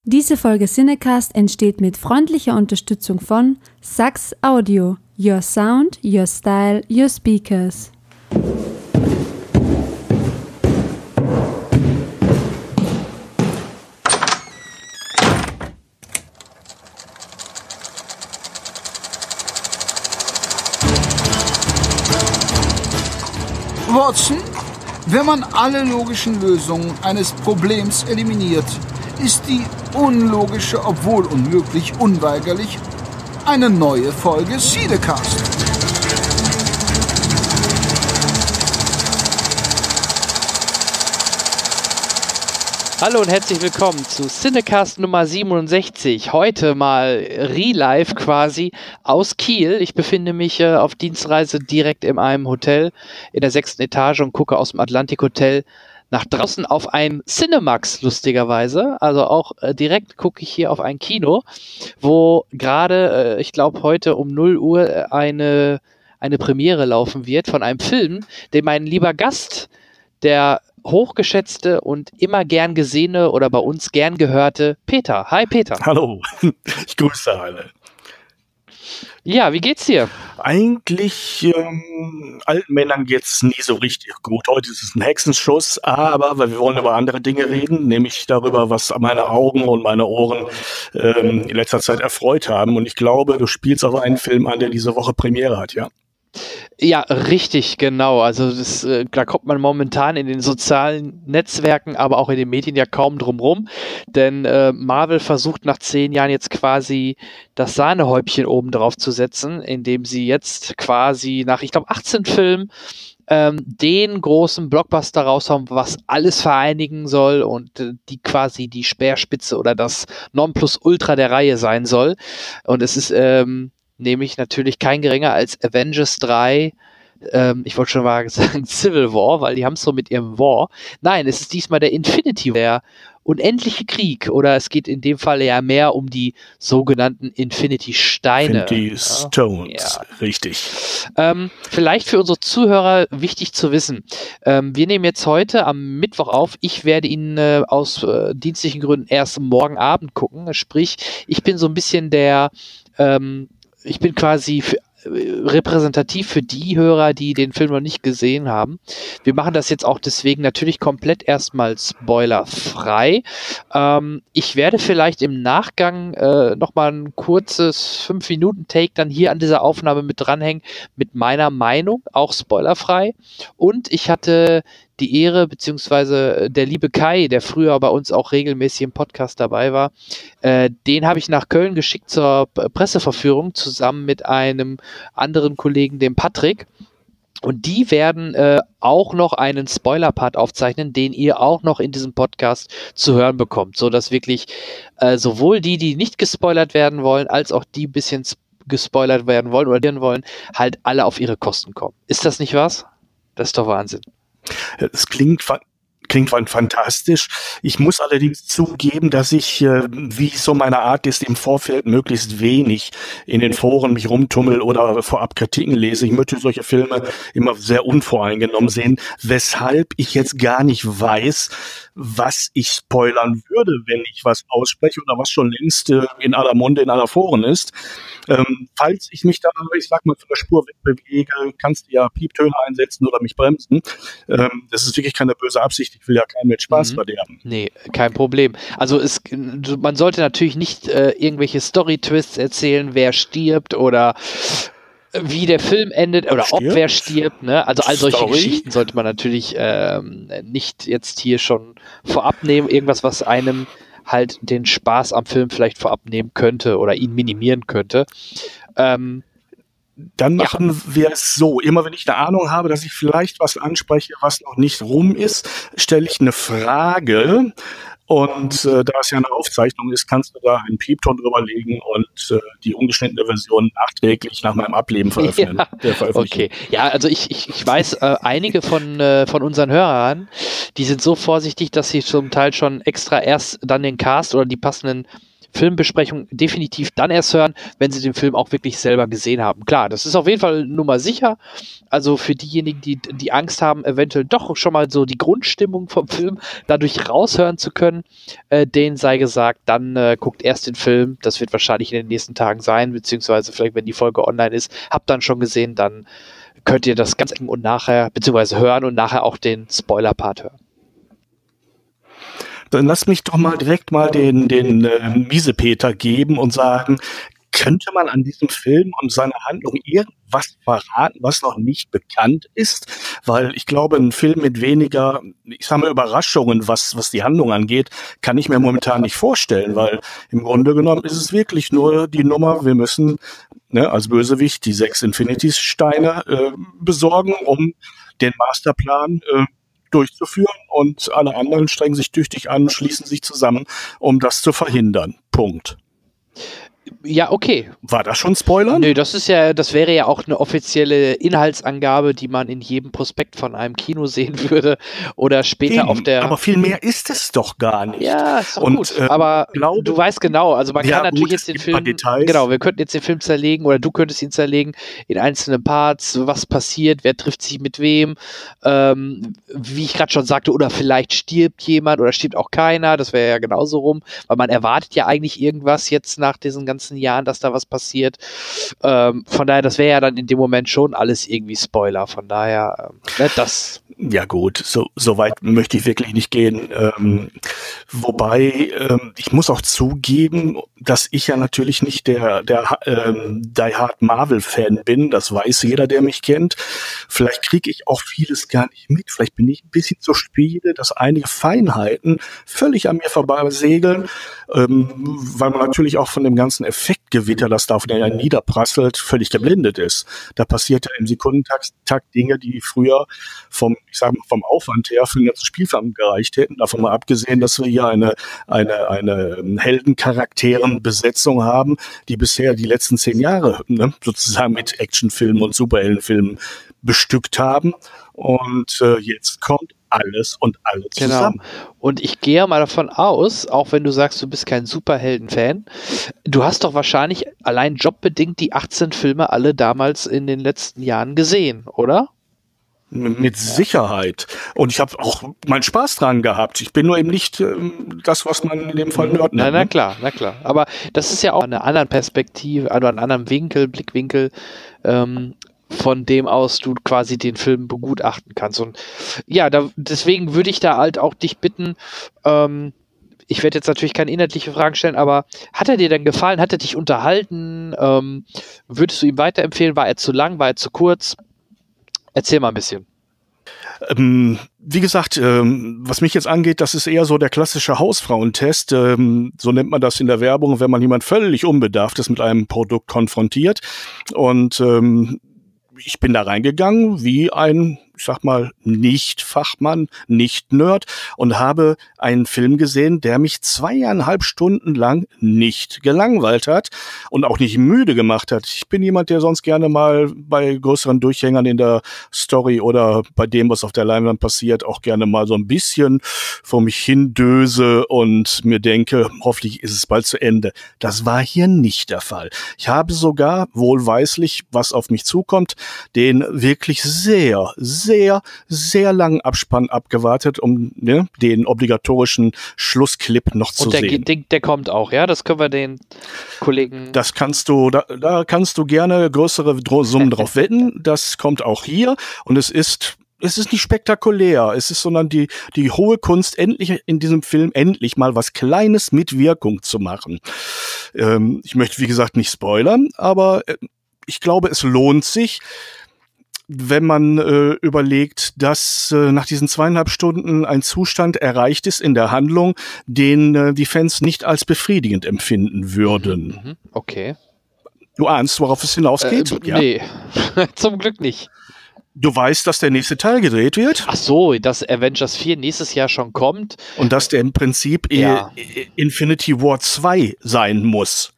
Diese Folge Cinecast entsteht mit freundlicher Unterstützung von Sachs Audio. Your sound, your style, your speakers. Watson, wenn man alle logischen Lösungen eines Problems eliminiert, ist die unlogische, obwohl unmöglich, unweigerlich eine neue Folge Cinecast. Hallo und herzlich willkommen zu Cinecast Nummer 67. Heute mal Re-Live quasi aus Kiel. Ich befinde mich auf Dienstreise direkt in einem Hotel in der 6. Etage und gucke aus dem Atlantik Hotel nach draußen auf ein Cinemax, lustigerweise. Also auch direkt gucke ich hier auf ein Kino, wo gerade, ich glaube heute um 0 Uhr eine Premiere laufen wird von einem Film, den mein lieber Gast, der hochgeschätzte und immer gern gesehene oder bei uns gern gehörte Peter. Hi Peter. Hallo, ich grüße alle. Ja, wie geht's dir? Eigentlich alten Männern geht's nie so richtig gut. Heute ist es ein Hexenschuss, aber wir wollen über andere Dinge reden, nämlich darüber, was meine Augen und meine Ohren in letzter Zeit erfreut haben. Und ich glaube, du spielst auf einen Film an, der diese Woche Premiere hat, ja? Ja, richtig, genau. Also da kommt man momentan in den sozialen Netzwerken, aber auch in den Medien ja kaum drum rum, denn Marvel versucht nach 10 Jahren jetzt quasi das Sahnehäubchen oben drauf zu setzen, indem sie jetzt quasi nach, ich glaube, 18 Filmen den großen Blockbuster raushauen, was alles vereinigen soll und die quasi die Speerspitze oder das Nonplusultra der Reihe sein soll. Und es ist nämlich natürlich kein geringer als Avengers 3, ich wollte schon mal sagen Civil War, weil die haben es so mit ihrem War. Nein, es ist diesmal der Infinity War, der unendliche Krieg, oder es geht in dem Fall ja mehr um die sogenannten Infinity-Steine. Infinity Stones, ja. Richtig. Vielleicht für unsere Zuhörer wichtig zu wissen, wir nehmen jetzt heute am Mittwoch auf, ich werde ihn aus dienstlichen Gründen erst morgen Abend gucken, sprich, ich bin so ein bisschen ich bin quasi repräsentativ für die Hörer, die den Film noch nicht gesehen haben. Wir machen das jetzt auch deswegen natürlich komplett erstmal spoilerfrei. Ich werde vielleicht im Nachgang nochmal ein kurzes 5-Minuten-Take dann hier an dieser Aufnahme mit dranhängen, mit meiner Meinung, auch spoilerfrei. Und ich hatte die Ehre, beziehungsweise der liebe Kai, der früher bei uns auch regelmäßig im Podcast dabei war, den habe ich nach Köln geschickt zur Presseverführung zusammen mit einem anderen Kollegen, dem Patrick. Und die werden auch noch einen Spoiler-Part aufzeichnen, den ihr auch noch in diesem Podcast zu hören bekommt, sodass wirklich sowohl die nicht gespoilert werden wollen, als auch die ein bisschen gespoilert werden wollen oder hören wollen, halt alle auf ihre Kosten kommen. Ist das nicht was? Das ist doch Wahnsinn. Es klingt fantastisch. Ich muss allerdings zugeben, dass ich, wie so meine Art ist, im Vorfeld möglichst wenig in den Foren mich rumtummel oder vorab Kritiken lese. Ich möchte solche Filme immer sehr unvoreingenommen sehen, weshalb ich jetzt gar nicht weiß, was ich spoilern würde, wenn ich was ausspreche oder was schon längst in aller Munde, in aller Foren ist. Falls ich mich da, ich sag mal, von der Spur wegbewege, kannst du ja Pieptöne einsetzen oder mich bremsen. Das ist wirklich keine böse Absicht. Ich will ja keinen mit Spaß verderben. Nee, kein Problem. Also man sollte natürlich nicht irgendwelche Story-Twists erzählen, wer stirbt oder wie der Film endet oder ob wer stirbt. Ne? Also all solche Geschichten sollte man natürlich nicht jetzt hier schon vorab nehmen. Irgendwas, was einem halt den Spaß am Film vielleicht vorab nehmen könnte oder ihn minimieren könnte. Dann machen wir es so. Immer wenn ich eine Ahnung habe, dass ich vielleicht was anspreche, was noch nicht rum ist, stelle ich eine Frage. Und da es ja eine Aufzeichnung ist, kannst du da einen Piepton drüberlegen und die ungeschnittene Version nachträglich nach meinem Ableben veröffentlichen. Ja, okay. Ja, also ich weiß, einige von unseren Hörern, die sind so vorsichtig, dass sie zum Teil schon extra erst dann den Cast oder die passenden Filmbesprechung definitiv dann erst hören, wenn sie den Film auch wirklich selber gesehen haben. Klar, das ist auf jeden Fall Nummer sicher. Also für diejenigen, die Angst haben, eventuell doch schon mal so die Grundstimmung vom Film dadurch raushören zu können, denen sei gesagt, dann guckt erst den Film. Das wird wahrscheinlich in den nächsten Tagen sein, beziehungsweise vielleicht, wenn die Folge online ist, habt dann schon gesehen, dann könnt ihr das ganz und nachher, beziehungsweise hören und nachher auch den Spoiler-Part hören. Dann lass mich doch mal direkt mal den Miesepeter geben und sagen, könnte man an diesem Film und seiner Handlung irgendwas verraten, was noch nicht bekannt ist? Weil ich glaube, ein Film mit weniger, ich sage mal, Überraschungen, was die Handlung angeht, kann ich mir momentan nicht vorstellen, weil im Grunde genommen ist es wirklich nur die Nummer, wir müssen als Bösewicht die 6 Infinity-Steine besorgen, um den Masterplan durchzuführen, und alle anderen strengen sich tüchtig an, schließen sich zusammen, um das zu verhindern. Punkt. Ja, okay. War das schon Spoiler? Nö, das wäre ja auch eine offizielle Inhaltsangabe, die man in jedem Prospekt von einem Kino sehen würde oder später auf der... Aber viel mehr ist es doch gar nicht. Ja, ist doch gut. Aber du weißt genau, also man kann natürlich jetzt den Film... Genau, wir könnten jetzt den Film zerlegen oder du könntest ihn zerlegen in einzelne Parts, was passiert, wer trifft sich mit wem, wie ich gerade schon sagte, oder vielleicht stirbt jemand oder stirbt auch keiner, das wäre ja genauso rum, weil man erwartet ja eigentlich irgendwas jetzt nach diesen ganzen Jahren, dass da was passiert. Von daher, das wäre ja dann in dem Moment schon alles irgendwie Spoiler. Von daher, das... Ja gut, so weit möchte ich wirklich nicht gehen. Wobei, ich muss auch zugeben, dass ich ja natürlich nicht der Die Hard Marvel-Fan bin. Das weiß jeder, der mich kennt. Vielleicht kriege ich auch vieles gar nicht mit. Vielleicht bin ich ein bisschen zu spät, dass einige Feinheiten völlig an mir vorbeisegeln, weil man natürlich auch von dem ganzen Effektgewitter, das da auf den niederprasselt, völlig geblendet ist. Da passiert ja im Sekundentakt Dinge, die früher vom Aufwand her für den ganzen Spielfilm gereicht hätten. Davon mal abgesehen, dass wir hier eine Heldencharakteren-Besetzung haben, die bisher die letzten 10 Jahre sozusagen mit Actionfilmen und Superheldenfilmen bestückt haben. Und jetzt kommt alles und alle zusammen. Genau. Und ich gehe mal davon aus, auch wenn du sagst, du bist kein Superhelden-Fan, du hast doch wahrscheinlich allein jobbedingt die 18 Filme alle damals in den letzten Jahren gesehen, oder? Mit Sicherheit. Und ich habe auch meinen Spaß dran gehabt. Ich bin nur eben nicht das, was man in dem Fall Nerd nennt. Na klar. Aber das ist ja auch eine andere Perspektive, also einen anderen Blickwinkel, von dem aus du quasi den Film begutachten kannst. Und ja, deswegen würde ich da halt auch dich bitten, ich werde jetzt natürlich keine inhaltliche Fragen stellen, aber hat er dir denn gefallen? Hat er dich unterhalten? Würdest du ihm weiterempfehlen? War er zu lang? War er zu kurz? Erzähl mal ein bisschen. Wie gesagt, was mich jetzt angeht, das ist eher so der klassische Hausfrauentest. So nennt man das in der Werbung, wenn man jemand völlig Unbedarftes mit einem Produkt konfrontiert. Und ich bin da reingegangen wie ein, ich sag mal, Nicht-Fachmann, Nicht-Nerd und habe einen Film gesehen, der mich 2,5 Stunden lang nicht gelangweilt hat und auch nicht müde gemacht hat. Ich bin jemand, der sonst gerne mal bei größeren Durchhängern in der Story oder bei dem, was auf der Leinwand passiert, auch gerne mal so ein bisschen vor mich hin döse und mir denke, hoffentlich ist es bald zu Ende. Das war hier nicht der Fall. Ich habe sogar wohlweislich, was auf mich zukommt, den wirklich sehr, sehr langen Abspann abgewartet, um den obligatorischen Schlussclip noch zu sehen. Und der kommt auch, ja? Das können wir den Kollegen... Das kannst du, da kannst du gerne größere Summen drauf wetten. Das kommt auch hier und es ist nicht spektakulär, sondern die hohe Kunst, endlich in diesem Film endlich mal was Kleines mit Wirkung zu machen. Ich möchte, wie gesagt, nicht spoilern, aber ich glaube, es lohnt sich, wenn man überlegt, dass nach diesen 2,5 Stunden ein Zustand erreicht ist in der Handlung, den die Fans nicht als befriedigend empfinden würden. Okay. Du ahnst, worauf es hinausgeht? Ja? Nee, zum Glück nicht. Du weißt, dass der nächste Teil gedreht wird? Ach so, dass Avengers 4 nächstes Jahr schon kommt. Und dass der im Prinzip Infinity War 2 sein muss.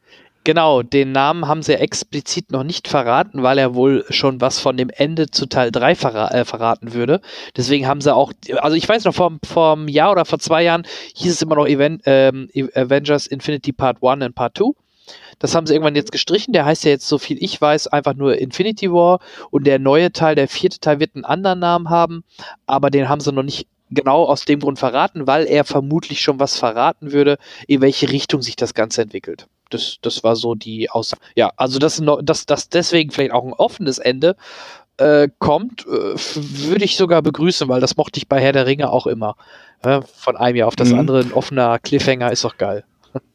Genau, den Namen haben sie ja explizit noch nicht verraten, weil er wohl schon was von dem Ende zu Teil 3 verraten würde. Deswegen haben sie auch, also ich weiß noch, vor einem Jahr oder vor 2 Jahren hieß es immer noch Avengers Infinity Part 1 und Part 2. Das haben sie irgendwann jetzt gestrichen. Der heißt ja jetzt, so viel ich weiß, einfach nur Infinity War. Und der neue Teil, der 4. Teil, wird einen anderen Namen haben. Aber den haben sie noch nicht genau aus dem Grund verraten, weil er vermutlich schon was verraten würde, in welche Richtung sich das Ganze entwickelt. Das war so die Aussage. Ja, also dass deswegen vielleicht auch ein offenes Ende kommt, würde ich sogar begrüßen, weil das mochte ich bei Herr der Ringe auch immer. Von einem Jahr auf das andere ein offener Cliffhanger ist doch geil.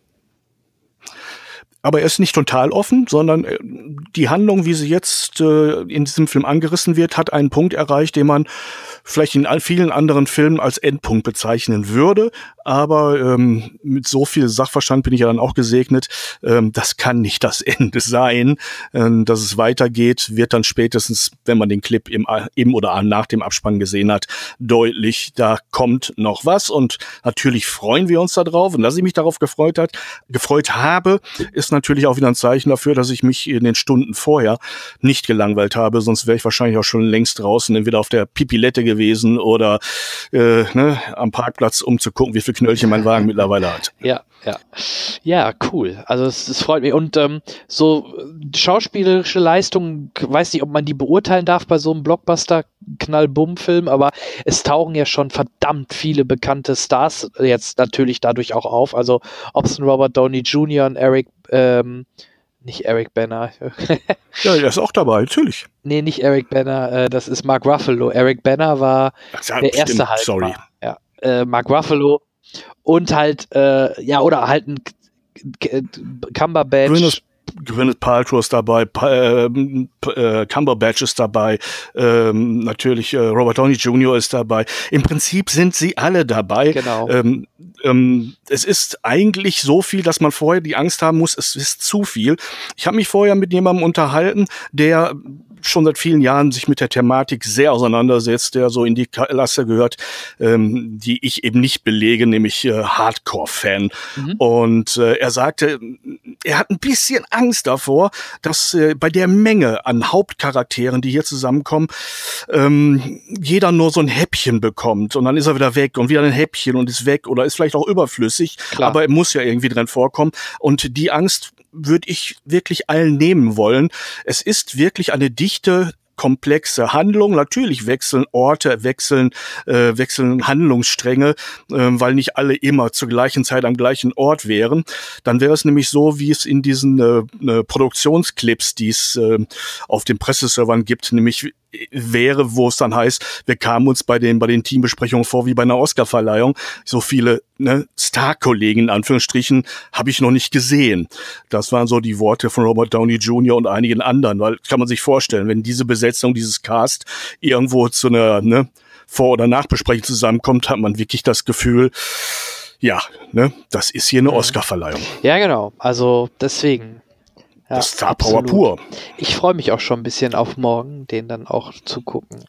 Aber er ist nicht total offen, sondern die Handlung, wie sie jetzt in diesem Film angerissen wird, hat einen Punkt erreicht, den man vielleicht in vielen anderen Filmen als Endpunkt bezeichnen würde. Aber mit so viel Sachverstand bin ich ja dann auch gesegnet. Das kann nicht das Ende sein. Dass es weitergeht, wird dann spätestens, wenn man den Clip im oder nach dem Abspann gesehen hat, deutlich. Da kommt noch was. Und natürlich freuen wir uns da drauf. Und dass ich mich darauf gefreut habe, ist natürlich auch wieder ein Zeichen dafür, dass ich mich in den Stunden vorher nicht gelangweilt habe. Sonst wäre ich wahrscheinlich auch schon längst draußen, entweder auf der Pipilette gewesen oder am Parkplatz, um zu gucken, wie viel Knöllchen mein Wagen mittlerweile hat. Ja, cool. Also es freut mich. Und so schauspielerische Leistung, weiß nicht, ob man die beurteilen darf bei so einem Blockbuster-Knall-Bumm-Film, aber es tauchen ja schon verdammt viele bekannte Stars jetzt natürlich dadurch auch auf. Also ob es ein Robert Downey Jr. und nicht Eric Banner. Ja, er ist auch dabei, natürlich. Nee, nicht Eric Banner, das ist Mark Ruffalo. Eric Banner war der erste Hulk. Sorry. Ja. Mark Ruffalo und halt, oder halt ein Cumberbatch. Gwyneth Paltrow ist dabei, Cumberbatch ist dabei, natürlich Robert Downey Jr. ist dabei. Im Prinzip sind sie alle dabei. Genau. Es ist eigentlich so viel, dass man vorher die Angst haben muss, es ist zu viel. Ich habe mich vorher mit jemandem unterhalten, der schon seit vielen Jahren sich mit der Thematik sehr auseinandersetzt, der so in die Klasse gehört, die ich eben nicht belege, nämlich Hardcore-Fan. Und er sagte, er hat ein bisschen Angst davor, dass bei der Menge an Hauptcharakteren, die hier zusammenkommen, jeder nur so ein Häppchen bekommt und dann ist er wieder weg und wieder ein Häppchen und ist weg oder ist vielleicht auch überflüssig, Klar. Aber er muss ja irgendwie drin vorkommen. Und die Angst würde ich wirklich allen nehmen wollen. Es ist wirklich eine dichte, komplexe Handlung. Natürlich wechseln Orte, wechseln Handlungsstränge, weil nicht alle immer zur gleichen Zeit am gleichen Ort wären. Dann wäre es nämlich so, wie es in diesen Produktionsclips, die es auf den Presseservern gibt, nämlich wäre, wo es dann heißt, wir kamen uns bei den Teambesprechungen vor wie bei einer Oscarverleihung. So viele Star-Kollegen, in Anführungsstrichen, habe ich noch nicht gesehen. Das waren so die Worte von Robert Downey Jr. und einigen anderen, weil kann man sich vorstellen, wenn diese Besetzung, dieses Cast irgendwo zu einer Vor- oder Nachbesprechung zusammenkommt, hat man wirklich das Gefühl, ja, das ist hier eine Oscarverleihung. Ja, genau. Also deswegen. Ja, das Star Power pur. Ich freue mich auch schon ein bisschen auf morgen, den dann auch zu gucken.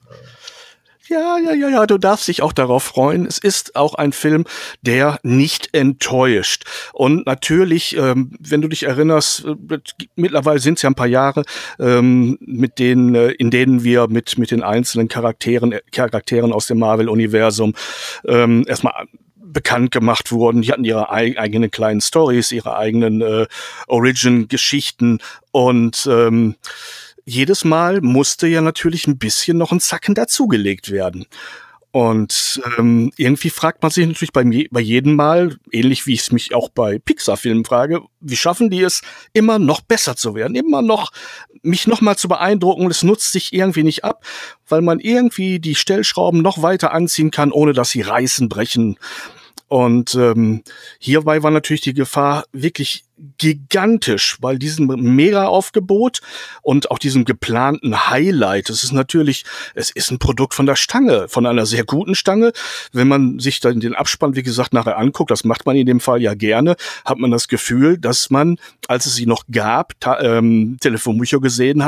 Ja, du darfst dich auch darauf freuen. Es ist auch ein Film, der nicht enttäuscht. Und natürlich, wenn du dich erinnerst, mittlerweile sind es ja ein paar Jahre, in denen wir mit den einzelnen Charakteren aus dem Marvel-Universum erstmal bekannt gemacht wurden. Die hatten ihre eigenen kleinen Stories, ihre eigenen Origin-Geschichten und jedes Mal musste ja natürlich ein bisschen noch ein Zacken dazugelegt werden. Und irgendwie fragt man sich natürlich bei jedem Mal, ähnlich wie ich es mich auch bei Pixar-Filmen frage, wie schaffen die es, immer noch besser zu werden, mich noch mal zu beeindrucken, und es nutzt sich irgendwie nicht ab, weil man irgendwie die Stellschrauben noch weiter anziehen kann, ohne dass sie reißen, brechen. Und hierbei war natürlich die Gefahr wirklich gigantisch, weil diesem Mega-Aufgebot und auch diesem geplanten Highlight, es ist ein Produkt von der Stange, von einer sehr guten Stange. Wenn man sich dann den Abspann, wie gesagt, nachher anguckt, das macht man in dem Fall ja gerne, hat man das Gefühl, dass man, als es sie noch gab, Telefonbücher gesehen hat,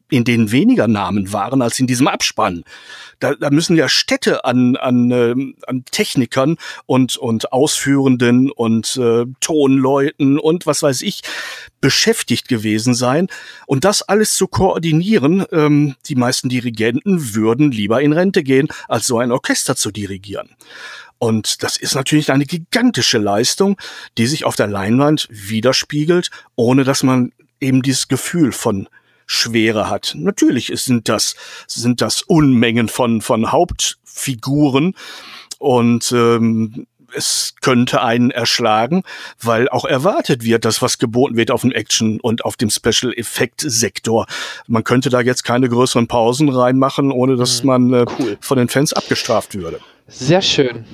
in denen weniger Namen waren als in diesem Abspann. Da müssen ja Städte an Technikern und Ausführenden und Tonleuten und was weiß ich beschäftigt gewesen sein. Und das alles zu koordinieren, die meisten Dirigenten würden lieber in Rente gehen, als so ein Orchester zu dirigieren. Und das ist natürlich eine gigantische Leistung, die sich auf der Leinwand widerspiegelt, ohne dass man eben dieses Gefühl von Schwere hat. Natürlich sind das Unmengen von Hauptfiguren und es könnte einen erschlagen, weil auch erwartet wird, dass was geboten wird auf dem Action- und auf dem Special-Effekt-Sektor. Man könnte da jetzt keine größeren Pausen reinmachen, ohne dass man von den Fans abgestraft würde. Sehr schön.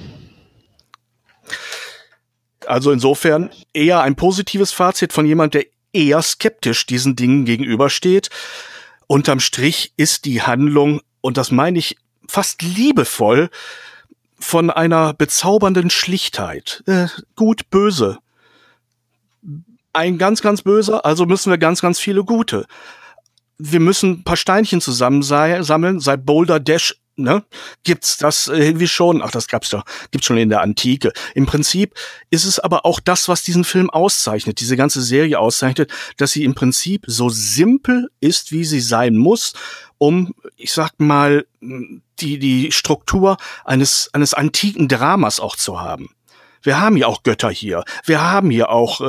Also insofern eher ein positives Fazit von jemand, der eher skeptisch diesen Dingen gegenübersteht. Unterm Strich ist die Handlung, und das meine ich fast liebevoll, von einer bezaubernden Schlichtheit. Gut, böse. Ein ganz, ganz böser, also müssen wir ganz, ganz viele Gute. Wir müssen ein paar Steinchen zusammensammeln, seit Boulder Dash, ne, gibt's das irgendwie schon. Ach, das gibt's schon in der Antike. Im Prinzip ist es aber auch das, was diesen Film auszeichnet, diese ganze Serie auszeichnet, dass sie im Prinzip so simpel ist, wie sie sein muss, um, ich sag mal, die Struktur eines antiken Dramas auch zu haben. Wir haben ja auch Götter hier. Wir haben hier auch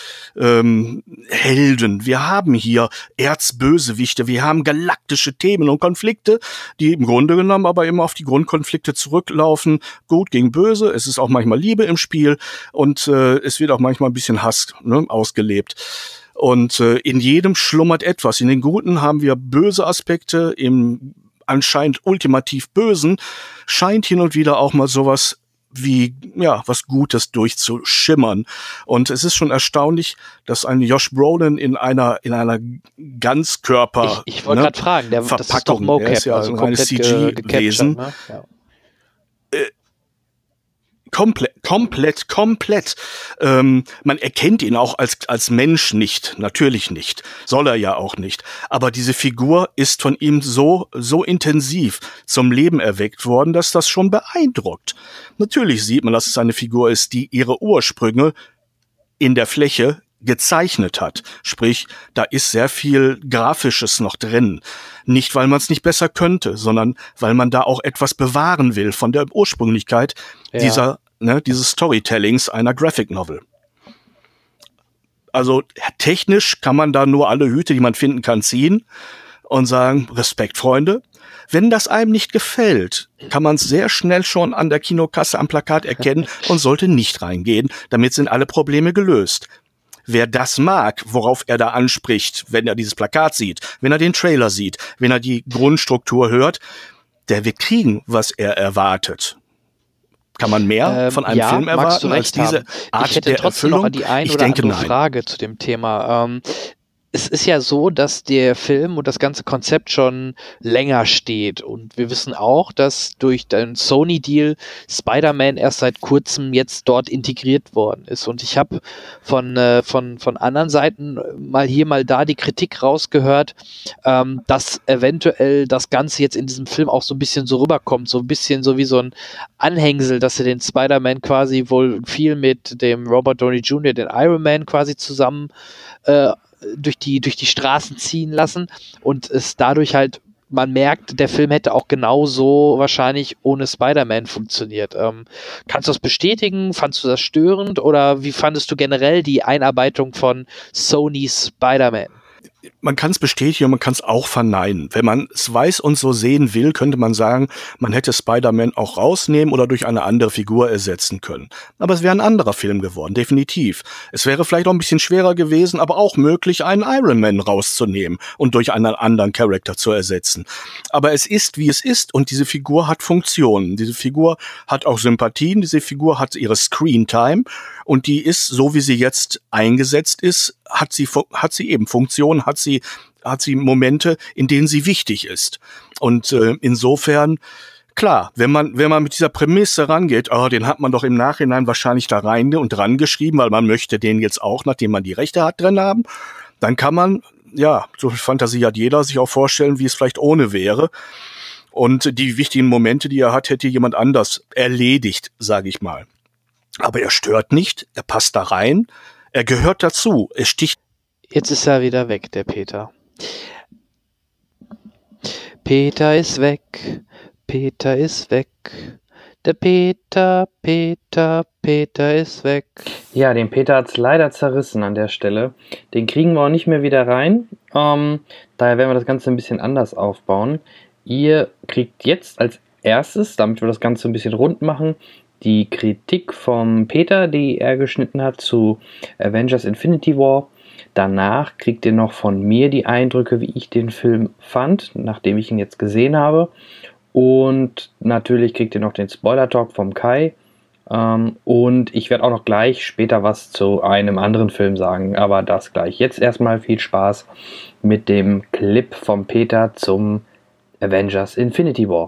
Helden. Wir haben hier Erzbösewichte. Wir haben galaktische Themen und Konflikte, die im Grunde genommen aber immer auf die Grundkonflikte zurücklaufen. Gut gegen Böse. Es ist auch manchmal Liebe im Spiel und es wird auch manchmal ein bisschen Hass, ne, ausgelebt. Und in jedem schlummert etwas. In den Guten haben wir böse Aspekte. Im anscheinend ultimativ Bösen scheint hin und wieder auch mal sowas wie, ja, was Gutes durchzuschimmern. Und es ist schon erstaunlich, dass ein Josh Brolin in einer Ganzkörper, ich wollte gerade fragen, das ist doch Mocap, ist ja also ein reines CG-Wesen. Ne? Ja. Komplett. Man erkennt ihn auch als Mensch nicht, natürlich nicht. Soll er ja auch nicht. Aber diese Figur ist von ihm so intensiv zum Leben erweckt worden, dass das schon beeindruckt. Natürlich sieht man, dass es eine Figur ist, die ihre Ursprünge in der Fläche gezeichnet hat. Sprich, da ist sehr viel Grafisches noch drin. Nicht, weil man es nicht besser könnte, sondern weil man da auch etwas bewahren will von der Ursprünglichkeit dieses Storytellings einer Graphic Novel. Also technisch kann man da nur alle Hüte, die man finden kann, ziehen und sagen, Respekt, Freunde. Wenn das einem nicht gefällt, kann man es sehr schnell schon an der Kinokasse am Plakat erkennen und sollte nicht reingehen. Damit sind alle Probleme gelöst. Wer das mag, worauf er da anspricht, wenn er dieses Plakat sieht, wenn er den Trailer sieht, wenn er die Grundstruktur hört, der wird kriegen, was er erwartet. Kann man mehr von einem Film erwarten als diese Art ich hätte der trotzdem Erfüllung? noch die ein Ich oder denke, andere nein. Frage zu dem Thema. Es ist ja so, dass der Film und das ganze Konzept schon länger steht. Und wir wissen auch, dass durch den Sony-Deal Spider-Man erst seit kurzem jetzt dort integriert worden ist. Und ich habe von anderen Seiten mal hier, mal da die Kritik rausgehört, dass eventuell das Ganze jetzt in diesem Film auch so ein bisschen so rüberkommt. So ein bisschen so wie so ein Anhängsel, dass sie den Spider-Man quasi wohl viel mit dem Robert Downey Jr., den Iron Man quasi zusammen durch die Straßen ziehen lassen und es dadurch halt, man merkt, der Film hätte auch genauso wahrscheinlich ohne Spider-Man funktioniert. Kannst du das bestätigen? Fandst du das störend oder wie fandest du generell die Einarbeitung von Sony's Spider-Man? Man kann es bestätigen und man kann es auch verneinen. Wenn man es weiß und so sehen will, könnte man sagen, man hätte Spider-Man auch rausnehmen oder durch eine andere Figur ersetzen können. Aber es wäre ein anderer Film geworden, definitiv. Es wäre vielleicht auch ein bisschen schwerer gewesen, aber auch möglich, einen Iron Man rauszunehmen und durch einen anderen Charakter zu ersetzen. Aber es ist, wie es ist und diese Figur hat Funktionen. Diese Figur hat auch Sympathien, diese Figur hat ihre Screentime und die ist, so wie sie jetzt eingesetzt ist, hat sie eben Funktionen, hat sie Momente, in denen sie wichtig ist. Und insofern, klar, wenn man mit dieser Prämisse rangeht, den hat man doch im Nachhinein wahrscheinlich da rein und dran geschrieben, weil man möchte den jetzt auch, nachdem man die Rechte hat, drin haben, dann kann man ja, so viel Fantasie hat jeder, sich auch vorstellen, wie es vielleicht ohne wäre. Und die wichtigen Momente, die er hat, hätte jemand anders erledigt, sage ich mal. Aber er stört nicht, er passt da rein, er gehört dazu, er sticht. Jetzt ist er wieder weg, der Peter. Peter ist weg, Peter ist weg. Der Peter ist weg. Ja, den Peter hat's leider zerrissen an der Stelle. Den kriegen wir auch nicht mehr wieder rein. Daher werden wir das Ganze ein bisschen anders aufbauen. Ihr kriegt jetzt als erstes, damit wir das Ganze ein bisschen rund machen, die Kritik vom Peter, die er geschnitten hat zu Avengers Infinity War. Danach kriegt ihr noch von mir die Eindrücke, wie ich den Film fand, nachdem ich ihn jetzt gesehen habe. Und natürlich kriegt ihr noch den Spoiler-Talk vom Kai. Und ich werde auch noch gleich später was zu einem anderen Film sagen, aber das gleich. Jetzt erstmal viel Spaß mit dem Clip vom Peter zum Avengers Infinity War.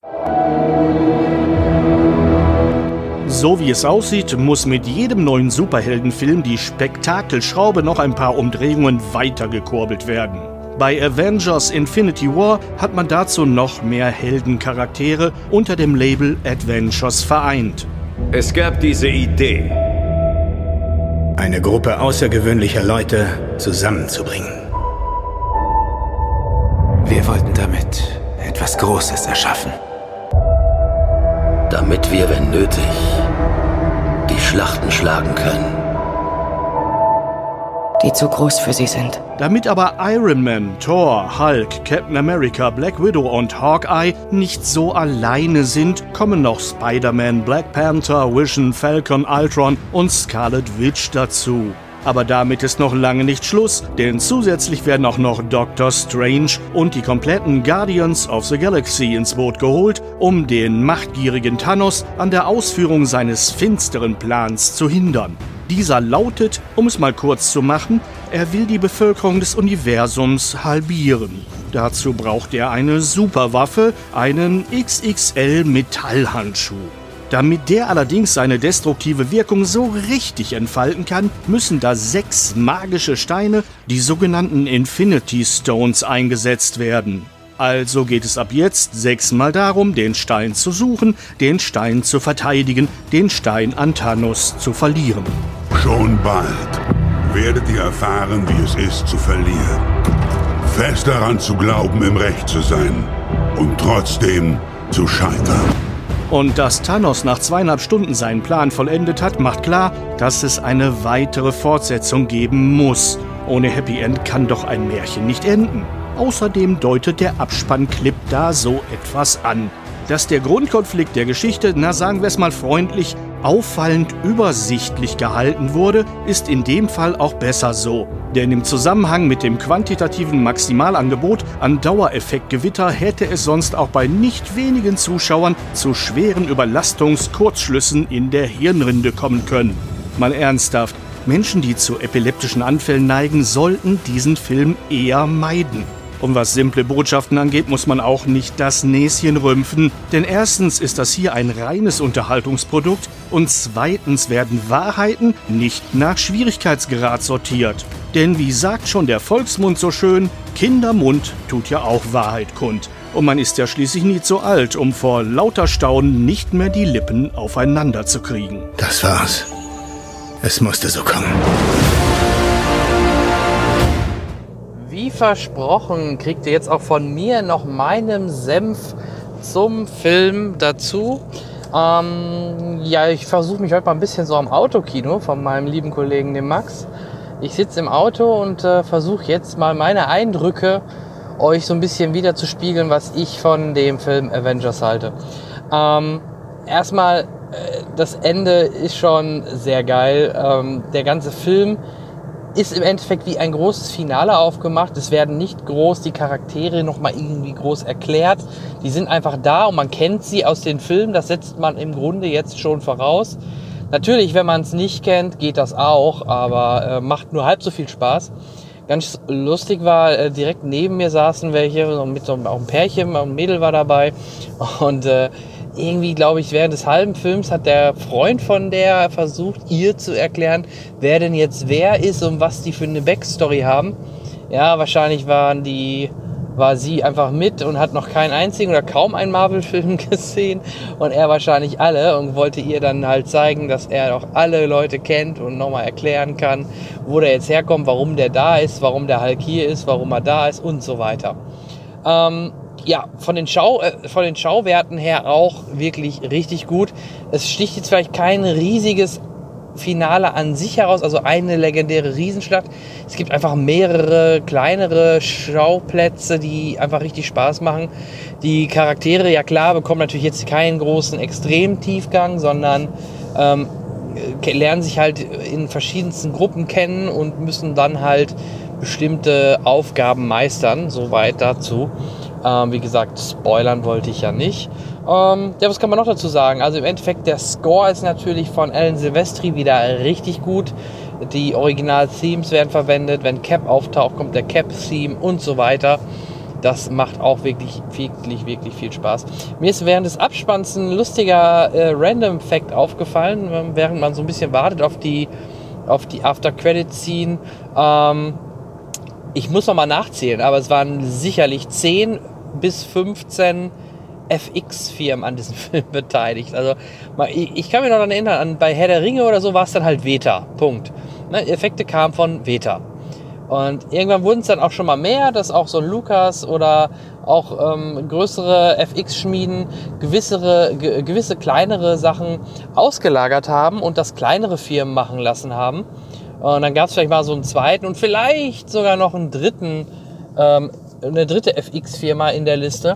So wie es aussieht, muss mit jedem neuen Superheldenfilm die Spektakelschraube noch ein paar Umdrehungen weitergekurbelt werden. Bei Avengers Infinity War hat man dazu noch mehr Heldencharaktere unter dem Label Adventures vereint. Es gab diese Idee, eine Gruppe außergewöhnlicher Leute zusammenzubringen. Wir wollten damit etwas Großes erschaffen. Damit wir, wenn nötig, die Schlachten schlagen können. Die zu groß für sie sind. Damit aber Iron Man, Thor, Hulk, Captain America, Black Widow und Hawkeye nicht so alleine sind, kommen noch Spider-Man, Black Panther, Vision, Falcon, Ultron und Scarlet Witch dazu. Aber damit ist noch lange nicht Schluss, denn zusätzlich werden auch noch Doctor Strange und die kompletten Guardians of the Galaxy ins Boot geholt, um den machtgierigen Thanos an der Ausführung seines finsteren Plans zu hindern. Dieser lautet, um es mal kurz zu machen, er will die Bevölkerung des Universums halbieren. Dazu braucht er eine Superwaffe, einen XXL-Metallhandschuh. Damit der allerdings seine destruktive Wirkung so richtig entfalten kann, müssen da 6 magische Steine, die sogenannten Infinity Stones, eingesetzt werden. Also geht es ab jetzt 6-mal darum, den Stein zu suchen, den Stein zu verteidigen, den Stein an Thanos zu verlieren. Schon bald werdet ihr erfahren, wie es ist zu verlieren. Fest daran zu glauben, im Recht zu sein und trotzdem zu scheitern. Und dass Thanos nach 2,5 Stunden seinen Plan vollendet hat, macht klar, dass es eine weitere Fortsetzung geben muss. Ohne Happy End kann doch ein Märchen nicht enden. Außerdem deutet der Abspannclip da so etwas an. Dass der Grundkonflikt der Geschichte, na sagen wir es mal freundlich, auffallend übersichtlich gehalten wurde, ist in dem Fall auch besser so. Denn im Zusammenhang mit dem quantitativen Maximalangebot an Dauereffektgewitter hätte es sonst auch bei nicht wenigen Zuschauern zu schweren Überlastungskurzschlüssen in der Hirnrinde kommen können. Mal ernsthaft, Menschen, die zu epileptischen Anfällen neigen, sollten diesen Film eher meiden. Und was simple Botschaften angeht, muss man auch nicht das Näschen rümpfen, denn erstens ist das hier ein reines Unterhaltungsprodukt und zweitens werden Wahrheiten nicht nach Schwierigkeitsgrad sortiert. Denn wie sagt schon der Volksmund so schön, Kindermund tut ja auch Wahrheit kund. Und man ist ja schließlich nie zu alt, um vor lauter Staunen nicht mehr die Lippen aufeinander zu kriegen. Das war's. Es musste so kommen. Wie versprochen kriegt ihr jetzt auch von mir noch meinen Senf zum Film dazu. Ja, ich versuche mich heute mal ein bisschen so am Autokino von meinem lieben Kollegen, dem Max. Ich sitze im Auto und versuche jetzt mal meine Eindrücke euch so ein bisschen wieder zu spiegeln, was ich von dem Film Avengers halte. Erstmal, das Ende ist schon sehr geil. Der ganze Film ist im Endeffekt wie ein großes Finale aufgemacht. Es werden nicht groß die Charaktere nochmal irgendwie groß erklärt. Die sind einfach da und man kennt sie aus den Filmen. Das setzt man im Grunde jetzt schon voraus. Natürlich, wenn man es nicht kennt, geht das auch, aber macht nur halb so viel Spaß. Ganz lustig war, direkt neben mir saßen welche, mit so auch ein Pärchen, ein Mädel war dabei. Und irgendwie, glaube ich, während des halben Films hat der Freund von der versucht, ihr zu erklären, wer denn jetzt wer ist und was die für eine Backstory haben. ja, wahrscheinlich war sie einfach mit und hat noch keinen einzigen oder kaum einen Marvel-Film gesehen und er wahrscheinlich alle und wollte ihr dann halt zeigen, dass er auch alle Leute kennt und nochmal erklären kann, wo der jetzt herkommt, warum der da ist, warum der Hulk hier ist, warum er da ist und so weiter. Ja, von den Schauwerten her auch wirklich richtig gut. Es sticht jetzt vielleicht kein riesiges Finale an sich heraus, also eine legendäre Riesenschlacht. Es gibt einfach mehrere kleinere Schauplätze, die einfach richtig Spaß machen. Die Charaktere, ja klar, bekommen natürlich jetzt keinen großen Extremtiefgang, sondern lernen sich halt in verschiedensten Gruppen kennen und müssen dann halt bestimmte Aufgaben meistern. Soweit dazu. Wie gesagt, spoilern wollte ich ja nicht. Ja, was kann man noch dazu sagen? Also im Endeffekt, der Score ist natürlich von Alan Silvestri wieder richtig gut. Die Original-Themes werden verwendet. Wenn Cap auftaucht, kommt der Cap-Theme und so weiter. Das macht auch wirklich viel Spaß. Mir ist während des Abspanns ein lustiger Random-Fact aufgefallen, während man so ein bisschen wartet auf die After-Credit-Scene. Ich muss noch mal nachzählen, aber es waren sicherlich 10 bis 15 FX-Firmen an diesem Film beteiligt. Also ich kann mich noch daran erinnern, bei Herr der Ringe oder so war es dann halt Veta. Punkt. Ne, Effekte kamen von Veta. Und irgendwann wurden es dann auch schon mal mehr, dass auch so ein Lucas oder auch größere FX-Schmieden gewisse kleinere Sachen ausgelagert haben und das kleinere Firmen machen lassen haben. Und dann gab es vielleicht mal so einen zweiten und vielleicht sogar noch eine dritte FX-Firma in der Liste.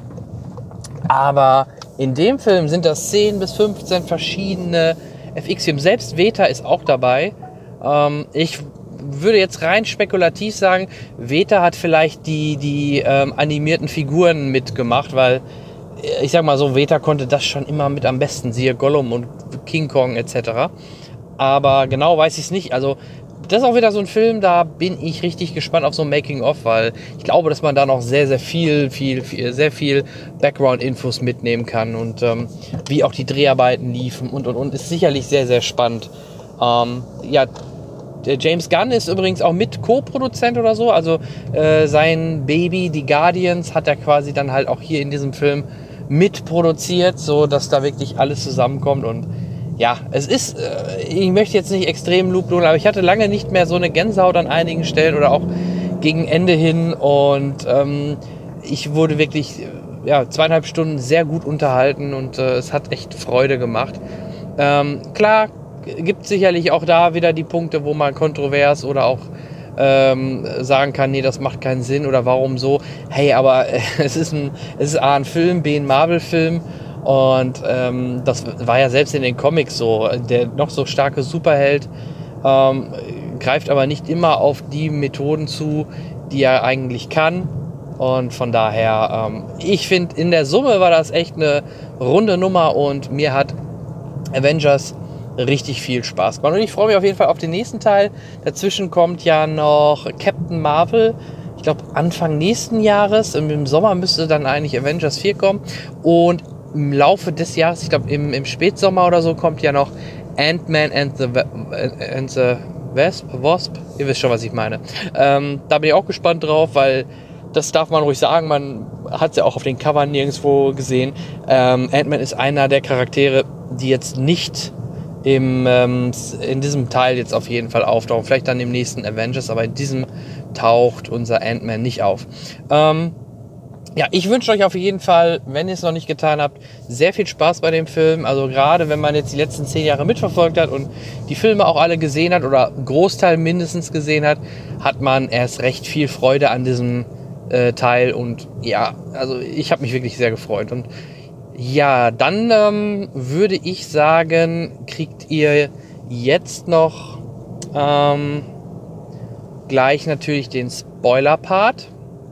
Aber in dem Film sind das 10 bis 15 verschiedene FX-Firmen. Selbst Veta ist auch dabei. Ich würde jetzt rein spekulativ sagen, Veta hat vielleicht die animierten Figuren mitgemacht, weil ich sag mal so, Veta konnte das schon immer mit am besten, siehe Gollum und King Kong etc. Aber genau weiß ich es nicht. Also das ist auch wieder so ein Film, da bin ich richtig gespannt auf so ein Making-of, weil ich glaube, dass man da noch sehr viel Background-Infos mitnehmen kann und wie auch die Dreharbeiten liefen und ist sicherlich sehr, sehr spannend. Ja, der James Gunn ist übrigens auch mit Co-Produzent oder so, also sein Baby, die Guardians, hat er quasi dann halt auch hier in diesem Film mitproduziert, so dass da wirklich alles zusammenkommt und ja, es ist, ich möchte jetzt nicht extrem Lob lohnen, aber ich hatte lange nicht mehr so eine Gänsehaut an einigen Stellen oder auch gegen Ende hin und ich wurde wirklich 2,5 Stunden sehr gut unterhalten und es hat echt Freude gemacht. Klar, gibt sicherlich auch da wieder die Punkte, wo man kontrovers oder auch sagen kann, nee, das macht keinen Sinn oder warum so. Hey, aber es ist A, ein Film, B, ein Marvel-Film. Und das war ja selbst in den Comics so. Der noch so starke Superheld greift aber nicht immer auf die Methoden zu, die er eigentlich kann. Und von daher, ich finde, in der Summe war das echt eine runde Nummer und mir hat Avengers richtig viel Spaß gemacht. Und ich freue mich auf jeden Fall auf den nächsten Teil. Dazwischen kommt ja noch Captain Marvel. Ich glaube, Anfang nächsten Jahres. Im Sommer müsste dann eigentlich Avengers 4 kommen. Und im Laufe des Jahres, ich glaube im Spätsommer oder so, kommt ja noch Ant-Man and the Wasp. Ihr wisst schon, was ich meine. Da bin ich auch gespannt drauf, weil das darf man ruhig sagen, man hat es ja auch auf den Covern nirgendwo gesehen. Ant-Man ist einer der Charaktere, die jetzt nicht in diesem Teil jetzt auf jeden Fall auftauchen. Vielleicht dann im nächsten Avengers, aber in diesem taucht unser Ant-Man nicht auf. Ja, ich wünsche euch auf jeden Fall, wenn ihr es noch nicht getan habt, sehr viel Spaß bei dem Film. Also gerade wenn man jetzt die letzten 10 Jahre mitverfolgt hat und die Filme auch alle gesehen hat oder einen Großteil mindestens gesehen hat, hat man erst recht viel Freude an diesem Teil. Und ja, also ich habe mich wirklich sehr gefreut. Und ja, dann würde ich sagen, kriegt ihr jetzt noch gleich natürlich den Spoiler-Part.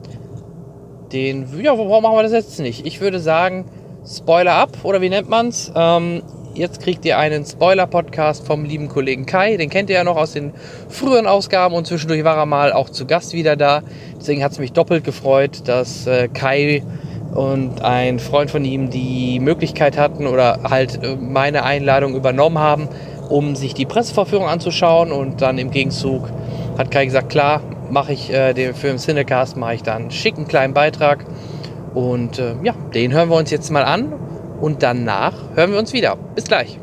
Warum machen wir das jetzt nicht? Ich würde sagen, Spoiler ab, oder wie nennt man's? Jetzt kriegt ihr einen Spoiler-Podcast vom lieben Kollegen Kai. Den kennt ihr ja noch aus den früheren Ausgaben und zwischendurch war er mal auch zu Gast wieder da. Deswegen hat es mich doppelt gefreut, dass Kai und ein Freund von ihm die Möglichkeit hatten oder halt meine Einladung übernommen haben, um sich die Pressevorführung anzuschauen. Und dann im Gegenzug hat Kai gesagt, klar, mache ich den Film Cinecast, mache ich dann einen schicken kleinen Beitrag. Und den hören wir uns jetzt mal an. Und danach hören wir uns wieder. Bis gleich.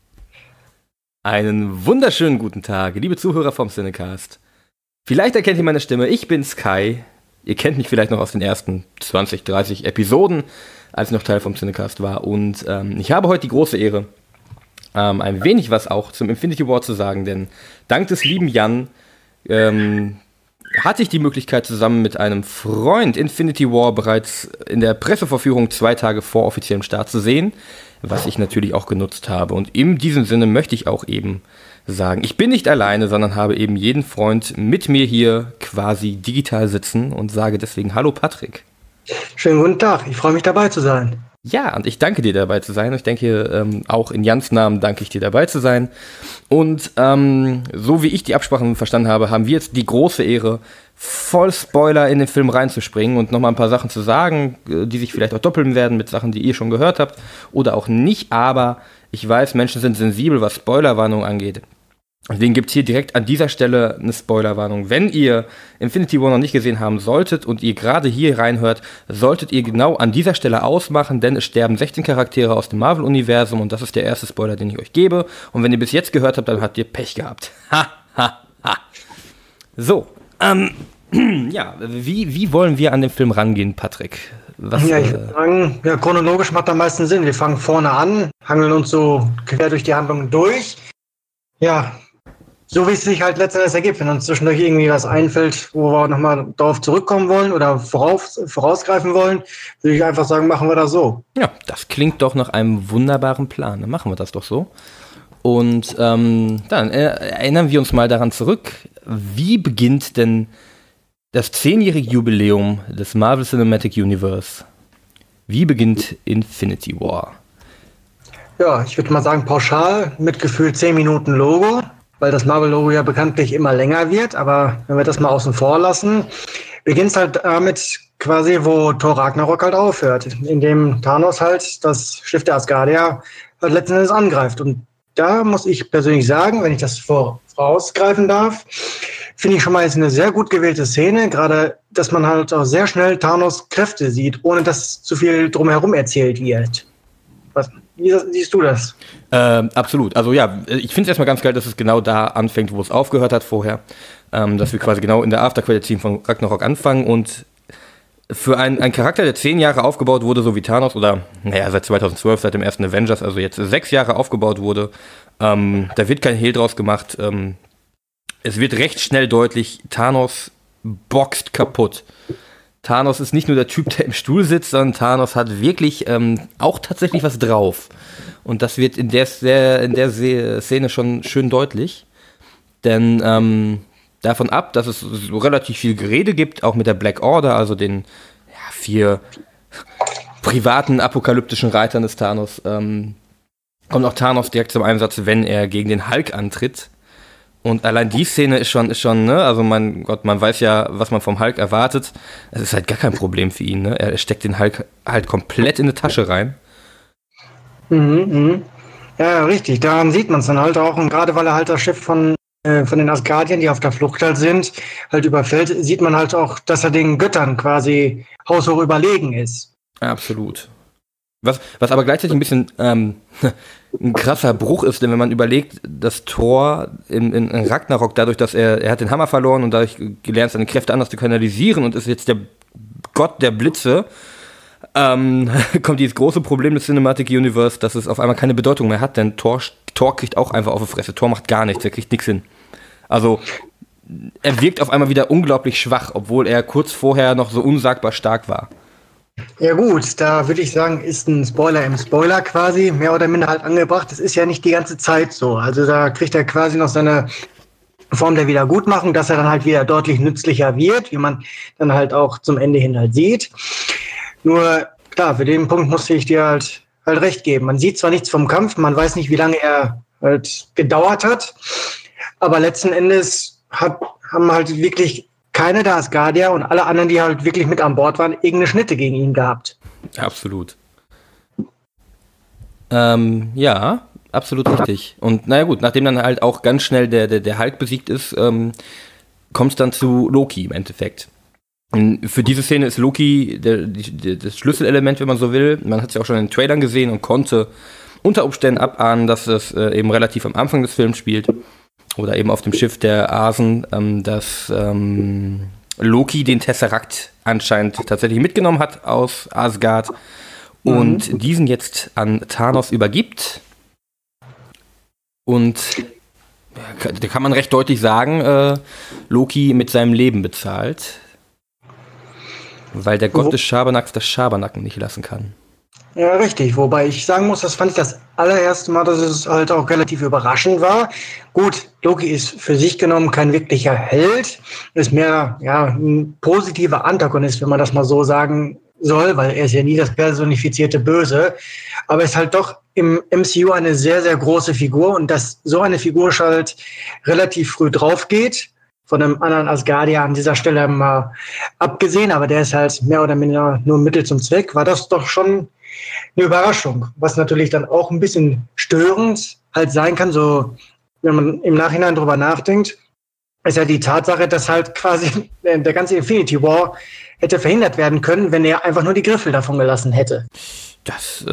Einen wunderschönen guten Tag, liebe Zuhörer vom Cinecast. Vielleicht erkennt ihr meine Stimme, ich bin Sky. Ihr kennt mich vielleicht noch aus den ersten 20, 30 Episoden, als ich noch Teil vom Cinecast war. Und ich habe heute die große Ehre, ein wenig was auch zum Infinity War zu sagen, denn dank des lieben Jan hatte ich die Möglichkeit, zusammen mit einem Freund Infinity War bereits in der Pressevorführung 2 Tage vor offiziellem Start zu sehen, was ich natürlich auch genutzt habe. Und in diesem Sinne möchte ich auch eben sagen, ich bin nicht alleine, sondern habe eben jeden Freund mit mir hier quasi digital sitzen und sage deswegen Hallo Patrick. Schönen guten Tag, ich freue mich dabei zu sein. Ja, und ich danke dir dabei zu sein. Ich denke, auch in Jans Namen danke ich dir dabei zu sein. Und so wie ich die Absprachen verstanden habe, haben wir jetzt die große Ehre, voll Spoiler in den Film reinzuspringen und nochmal ein paar Sachen zu sagen, die sich vielleicht auch doppeln werden mit Sachen, die ihr schon gehört habt oder auch nicht. Aber ich weiß, Menschen sind sensibel, was Spoilerwarnung angeht. Deswegen gibt es hier direkt an dieser Stelle eine Spoilerwarnung. Wenn ihr Infinity War noch nicht gesehen haben solltet und ihr gerade hier reinhört, solltet ihr genau an dieser Stelle ausmachen, denn es sterben 16 Charaktere aus dem Marvel-Universum und das ist der erste Spoiler, den ich euch gebe. Und wenn ihr bis jetzt gehört habt, dann habt ihr Pech gehabt. Ha, ha, ha. So, ja, wie wollen wir an den Film rangehen, Patrick? Was, ich würde sagen, chronologisch macht am meisten Sinn. Wir fangen vorne an, hangeln uns so quer durch die Handlung durch. Ja, so wie es sich halt letztendlich ergibt, wenn uns zwischendurch irgendwie was einfällt, wo wir nochmal darauf zurückkommen wollen oder vorausgreifen wollen, würde ich einfach sagen, machen wir das so. Ja, das klingt doch nach einem wunderbaren Plan. Dann machen wir das doch so. Und dann erinnern wir uns mal daran zurück, wie beginnt denn das 10-jährige Jubiläum des Marvel Cinematic Universe? Wie beginnt Infinity War? Ja, ich würde mal sagen, pauschal mit gefühlt 10 Minuten Logo, weil das Marvel-Logo ja bekanntlich immer länger wird. Aber wenn wir das mal außen vor lassen, beginnt es halt damit quasi, wo Thor Ragnarok halt aufhört, indem Thanos halt das Schiff der Asgardier halt letzten Endes angreift. Und da muss ich persönlich sagen, wenn ich das vorausgreifen darf, finde ich schon mal jetzt eine sehr gut gewählte Szene, gerade, dass man halt auch sehr schnell Thanos Kräfte sieht, ohne dass zu viel drumherum erzählt wird. Wie siehst du das? Absolut. Also ja, ich finde es erstmal ganz geil, dass es genau da anfängt, wo es aufgehört hat vorher. Dass wir quasi genau in der After-Credit-Scene von Ragnarok anfangen und für einen Charakter, der 10 Jahre aufgebaut wurde, so wie Thanos, oder seit 2012, seit dem ersten Avengers, also jetzt 6 Jahre aufgebaut wurde, da wird kein Hehl draus gemacht. Es wird recht schnell deutlich, Thanos boxt kaputt. Thanos ist nicht nur der Typ, der im Stuhl sitzt, sondern Thanos hat wirklich auch tatsächlich was drauf. Und das wird in der Szene schon schön deutlich. Denn davon ab, dass es so relativ viel Gerede gibt, auch mit der Black Order, also den 4 privaten apokalyptischen Reitern des Thanos, kommt auch Thanos direkt zum Einsatz, wenn er gegen den Hulk antritt. Und allein die Szene ist schon, ne, also mein Gott, man weiß ja, was man vom Hulk erwartet. Es ist halt gar kein Problem für ihn, ne? Er steckt den Hulk halt komplett in eine Tasche rein. Ja, richtig, daran sieht man es dann halt auch. Und gerade weil er halt das Schiff von den Asgardiern, die auf der Flucht halt sind, halt überfällt, sieht man halt auch, dass er den Göttern quasi haushoch überlegen ist. Absolut. Was aber gleichzeitig ein bisschen ein krasser Bruch ist, denn wenn man überlegt, dass Thor in Ragnarok, dadurch, dass er hat den Hammer verloren und dadurch gelernt, seine Kräfte anders zu kanalisieren und ist jetzt der Gott der Blitze, kommt dieses große Problem des Cinematic Universe, dass es auf einmal keine Bedeutung mehr hat, denn Thor kriegt auch einfach auf die Fresse. Thor macht gar nichts, er kriegt nichts hin. Also er wirkt auf einmal wieder unglaublich schwach, obwohl er kurz vorher noch so unsagbar stark war. Ja gut, da würde ich sagen, ist ein Spoiler im Spoiler quasi, mehr oder minder halt angebracht. Das ist ja nicht die ganze Zeit so. Also da kriegt er quasi noch seine Form der Wiedergutmachung, dass er dann halt wieder deutlich nützlicher wird, wie man dann halt auch zum Ende hin halt sieht. Nur, klar, für den Punkt musste ich dir halt recht geben. Man sieht zwar nichts vom Kampf, man weiß nicht, wie lange er halt gedauert hat, aber letzten Endes haben halt wirklich keine der Asgardier und alle anderen, die halt wirklich mit an Bord waren, irgendeine Schnitte gegen ihn gehabt. Absolut. Ja, absolut richtig. Und naja gut, nachdem dann halt auch ganz schnell der Hulk besiegt ist, kommt es dann zu Loki im Endeffekt. Für diese Szene ist Loki das Schlüsselelement, wenn man so will. Man hat es ja auch schon in den Trailern gesehen und konnte unter Umständen abahnen, dass es eben relativ am Anfang des Films spielt. Oder eben auf dem Schiff der Asen, dass Loki den Tesseract anscheinend tatsächlich mitgenommen hat aus Asgard und diesen jetzt an Thanos übergibt. Und da kann man recht deutlich sagen, Loki mit seinem Leben bezahlt. Weil der Gott des Schabernacks das Schabernacken nicht lassen kann. Ja, richtig. Wobei ich sagen muss, das fand ich das allererste Mal, dass es halt auch relativ überraschend war. Gut, Loki ist für sich genommen kein wirklicher Held, ist mehr ein positiver Antagonist, wenn man das mal so sagen soll, weil er ist ja nie das personifizierte Böse. Aber ist halt doch im MCU eine sehr, sehr große Figur und dass so eine Figur halt relativ früh drauf geht, von einem anderen Asgardier an dieser Stelle mal abgesehen, aber der ist halt mehr oder minder nur Mittel zum Zweck, war das doch schon eine Überraschung, was natürlich dann auch ein bisschen störend halt sein kann, so wenn man im Nachhinein drüber nachdenkt, ist ja die Tatsache, dass halt quasi der ganze Infinity War hätte verhindert werden können, wenn er einfach nur die Griffel davon gelassen hätte. Das,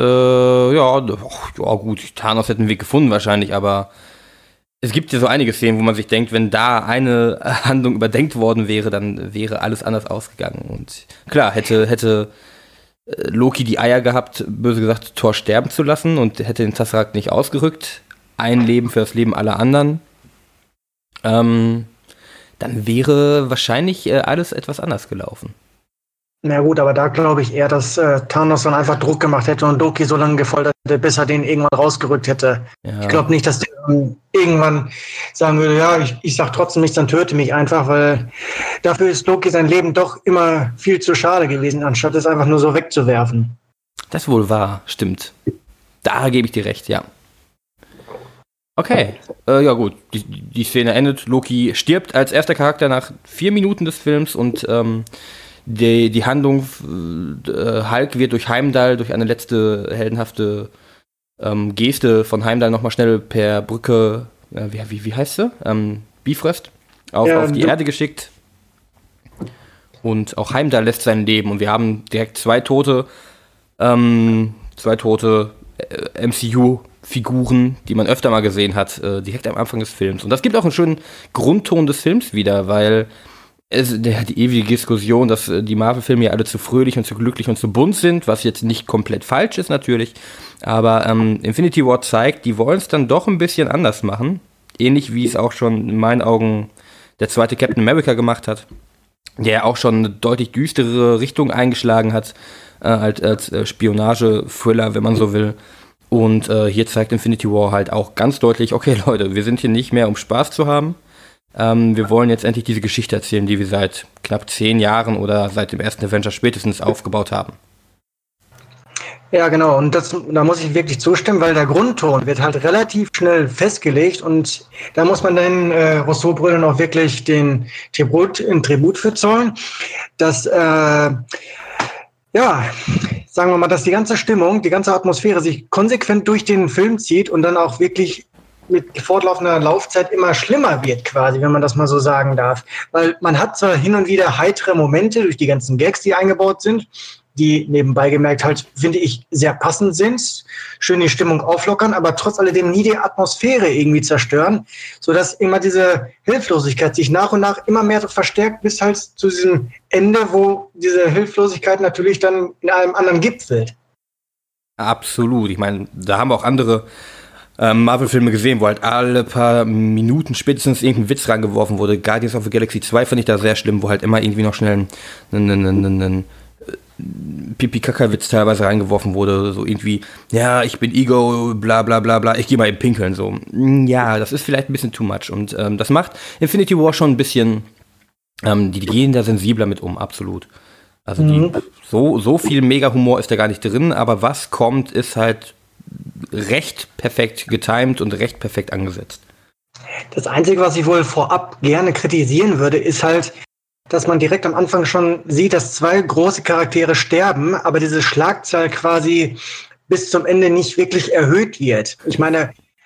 gut, Thanos hätte einen Weg gefunden wahrscheinlich, aber es gibt ja so einige Szenen, wo man sich denkt, wenn da eine Handlung überdenkt worden wäre, dann wäre alles anders ausgegangen. Und klar, hätte Loki die Eier gehabt, böse gesagt, Thor sterben zu lassen und hätte den Tesseract nicht ausgerückt, ein Leben für das Leben aller anderen, dann wäre wahrscheinlich alles etwas anders gelaufen. Na gut, aber da glaube ich eher, dass Thanos dann einfach Druck gemacht hätte und Loki so lange gefoltert hätte, bis er den irgendwann rausgerückt hätte. Ja. Ich glaube nicht, dass der irgendwann sagen würde, ja, ich sag trotzdem nichts, dann töte mich einfach, weil dafür ist Loki sein Leben doch immer viel zu schade gewesen, anstatt es einfach nur so wegzuwerfen. Das ist wohl wahr, stimmt. Da gebe ich dir recht, ja. Okay, ja gut, die Szene endet, Loki stirbt als erster Charakter nach 4 Minuten des Films und die Handlung, Hulk wird durch Heimdall, durch eine letzte heldenhafte Geste von Heimdall nochmal schnell per Brücke, wie heißt sie? Bifrost, auf die Erde geschickt. Und auch Heimdall lässt sein Leben und wir haben direkt zwei tote MCU-Figuren, die man öfter mal gesehen hat, direkt am Anfang des Films. Und das gibt auch einen schönen Grundton des Films wieder, weil die ewige Diskussion, dass die Marvel-Filme ja alle zu fröhlich und zu glücklich und zu bunt sind, was jetzt nicht komplett falsch ist natürlich, aber Infinity War zeigt, die wollen es dann doch ein bisschen anders machen, ähnlich wie es auch schon in meinen Augen der zweite Captain America gemacht hat, der auch schon eine deutlich düstere Richtung eingeschlagen hat, als Spionage-Thriller, wenn man so will. Und hier zeigt Infinity War halt auch ganz deutlich, okay Leute, wir sind hier nicht mehr, um Spaß zu haben. Wir wollen jetzt endlich diese Geschichte erzählen, die wir seit knapp 10 Jahren oder seit dem ersten Avenger spätestens aufgebaut haben. Ja, genau. Und da muss ich wirklich zustimmen, weil der Grundton wird halt relativ schnell festgelegt und da muss man den Rousseau-Brüdern auch wirklich den Tribut für zollen, dass, sagen wir mal, dass die ganze Stimmung, die ganze Atmosphäre sich konsequent durch den Film zieht und dann auch wirklich mit fortlaufender Laufzeit immer schlimmer wird quasi, wenn man das mal so sagen darf. Weil man hat zwar hin und wieder heitere Momente durch die ganzen Gags, die eingebaut sind, die nebenbei gemerkt halt, finde ich, sehr passend sind, schön die Stimmung auflockern, aber trotz alledem nie die Atmosphäre irgendwie zerstören, sodass immer diese Hilflosigkeit sich nach und nach immer mehr verstärkt, bis halt zu diesem Ende, wo diese Hilflosigkeit natürlich dann in einem anderen gipfelt. Absolut. Ich meine, da haben wir auch andere Marvel-Filme gesehen, wo halt alle paar Minuten spätestens irgendein Witz reingeworfen wurde. Guardians of the Galaxy 2 fand ich da sehr schlimm, wo halt immer irgendwie noch schnell ein Pipi-Kaka-Witz teilweise reingeworfen wurde, so irgendwie, ja, ich bin Ego, bla bla bla bla, ich gehe mal eben pinkeln, so. Ja, das ist vielleicht ein bisschen too much und das macht Infinity War schon ein bisschen, die gehen da sensibler mit um, absolut. Also so viel Mega-Humor ist da gar nicht drin, aber was kommt, ist halt recht perfekt getimed und recht perfekt angesetzt. Das Einzige, was ich wohl vorab gerne kritisieren würde, ist halt, dass man direkt am Anfang schon sieht, dass 2 große Charaktere sterben, aber diese Schlagzahl quasi bis zum Ende nicht wirklich erhöht wird. Ich meine,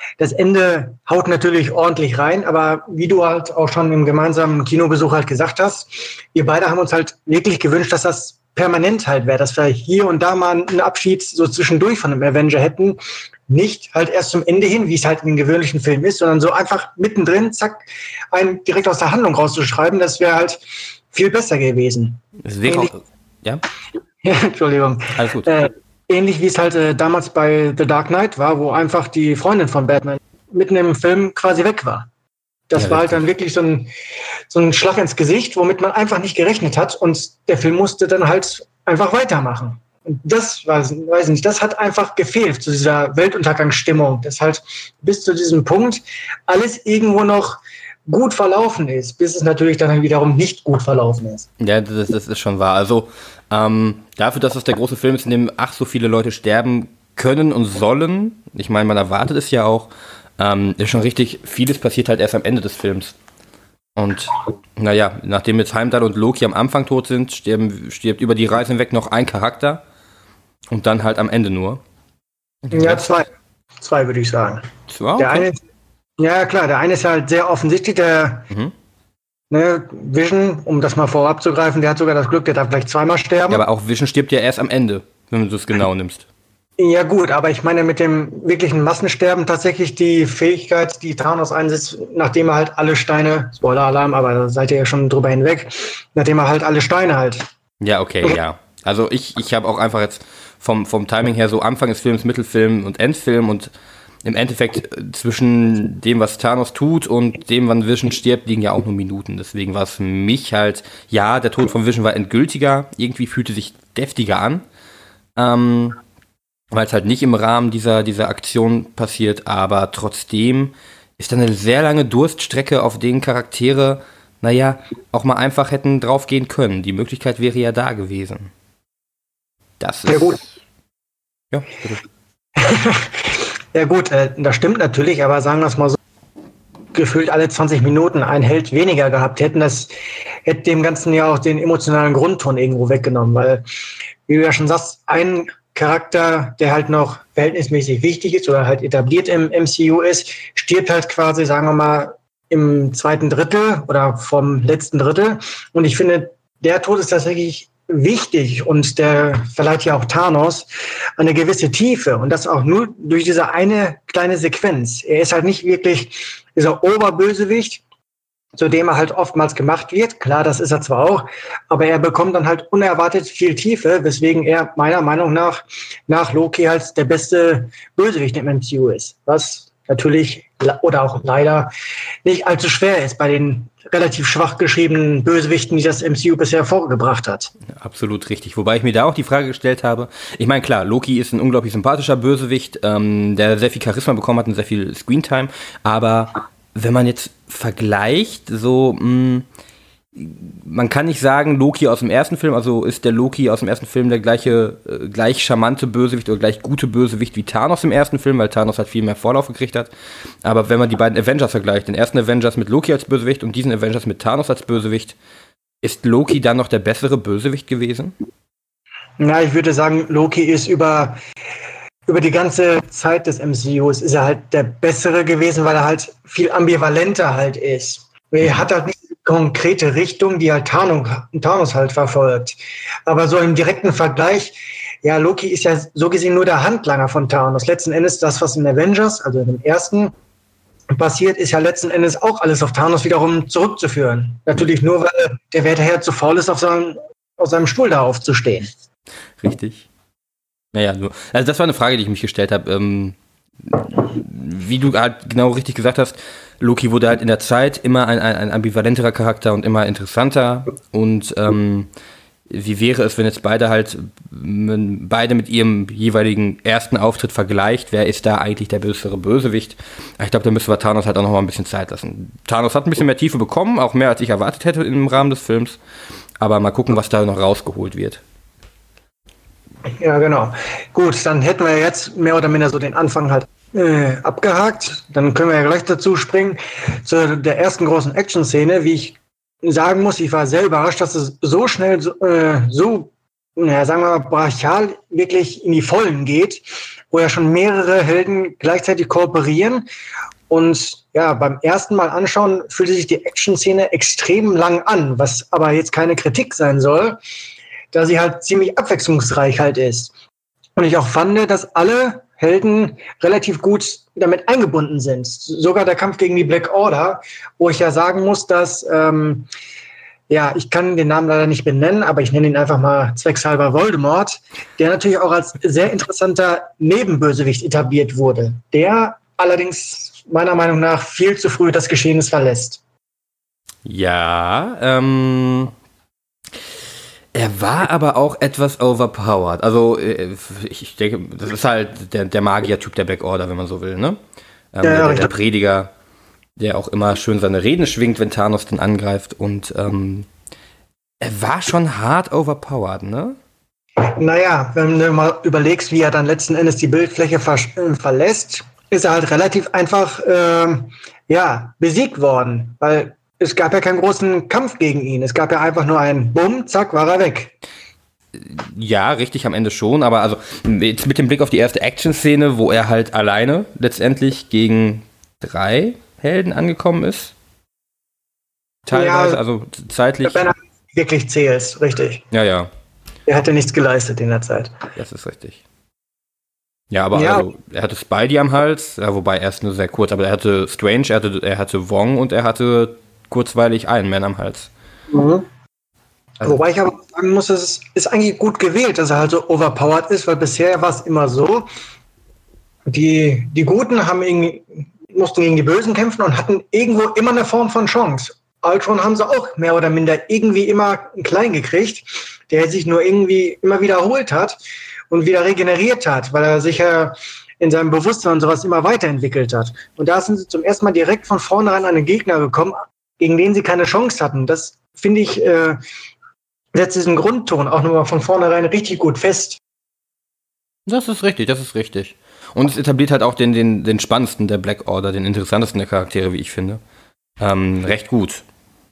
Das Ende haut natürlich ordentlich rein, aber wie du halt auch schon im gemeinsamen Kinobesuch halt gesagt hast, wir beide haben uns halt wirklich gewünscht, dass das permanent halt wäre, dass wir hier und da mal einen Abschied so zwischendurch von einem Avenger hätten. Nicht halt erst zum Ende hin, wie es halt in den gewöhnlichen Filmen ist, sondern so einfach mittendrin, zack, einen direkt aus der Handlung rauszuschreiben, das wäre halt viel besser gewesen. Ja? Ja, Entschuldigung. Alles gut. Ähnlich wie es halt damals bei The Dark Knight war, wo einfach die Freundin von Batman mitten im Film quasi weg war. Das war halt dann wirklich so ein Schlag ins Gesicht, womit man einfach nicht gerechnet hat und der Film musste dann halt einfach weitermachen. Und das, weiß nicht, das hat einfach gefehlt zu dieser Weltuntergangsstimmung, dass halt bis zu diesem Punkt alles irgendwo noch gut verlaufen ist, bis es natürlich dann wiederum nicht gut verlaufen ist. Ja, das ist schon wahr. Also dafür, dass es der große Film ist, in dem so viele Leute sterben können und sollen, ich meine, man erwartet es ja auch, ist schon richtig, vieles passiert halt erst am Ende des Films. Und naja, nachdem jetzt Heimdall und Loki am Anfang tot sind, stirbt über die Reise hinweg noch ein Charakter und dann halt am Ende nur. Ja, zwei würde ich sagen. Zwei? Okay. Der eine, ja klar, der eine ist halt sehr offensichtlich, der Vision, um das mal vorab zu greifen, der hat sogar das Glück, der darf gleich zweimal sterben. Ja, aber auch Vision stirbt ja erst am Ende, wenn du es genau nimmst. Ja gut, aber ich meine mit dem wirklichen Massensterben tatsächlich die Fähigkeit, die Thanos einsetzt, nachdem er halt alle Steine, Spoiler-Alarm, aber da seid ihr ja schon drüber hinweg, nachdem er halt alle Steine halt. Ja, okay, ja. Also ich habe auch einfach jetzt vom Timing her so Anfang des Films, Mittelfilm und Endfilm und im Endeffekt zwischen dem, was Thanos tut und dem, wann Vision stirbt, liegen ja auch nur Minuten. Deswegen war es für mich halt, ja, der Tod von Vision war endgültiger, irgendwie fühlte sich deftiger an. Weil es halt nicht im Rahmen dieser Aktion passiert, aber trotzdem ist da eine sehr lange Durststrecke, auf denen Charaktere, auch mal einfach hätten draufgehen können. Die Möglichkeit wäre ja da gewesen. Das ist... Ja gut. Ja, bitte. Ja gut, das stimmt natürlich, aber sagen wir es mal so, gefühlt alle 20 Minuten ein Held weniger gehabt hätten, das hätte dem Ganzen ja auch den emotionalen Grundton irgendwo weggenommen, weil, wie du ja schon sagst, ein Charakter, der halt noch verhältnismäßig wichtig ist oder halt etabliert im MCU ist, stirbt halt quasi, sagen wir mal, im zweiten Drittel oder vom letzten Drittel. Und ich finde, der Tod ist tatsächlich wichtig und der verleiht ja auch Thanos eine gewisse Tiefe und das auch nur durch diese eine kleine Sequenz. Er ist halt nicht wirklich dieser Oberbösewicht, zu dem er halt oftmals gemacht wird. Klar, das ist er zwar auch, aber er bekommt dann halt unerwartet viel Tiefe, weswegen er meiner Meinung nach Loki halt der beste Bösewicht im MCU ist. Was natürlich oder auch leider nicht allzu schwer ist bei den relativ schwach geschriebenen Bösewichten, die das MCU bisher vorgebracht hat. Ja, absolut richtig. Wobei ich mir da auch die Frage gestellt habe, ich meine, klar, Loki ist ein unglaublich sympathischer Bösewicht, der sehr viel Charisma bekommen hat und sehr viel Screentime, aber wenn man jetzt vergleicht, so, man kann nicht sagen, Loki aus dem ersten Film, also ist der Loki aus dem ersten Film der gleich charmante Bösewicht oder gleich gute Bösewicht wie Thanos im ersten Film, weil Thanos halt viel mehr Vorlauf gekriegt hat. Aber wenn man die beiden Avengers vergleicht, den ersten Avengers mit Loki als Bösewicht und diesen Avengers mit Thanos als Bösewicht, ist Loki dann noch der bessere Bösewicht gewesen? Na, ich würde sagen, Loki ist über die ganze Zeit des MCUs ist er halt der bessere gewesen, weil er halt viel ambivalenter halt ist. Er hat halt nicht eine konkrete Richtung, die halt Thanos halt verfolgt. Aber so im direkten Vergleich, ja, Loki ist ja so gesehen nur der Handlanger von Thanos. Letzten Endes das, was in Avengers, also in dem ersten, passiert, ist ja letzten Endes auch alles auf Thanos wiederum zurückzuführen. Natürlich nur, weil der Werteherr zu faul ist, aus seinem Stuhl da aufzustehen. Richtig. Naja, also das war eine Frage, die ich mich gestellt habe. Wie du halt genau richtig gesagt hast, Loki wurde halt in der Zeit immer ein ambivalenterer Charakter und immer interessanter. Und wie wäre es, wenn jetzt beide mit ihrem jeweiligen ersten Auftritt vergleicht? Wer ist da eigentlich der bessere Bösewicht? Ich glaube, da müssen wir Thanos halt auch noch mal ein bisschen Zeit lassen. Thanos hat ein bisschen mehr Tiefe bekommen, auch mehr als ich erwartet hätte im Rahmen des Films. Aber mal gucken, was da noch rausgeholt wird. Ja, genau. Gut, dann hätten wir jetzt mehr oder minder so den Anfang halt abgehakt. Dann können wir ja gleich dazu springen zu der ersten großen Action-Szene. Wie ich sagen muss, ich war sehr überrascht, dass es so schnell so sagen wir mal, brachial wirklich in die Vollen geht, wo ja schon mehrere Helden gleichzeitig kooperieren. Und ja, beim ersten Mal anschauen fühlte sich die Action-Szene extrem lang an, was aber jetzt keine Kritik sein soll, da sie halt ziemlich abwechslungsreich halt ist. Und ich auch fand, dass alle Helden relativ gut damit eingebunden sind. Sogar der Kampf gegen die Black Order, wo ich ja sagen muss, dass, ich kann den Namen leider nicht benennen, aber ich nenne ihn einfach mal zweckshalber Voldemort, der natürlich auch als sehr interessanter Nebenbösewicht etabliert wurde, der allerdings meiner Meinung nach viel zu früh das Geschehnis verlässt. Ja, er war aber auch etwas overpowered. Also ich denke, das ist halt der Magier-Typ der Black Order, wenn man so will, ne? Der Prediger, der auch immer schön seine Reden schwingt, wenn Thanos den angreift. Und er war schon hart overpowered, ne? Naja, wenn du mal überlegst, wie er dann letzten Endes die Bildfläche verlässt, ist er halt relativ einfach besiegt worden, weil es gab ja keinen großen Kampf gegen ihn. Es gab ja einfach nur einen Bumm, zack, war er weg. Ja, richtig, am Ende schon, aber also jetzt mit dem Blick auf die erste Action-Szene, wo er halt alleine letztendlich gegen 3 Helden angekommen ist. Teilweise, also zeitlich. Wenn er wirklich zählst, richtig. Ja. Er hatte nichts geleistet in der Zeit. Das ist richtig. Ja, aber also, er hatte Spidey am Hals, ja, wobei erst nur sehr kurz, aber er hatte Strange, er hatte Wong und er hatte kurzweilig Iron Man am Hals. Mhm. Also, wobei ich aber sagen muss, es ist eigentlich gut gewählt, dass er halt so overpowered ist, weil bisher war es immer so, die Guten mussten gegen die Bösen kämpfen und hatten irgendwo immer eine Form von Chance. Ultron haben sie auch mehr oder minder irgendwie immer klein gekriegt, der sich nur irgendwie immer wiederholt hat und wieder regeneriert hat, weil er sich ja in seinem Bewusstsein und sowas immer weiterentwickelt hat. Und da sind sie zum ersten Mal direkt von vornherein an einen Gegner gekommen, gegen den sie keine Chance hatten. Das, finde ich, setzt diesen Grundton auch nochmal von vornherein richtig gut fest. Das ist richtig. Und es etabliert halt auch den spannendsten der Black Order, den interessantesten der Charaktere, wie ich finde. Recht gut.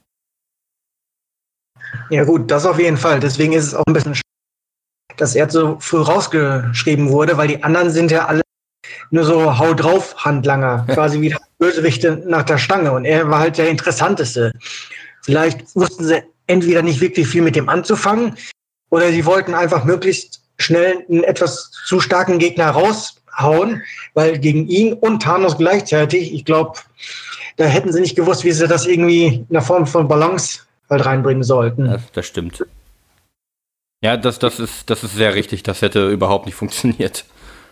Ja gut, das auf jeden Fall. Deswegen ist es auch ein bisschen schade, dass er so früh rausgeschrieben wurde, weil die anderen sind ja alle nur so Hau-drauf-Handlanger, quasi wie Bösewichte nach der Stange. Und er war halt der Interessanteste. Vielleicht wussten sie entweder nicht wirklich viel mit dem anzufangen oder sie wollten einfach möglichst schnell einen etwas zu starken Gegner raushauen, weil gegen ihn und Thanos gleichzeitig, ich glaube, da hätten sie nicht gewusst, wie sie das irgendwie in der Form von Balance halt reinbringen sollten. Das stimmt. Ja, das ist sehr richtig. Das hätte überhaupt nicht funktioniert.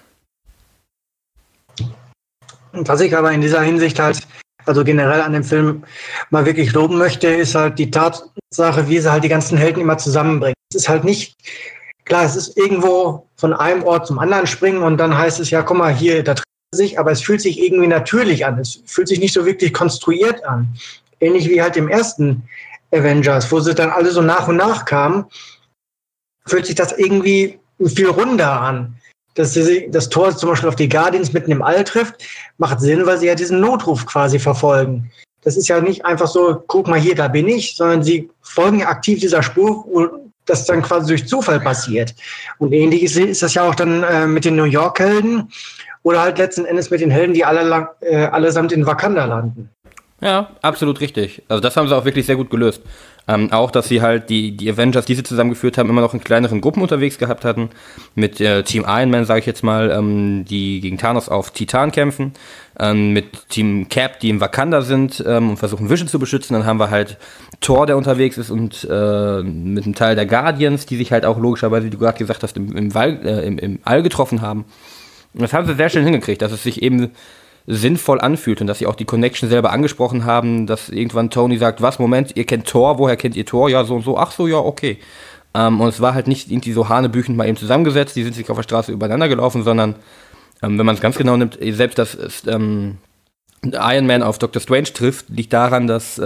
Was ich aber in dieser Hinsicht halt, also generell an dem Film mal wirklich loben möchte, ist halt die Tatsache, wie sie halt die ganzen Helden immer zusammenbringen. Es ist halt nicht, klar, es ist irgendwo von einem Ort zum anderen springen und dann heißt es ja, guck mal, hier, da treffen sie sich, aber es fühlt sich irgendwie natürlich an. Es fühlt sich nicht so wirklich konstruiert an. Ähnlich wie halt im ersten Avengers, wo sie dann alle so nach und nach kamen, fühlt sich das irgendwie viel runder an. Dass das Tor zum Beispiel auf die Guardians mitten im All trifft, macht Sinn, weil sie ja diesen Notruf quasi verfolgen. Das ist ja nicht einfach so, guck mal hier, da bin ich, sondern sie folgen ja aktiv dieser Spur, wo das dann quasi durch Zufall passiert. Und ähnlich ist das ja auch dann mit den New York-Helden oder halt letzten Endes mit den Helden, die allesamt in Wakanda landen. Ja, absolut richtig. Also das haben sie auch wirklich sehr gut gelöst. Auch, dass sie halt die Avengers, die sie zusammengeführt haben, immer noch in kleineren Gruppen unterwegs gehabt hatten. Mit Team Iron Man, sage ich jetzt mal, die gegen Thanos auf Titan kämpfen. Mit Team Cap, die im Wakanda sind und versuchen Vision zu beschützen. Dann haben wir halt Thor, der unterwegs ist und mit einem Teil der Guardians, die sich halt auch logischerweise, wie du gerade gesagt hast, im All getroffen haben. Und das haben sie sehr schön hingekriegt, dass es sich eben sinnvoll anfühlt und dass sie auch die Connection selber angesprochen haben, dass irgendwann Tony sagt, was, Moment, ihr kennt Thor, woher kennt ihr Thor? Ja, so und so, ach so, ja, okay. Und es war halt nicht irgendwie so hanebüchend mal eben zusammengesetzt, die sind sich auf der Straße übereinander gelaufen, sondern, wenn man es ganz genau nimmt, selbst dass Iron Man auf Dr. Strange trifft, liegt daran, dass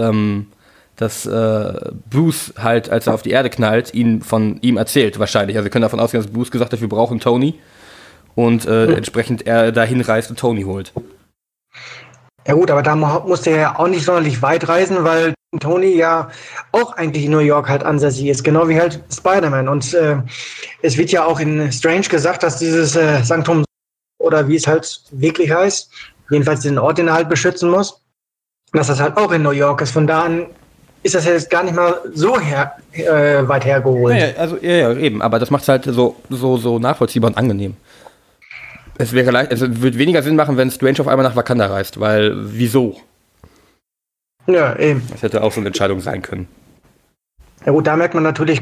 Bruce halt, als er auf die Erde knallt, von ihm erzählt, wahrscheinlich. Also wir können davon ausgehen, dass Bruce gesagt hat, wir brauchen Tony und entsprechend er dahin reist und Tony holt. Ja gut, aber da musste er ja auch nicht sonderlich weit reisen, weil Tony ja auch eigentlich in New York halt ansässig ist, genau wie halt Spider-Man. Und es wird ja auch in Strange gesagt, dass dieses Sanctum, oder wie es halt wirklich heißt, jedenfalls den Ort, den er halt beschützen muss, dass das halt auch in New York ist. Von da an ist das jetzt gar nicht mal so weit hergeholt. Ja, also, ja, eben, aber das macht es halt so nachvollziehbar und angenehm. Es wird weniger Sinn machen, wenn Strange auf einmal nach Wakanda reist, weil wieso? Ja, eben. Das hätte auch so eine Entscheidung sein können. Ja gut, da merkt man natürlich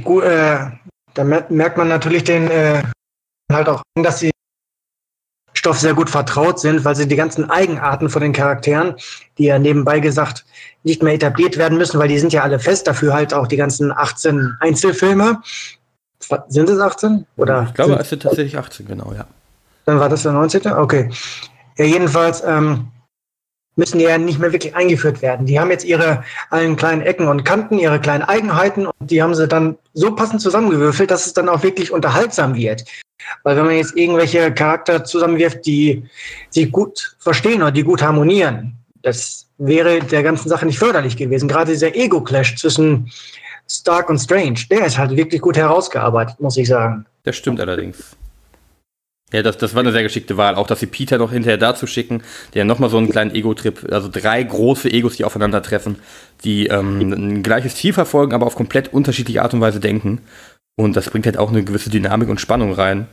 den halt auch, dass sie Stoff sehr gut vertraut sind, weil sie die ganzen Eigenarten von den Charakteren, die ja nebenbei gesagt nicht mehr etabliert werden müssen, weil die sind ja alle fest, dafür halt auch die ganzen 18 Einzelfilme. Sind es 18? Oder ich glaube, es sind tatsächlich 18, genau, ja. Dann war das der 19. Okay. Ja, jedenfalls müssen die ja nicht mehr wirklich eingeführt werden. Die haben jetzt ihre allen kleinen Ecken und Kanten, ihre kleinen Eigenheiten und die haben sie dann so passend zusammengewürfelt, dass es dann auch wirklich unterhaltsam wird. Weil wenn man jetzt irgendwelche Charakter zusammenwirft, die sich gut verstehen oder die gut harmonieren, das wäre der ganzen Sache nicht förderlich gewesen. Gerade dieser Ego-Clash zwischen Stark und Strange, der ist halt wirklich gut herausgearbeitet, muss ich sagen. Das stimmt allerdings. Ja, das war eine sehr geschickte Wahl. Auch, dass sie Peter noch hinterher dazu schicken, der nochmal so einen kleinen Ego-Trip, also 3 große Egos, die aufeinandertreffen, die ein gleiches Ziel verfolgen, aber auf komplett unterschiedliche Art und Weise denken. Und das bringt halt auch eine gewisse Dynamik und Spannung rein.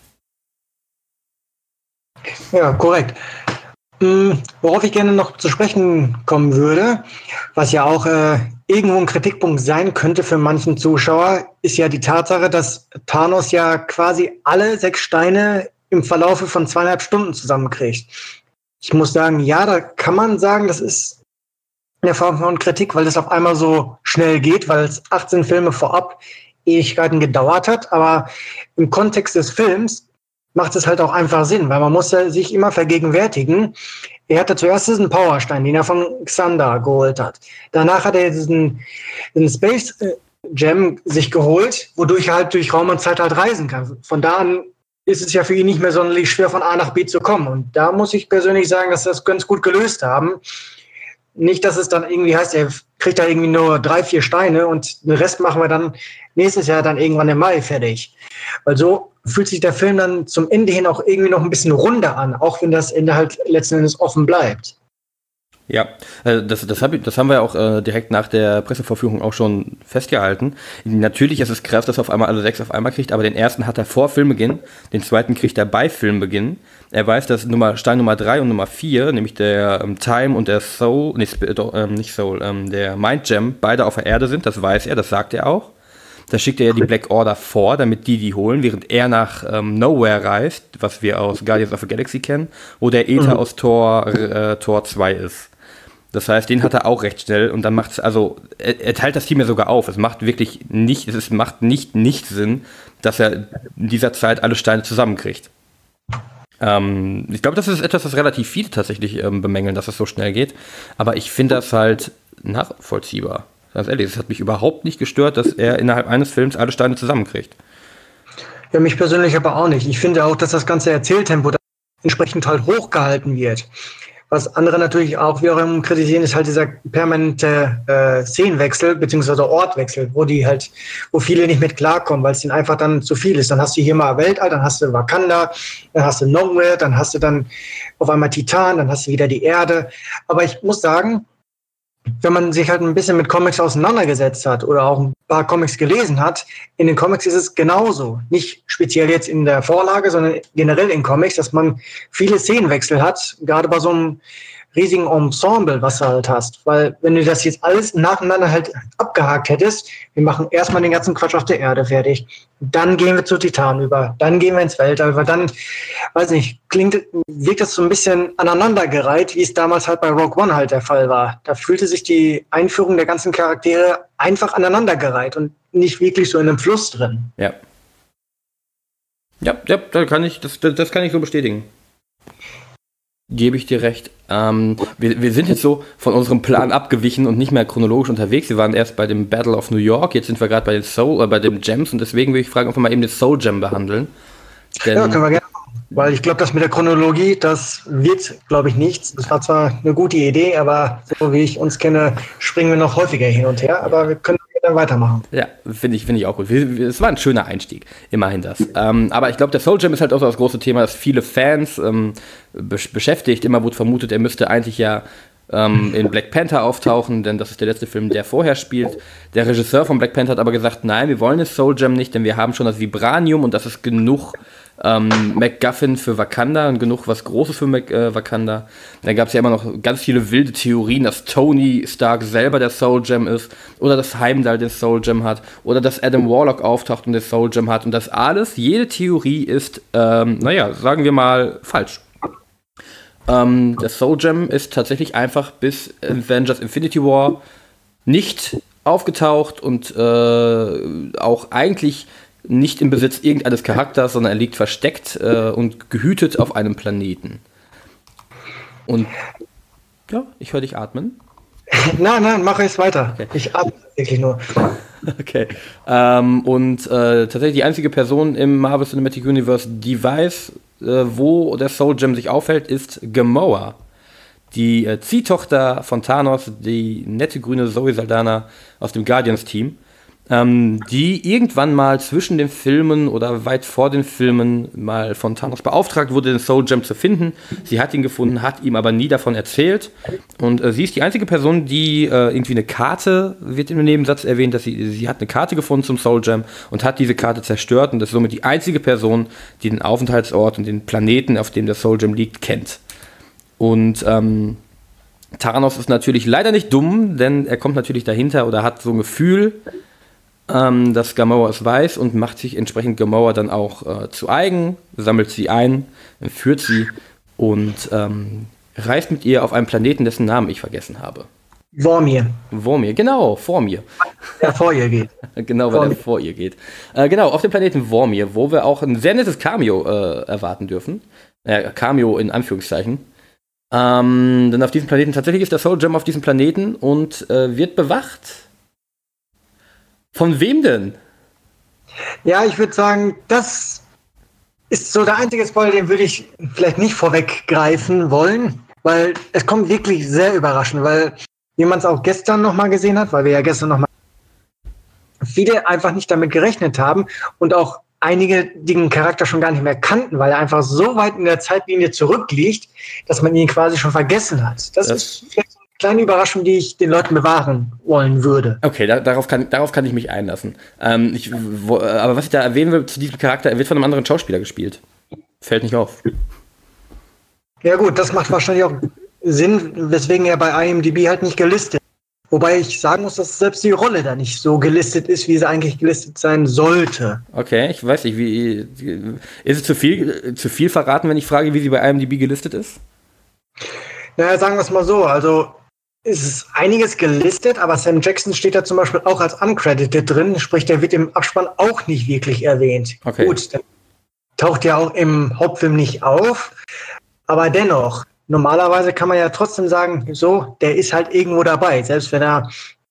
Ja, korrekt. Worauf ich gerne noch zu sprechen kommen würde, was ja auch irgendwo ein Kritikpunkt sein könnte für manchen Zuschauer, ist ja die Tatsache, dass Thanos ja quasi alle 6 Steine im Verlaufe von 2,5 Stunden zusammenkriegt. Ich muss sagen, ja, da kann man sagen, das ist eine Form von Kritik, weil das auf einmal so schnell geht, weil es 18 Filme vorab Ewigkeiten gedauert hat, aber im Kontext des Films macht es halt auch einfach Sinn, weil man muss ja sich immer vergegenwärtigen, er hatte zuerst diesen Powerstein, den er von Xander geholt hat. Danach hat er diesen Space Gem sich geholt, wodurch er halt durch Raum und Zeit halt reisen kann. Von da an ist es ja für ihn nicht mehr sonderlich schwer, von A nach B zu kommen. Und da muss ich persönlich sagen, dass sie das ganz gut gelöst haben. Nicht, dass es dann irgendwie heißt, er kriegt da irgendwie nur 3, 4 Steine und den Rest machen wir dann nächstes Jahr dann irgendwann im Mai fertig. Weil so fühlt sich der Film dann zum Ende hin auch irgendwie noch ein bisschen runder an, auch wenn das Ende halt letzten Endes offen bleibt. Ja, das haben wir auch direkt nach der Pressevorführung auch schon festgehalten. Natürlich ist es krass, dass er auf einmal alle 6 auf einmal kriegt, aber den ersten hat er vor Filmbeginn, den zweiten kriegt er bei Filmbeginn. Er weiß, dass Stein Nummer 3 und Nummer 4, nämlich der Time und der Soul, der Mind Gem, beide auf der Erde sind, das weiß er, das sagt er auch. Da schickt er ja die Black Order vor, damit die holen, während er nach Nowhere reist, was wir aus Guardians of the Galaxy kennen, wo der Äther aus Tor 2 ist. Das heißt, den hat er auch recht schnell und dann macht es, also er teilt das Team ja sogar auf. Es macht nicht Sinn, dass er in dieser Zeit alle Steine zusammenkriegt. Ich glaube, das ist etwas, was relativ viele tatsächlich bemängeln, dass es so schnell geht. Aber ich finde das halt nachvollziehbar. Ganz ehrlich, es hat mich überhaupt nicht gestört, dass er innerhalb eines Films alle Steine zusammenkriegt. Ja, mich persönlich aber auch nicht. Ich finde auch, dass das ganze Erzähltempo entsprechend halt hochgehalten wird. Was andere natürlich auch wiederum kritisieren, ist halt dieser permanente Szenenwechsel beziehungsweise Ortwechsel, wo viele nicht mit klarkommen, weil es ihnen einfach dann zu viel ist. Dann hast du hier mal Weltall, dann hast du Wakanda, dann hast du Nowhere, dann hast du dann auf einmal Titan, dann hast du wieder die Erde. Aber ich muss sagen, wenn man sich halt ein bisschen mit Comics auseinandergesetzt hat oder auch ein paar Comics gelesen hat, in den Comics ist es genauso. Nicht speziell jetzt in der Vorlage, sondern generell in Comics, dass man viele Szenenwechsel hat, gerade bei so einem riesigen Ensemble, was du halt hast. Weil wenn du das jetzt alles nacheinander halt abgehakt hättest, wir machen erstmal den ganzen Quatsch auf der Erde fertig, dann gehen wir zu Titan über, dann gehen wir ins Weltall, weil dann, weiß nicht, wirkt das so ein bisschen aneinandergereiht, wie es damals halt bei Rogue One halt der Fall war. Da fühlte sich die Einführung der ganzen Charaktere einfach aneinandergereiht und nicht wirklich so in einem Fluss drin. Ja. Ja, das kann ich so bestätigen. Gebe ich dir recht. Wir sind jetzt so von unserem Plan abgewichen und nicht mehr chronologisch unterwegs. Wir waren erst bei dem Battle of New York, jetzt sind wir gerade bei den Gems und deswegen würde ich fragen, ob wir mal eben das Soul Gem behandeln. Denn, ja, können wir gerne. Weil ich glaube, das mit der Chronologie, das wird, glaube ich, nichts. Das war zwar eine gute Idee, aber so wie ich uns kenne, springen wir noch häufiger hin und her. Aber wir können dann weitermachen. Ja, finde ich auch gut. Es war ein schöner Einstieg, immerhin das. Aber ich glaube, der Soul Gem ist halt auch so das große Thema, das viele Fans beschäftigt. Immer wurde vermutet, er müsste eigentlich ja in Black Panther auftauchen, denn das ist der letzte Film, der vorher spielt. Der Regisseur von Black Panther hat aber gesagt, nein, wir wollen das Soul Gem nicht, denn wir haben schon das Vibranium und das ist genug MacGuffin für Wakanda und genug was Großes für Wakanda. Dann gab es ja immer noch ganz viele wilde Theorien, dass Tony Stark selber der Soul Gem ist oder dass Heimdall den Soul Gem hat oder dass Adam Warlock auftaucht und den Soul Gem hat und das alles, jede Theorie ist, sagen wir mal, falsch. Der Soul Gem ist tatsächlich einfach bis Avengers Infinity War nicht aufgetaucht und auch eigentlich nicht im Besitz irgendeines Charakters, sondern er liegt versteckt und gehütet auf einem Planeten. Und ja, ich höre dich atmen. Nein, mache es weiter. Okay. Ich atme wirklich nur. Okay. Tatsächlich die einzige Person im Marvel Cinematic Universe, die weiß, wo der Soul Gem sich aufhält, ist Gamora. Die Ziehtochter von Thanos, die nette grüne Zoe Saldana aus dem Guardians-Team, die irgendwann mal zwischen den Filmen oder weit vor den Filmen mal von Thanos beauftragt wurde, den Soul Gem zu finden. Sie hat ihn gefunden, hat ihm aber nie davon erzählt. Und sie ist die einzige Person, die irgendwie eine Karte, wird im Nebensatz erwähnt, dass sie hat eine Karte gefunden zum Soul Gem und hat diese Karte zerstört und ist somit die einzige Person, die den Aufenthaltsort und den Planeten, auf dem der Soul Gem liegt, kennt. Und Thanos ist natürlich leider nicht dumm, denn er kommt natürlich dahinter oder hat so ein Gefühl, dass Gamora es weiß und macht sich entsprechend Gamora dann auch zu eigen, sammelt sie ein, entführt sie und reist mit ihr auf einen Planeten, dessen Namen ich vergessen habe. Vormir, genau, Vormir. Der vor ihr geht. Genau, weil er vor ihr geht. Genau, auf dem Planeten Vormir, wo wir auch ein sehr nettes Cameo erwarten dürfen. Cameo in Anführungszeichen. Denn auf diesem Planeten, tatsächlich ist der Soul Gem auf diesem Planeten und wird bewacht. Von wem denn? Ja, ich würde sagen, das ist so der einzige Spoiler, den würde ich vielleicht nicht vorweggreifen wollen, weil es kommt wirklich sehr überraschend, weil wie man es auch gestern nochmal gesehen hat, weil wir ja gestern nochmal viele einfach nicht damit gerechnet haben und auch einige den Charakter schon gar nicht mehr kannten, weil er einfach so weit in der Zeitlinie zurückliegt, dass man ihn quasi schon vergessen hat. Das ist vielleicht so eine kleine Überraschung, die ich den Leuten bewahren wollen würde. Okay, darauf kann ich mich einlassen. Aber was ich da erwähnen will zu diesem Charakter, er wird von einem anderen Schauspieler gespielt. Fällt nicht auf. Ja gut, das macht wahrscheinlich auch Sinn, weswegen er bei IMDb halt nicht gelistet ist. Wobei ich sagen muss, dass selbst die Rolle da nicht so gelistet ist, wie sie eigentlich gelistet sein sollte. Okay, ich weiß nicht, ist es zu viel verraten, wenn ich frage, wie sie bei IMDb gelistet ist? Naja, sagen wir es mal so, also es ist einiges gelistet, aber Sam Jackson steht da zum Beispiel auch als uncredited drin, sprich, der wird im Abspann auch nicht wirklich erwähnt. Okay. Gut, der taucht ja auch im Hauptfilm nicht auf, aber dennoch, normalerweise kann man ja trotzdem sagen, so, der ist halt irgendwo dabei, selbst wenn er,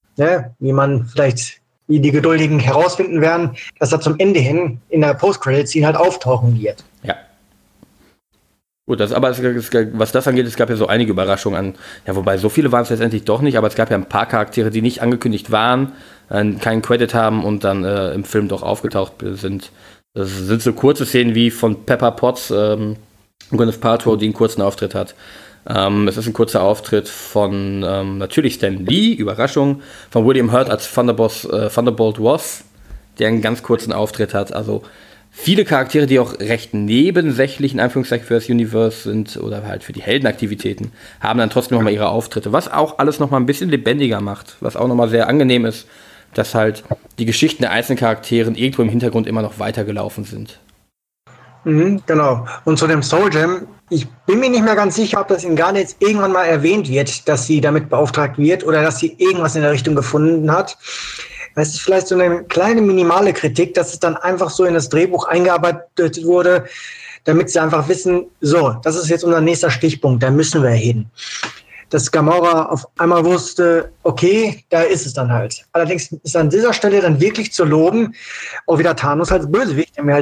wie die Geduldigen herausfinden werden, dass er zum Ende hin in der Post-Credit-Scene halt auftauchen wird. Ja. Gut, was das angeht, es gab ja so einige Überraschungen wobei so viele waren es letztendlich doch nicht, aber es gab ja ein paar Charaktere, die nicht angekündigt waren, keinen Credit haben und dann im Film doch aufgetaucht sind. Das sind so kurze Szenen wie von Pepper Potts, Gwyneth Paltrow, die einen kurzen Auftritt hat. Es ist ein kurzer Auftritt von natürlich Stan Lee, Überraschung, von William Hurt als Thunderbolt Ross, der einen ganz kurzen Auftritt hat. Also viele Charaktere, die auch recht nebensächlich in Anführungszeichen für das Universe sind oder halt für die Heldenaktivitäten, haben dann trotzdem nochmal ihre Auftritte, was auch alles nochmal ein bisschen lebendiger macht, was auch nochmal sehr angenehm ist, dass halt die Geschichten der einzelnen Charakteren irgendwo im Hintergrund immer noch weitergelaufen sind. Genau. Und zu dem Soul Gem, ich bin mir nicht mehr ganz sicher, ob das in Garnets irgendwann mal erwähnt wird, dass sie damit beauftragt wird oder dass sie irgendwas in der Richtung gefunden hat. Das ist vielleicht so eine kleine minimale Kritik, dass es dann einfach so in das Drehbuch eingearbeitet wurde, damit sie einfach wissen, so, das ist jetzt unser nächster Stichpunkt, da müssen wir hin. Dass Gamora auf einmal wusste, okay, da ist es dann halt. Allerdings ist an dieser Stelle dann wirklich zu loben, auch wieder Thanos als Bösewicht, der mir halt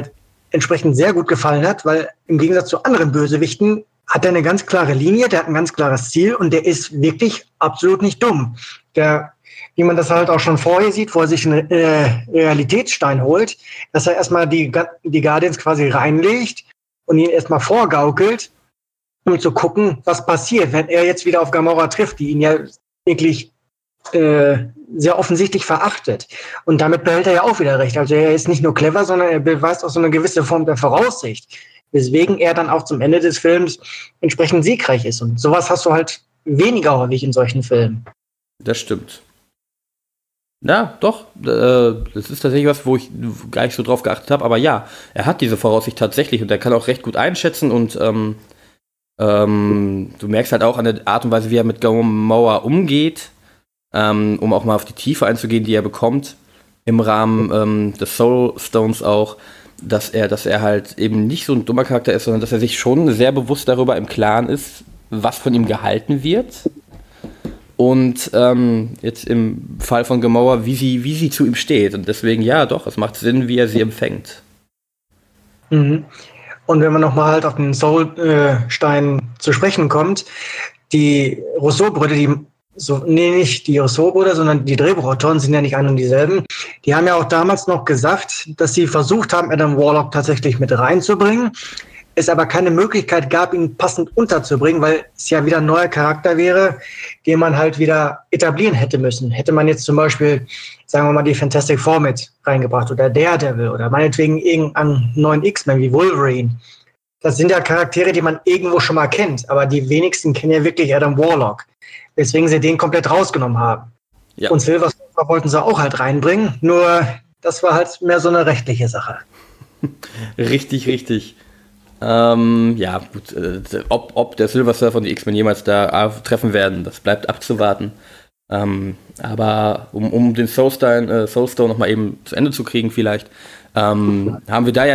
entsprechend sehr gut gefallen hat, weil im Gegensatz zu anderen Bösewichten hat er eine ganz klare Linie, der hat ein ganz klares Ziel und der ist wirklich absolut nicht dumm. Der, wie man das halt auch schon vorher sieht, wo er sich einen Realitätsstein holt, dass er erstmal die Guardians quasi reinlegt und ihn erstmal vorgaukelt, um zu gucken, was passiert, wenn er jetzt wieder auf Gamora trifft, die ihn ja wirklich sehr offensichtlich verachtet. Und damit behält er ja auch wieder recht. Also er ist nicht nur clever, sondern er beweist auch so eine gewisse Form der Voraussicht, weswegen er dann auch zum Ende des Films entsprechend siegreich ist. Und sowas hast du halt weniger häufig in solchen Filmen. Das stimmt. Ja, doch. Das ist tatsächlich was, wo ich gar nicht so drauf geachtet habe. Aber ja, er hat diese Voraussicht tatsächlich und er kann auch recht gut einschätzen und du merkst halt auch an der Art und Weise, wie er mit Gamora umgeht, um auch mal auf die Tiefe einzugehen, die er bekommt, im Rahmen des Soul Stones auch, dass er halt eben nicht so ein dummer Charakter ist, sondern dass er sich schon sehr bewusst darüber im Klaren ist, was von ihm gehalten wird. Und jetzt im Fall von Gamora, wie sie zu ihm steht. Und deswegen, ja, doch, es macht Sinn, wie er sie empfängt. Mhm. Und wenn man nochmal halt auf den Soulstein zu sprechen kommt, die Rousseau-Brüder, nicht die Rousseau-Brüder, sondern die Drehbuchautoren sind ja nicht ein und dieselben. Die haben ja auch damals noch gesagt, dass sie versucht haben, Adam Warlock tatsächlich mit reinzubringen, es aber keine Möglichkeit gab, ihn passend unterzubringen, weil es ja wieder ein neuer Charakter wäre, den man halt wieder etablieren hätte müssen. Hätte man jetzt zum Beispiel, sagen wir mal, die Fantastic Four mit reingebracht oder Daredevil oder meinetwegen irgendeinen neuen X-Men wie Wolverine. Das sind ja Charaktere, die man irgendwo schon mal kennt, aber die wenigsten kennen ja wirklich Adam Warlock. Weswegen sie den komplett rausgenommen haben. Ja. Und Silver Surfer wollten sie auch halt reinbringen, nur das war halt mehr so eine rechtliche Sache. Richtig. Ja, gut, ob der Silver Surfer und die X-Men jemals da treffen werden, das bleibt abzuwarten. Aber um den Soulstone nochmal eben zu Ende zu kriegen vielleicht, haben wir da ja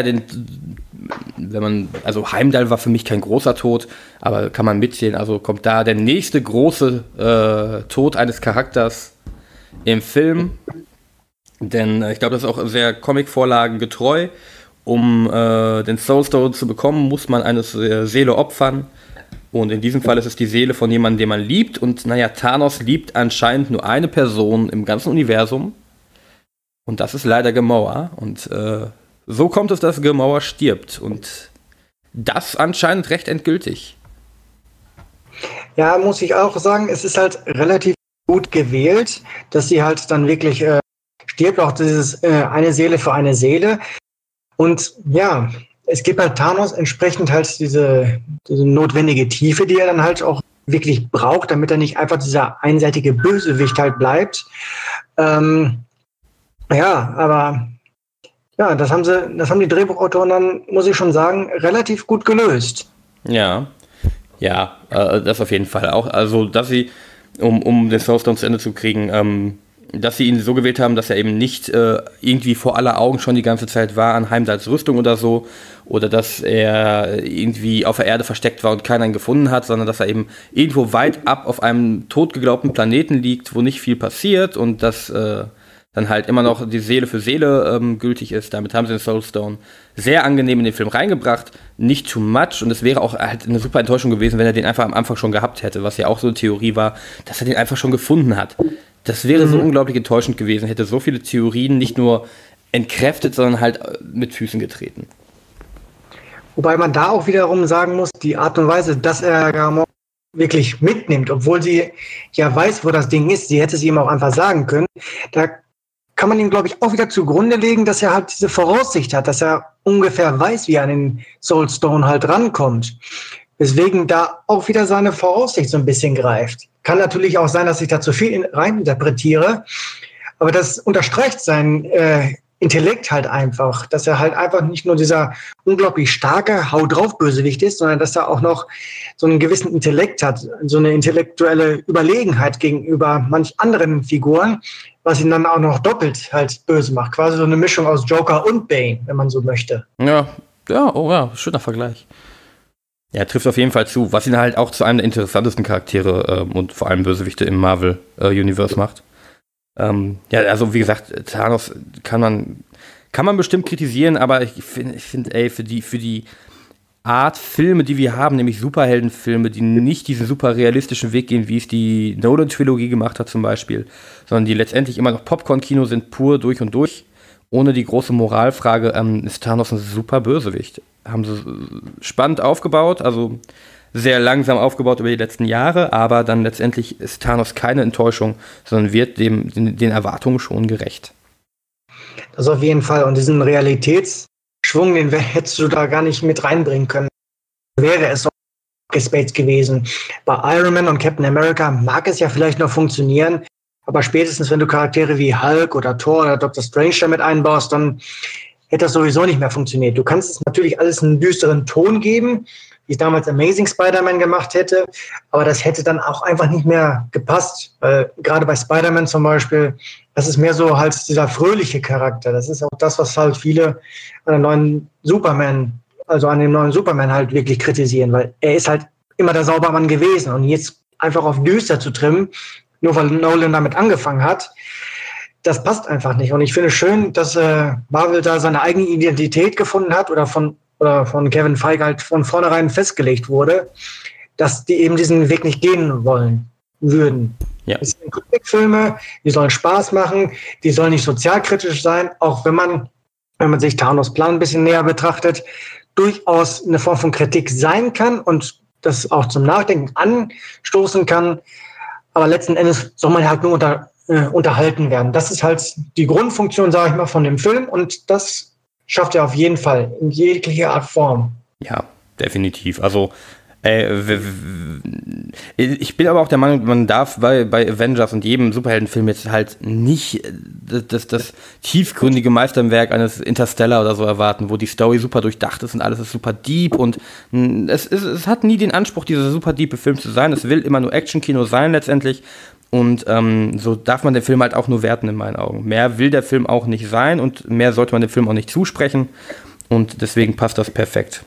also Heimdall war für mich kein großer Tod, aber kann man mitzählen, also kommt da der nächste große Tod eines Charakters im Film, denn ich glaube, das ist auch sehr Comic-Vorlagen getreu. Um den Soulstone zu bekommen, muss man eine Seele opfern. Und in diesem Fall ist es die Seele von jemandem, den man liebt. Und naja, Thanos liebt anscheinend nur eine Person im ganzen Universum. Und das ist leider Gamora. Und so kommt es, dass Gamora stirbt. Und das anscheinend recht endgültig. Ja, muss ich auch sagen, es ist halt relativ gut gewählt, dass sie halt dann wirklich stirbt. Auch dieses eine Seele für eine Seele. Und ja, es gibt halt Thanos entsprechend halt diese notwendige Tiefe, die er dann halt auch wirklich braucht, damit er nicht einfach dieser einseitige Bösewicht halt bleibt. Aber das haben die Drehbuchautoren dann, muss ich schon sagen, relativ gut gelöst. Ja, das auf jeden Fall auch. Also, dass sie, um den Soulstone zu Ende zu kriegen, dass sie ihn so gewählt haben, dass er eben nicht irgendwie vor aller Augen schon die ganze Zeit war an Heimdalls Rüstung oder so, oder dass er irgendwie auf der Erde versteckt war und keiner ihn gefunden hat, sondern dass er eben irgendwo weit ab auf einem totgeglaubten Planeten liegt, wo nicht viel passiert und dass dann halt immer noch die Seele für Seele gültig ist. Damit haben sie den Soulstone sehr angenehm in den Film reingebracht, nicht too much, und es wäre auch halt eine super Enttäuschung gewesen, wenn er den einfach am Anfang schon gehabt hätte, was ja auch so eine Theorie war, dass er den einfach schon gefunden hat. Das wäre so unglaublich enttäuschend gewesen, hätte so viele Theorien nicht nur entkräftet, sondern halt mit Füßen getreten. Wobei man da auch wiederum sagen muss, die Art und Weise, dass er Gamora wirklich mitnimmt, obwohl sie ja weiß, wo das Ding ist, sie hätte es ihm auch einfach sagen können, da kann man ihm, glaube ich, auch wieder zugrunde legen, dass er halt diese Voraussicht hat, dass er ungefähr weiß, wie er an den Soulstone halt rankommt. Weswegen da auch wieder seine Voraussicht so ein bisschen greift. Kann natürlich auch sein, dass ich da zu viel reininterpretiere, aber das unterstreicht seinen Intellekt halt einfach, dass er halt einfach nicht nur dieser unglaublich starke Hau-drauf-Bösewicht ist, sondern dass er auch noch so einen gewissen Intellekt hat, so eine intellektuelle Überlegenheit gegenüber manch anderen Figuren, was ihn dann auch noch doppelt halt böse macht. Quasi so eine Mischung aus Joker und Bane, wenn man so möchte. Ja, schöner Vergleich. Ja, trifft auf jeden Fall zu, was ihn halt auch zu einem der interessantesten Charaktere und vor allem Bösewichte im Marvel-Universe macht. Also wie gesagt, Thanos kann kann man bestimmt kritisieren, aber ich finde, ey, für die Art Filme, die wir haben, nämlich Superheldenfilme, die nicht diesen super realistischen Weg gehen, wie es die Nolan-Trilogie gemacht hat zum Beispiel, sondern die letztendlich immer noch Popcorn-Kino sind, pur durch und durch, ohne die große Moralfrage, ist Thanos ein super Bösewicht. Haben sie spannend aufgebaut, also sehr langsam aufgebaut über die letzten Jahre, aber dann letztendlich ist Thanos keine Enttäuschung, sondern wird den Erwartungen schon gerecht. Das auf jeden Fall. Und diesen Realitätsschwung, den hättest du da gar nicht mit reinbringen können. Wäre es so gespaced gewesen. Bei Iron Man und Captain America mag es ja vielleicht noch funktionieren, aber spätestens, wenn du Charaktere wie Hulk oder Thor oder Doctor Strange damit einbaust, dann hätte das sowieso nicht mehr funktioniert. Du kannst es natürlich alles einen düsteren Ton geben, wie es damals Amazing Spider-Man gemacht hätte, aber das hätte dann auch einfach nicht mehr gepasst, weil gerade bei Spider-Man zum Beispiel, das ist mehr so halt dieser fröhliche Charakter. Das ist auch das, was halt viele an dem neuen Superman halt wirklich kritisieren, weil er ist halt immer der Saubermann gewesen und jetzt einfach auf düster zu trimmen, nur weil Nolan damit angefangen hat, das passt einfach nicht. Und ich finde es schön, dass Marvel da seine eigene Identität gefunden hat oder von Kevin Feige halt von vornherein festgelegt wurde, dass die eben diesen Weg nicht gehen würden. Ja. Es sind Comicfilme, die sollen Spaß machen, die sollen nicht sozialkritisch sein, auch wenn man sich Thanos Plan ein bisschen näher betrachtet, durchaus eine Form von Kritik sein kann und das auch zum Nachdenken anstoßen kann. Aber letzten Endes soll man halt nur unterhalten werden. Das ist halt die Grundfunktion, sage ich mal, von dem Film und das schafft er auf jeden Fall in jeglicher Art Form. Ja, definitiv. Also ich bin aber auch der Meinung, man darf bei Avengers und jedem Superheldenfilm jetzt halt nicht das tiefgründige Meisterwerk eines Interstellar oder so erwarten, wo die Story super durchdacht ist und alles ist super deep und es hat nie den Anspruch, dieser super deepe Film zu sein. Es will immer nur Action-Kino sein letztendlich. Und so darf man den Film halt auch nur werten in meinen Augen. Mehr will der Film auch nicht sein und mehr sollte man dem Film auch nicht zusprechen. Und deswegen passt das perfekt.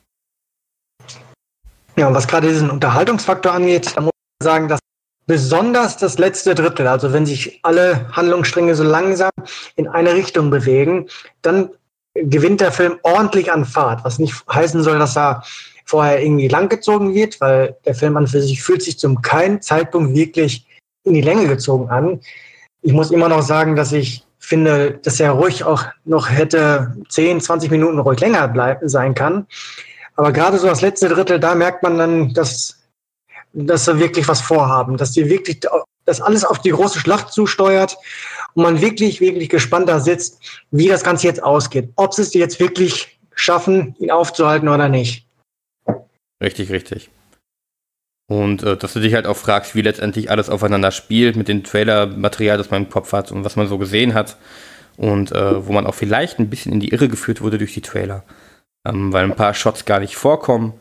Ja, und was gerade diesen Unterhaltungsfaktor angeht, da muss man sagen, dass besonders das letzte Drittel, also wenn sich alle Handlungsstränge so langsam in eine Richtung bewegen, dann gewinnt der Film ordentlich an Fahrt. Was nicht heißen soll, dass er vorher irgendwie langgezogen wird, weil der Film an für sich fühlt sich zum keinen Zeitpunkt wirklich in die Länge gezogen an. Ich muss immer noch sagen, dass ich finde, dass er ruhig auch noch hätte 10, 20 Minuten ruhig länger sein kann. Aber gerade so das letzte Drittel, da merkt man dann, dass sie wirklich was vorhaben, dass die wirklich das alles auf die große Schlacht zusteuert und man wirklich, wirklich gespannt da sitzt, wie das Ganze jetzt ausgeht. Ob sie es jetzt wirklich schaffen, ihn aufzuhalten oder nicht. Richtig, richtig. Und dass du dich halt auch fragst, wie letztendlich alles aufeinander spielt mit dem Trailer-Material, das man im Kopf hat und was man so gesehen hat. Und wo man auch vielleicht ein bisschen in die Irre geführt wurde durch die Trailer. Weil ein paar Shots gar nicht vorkommen.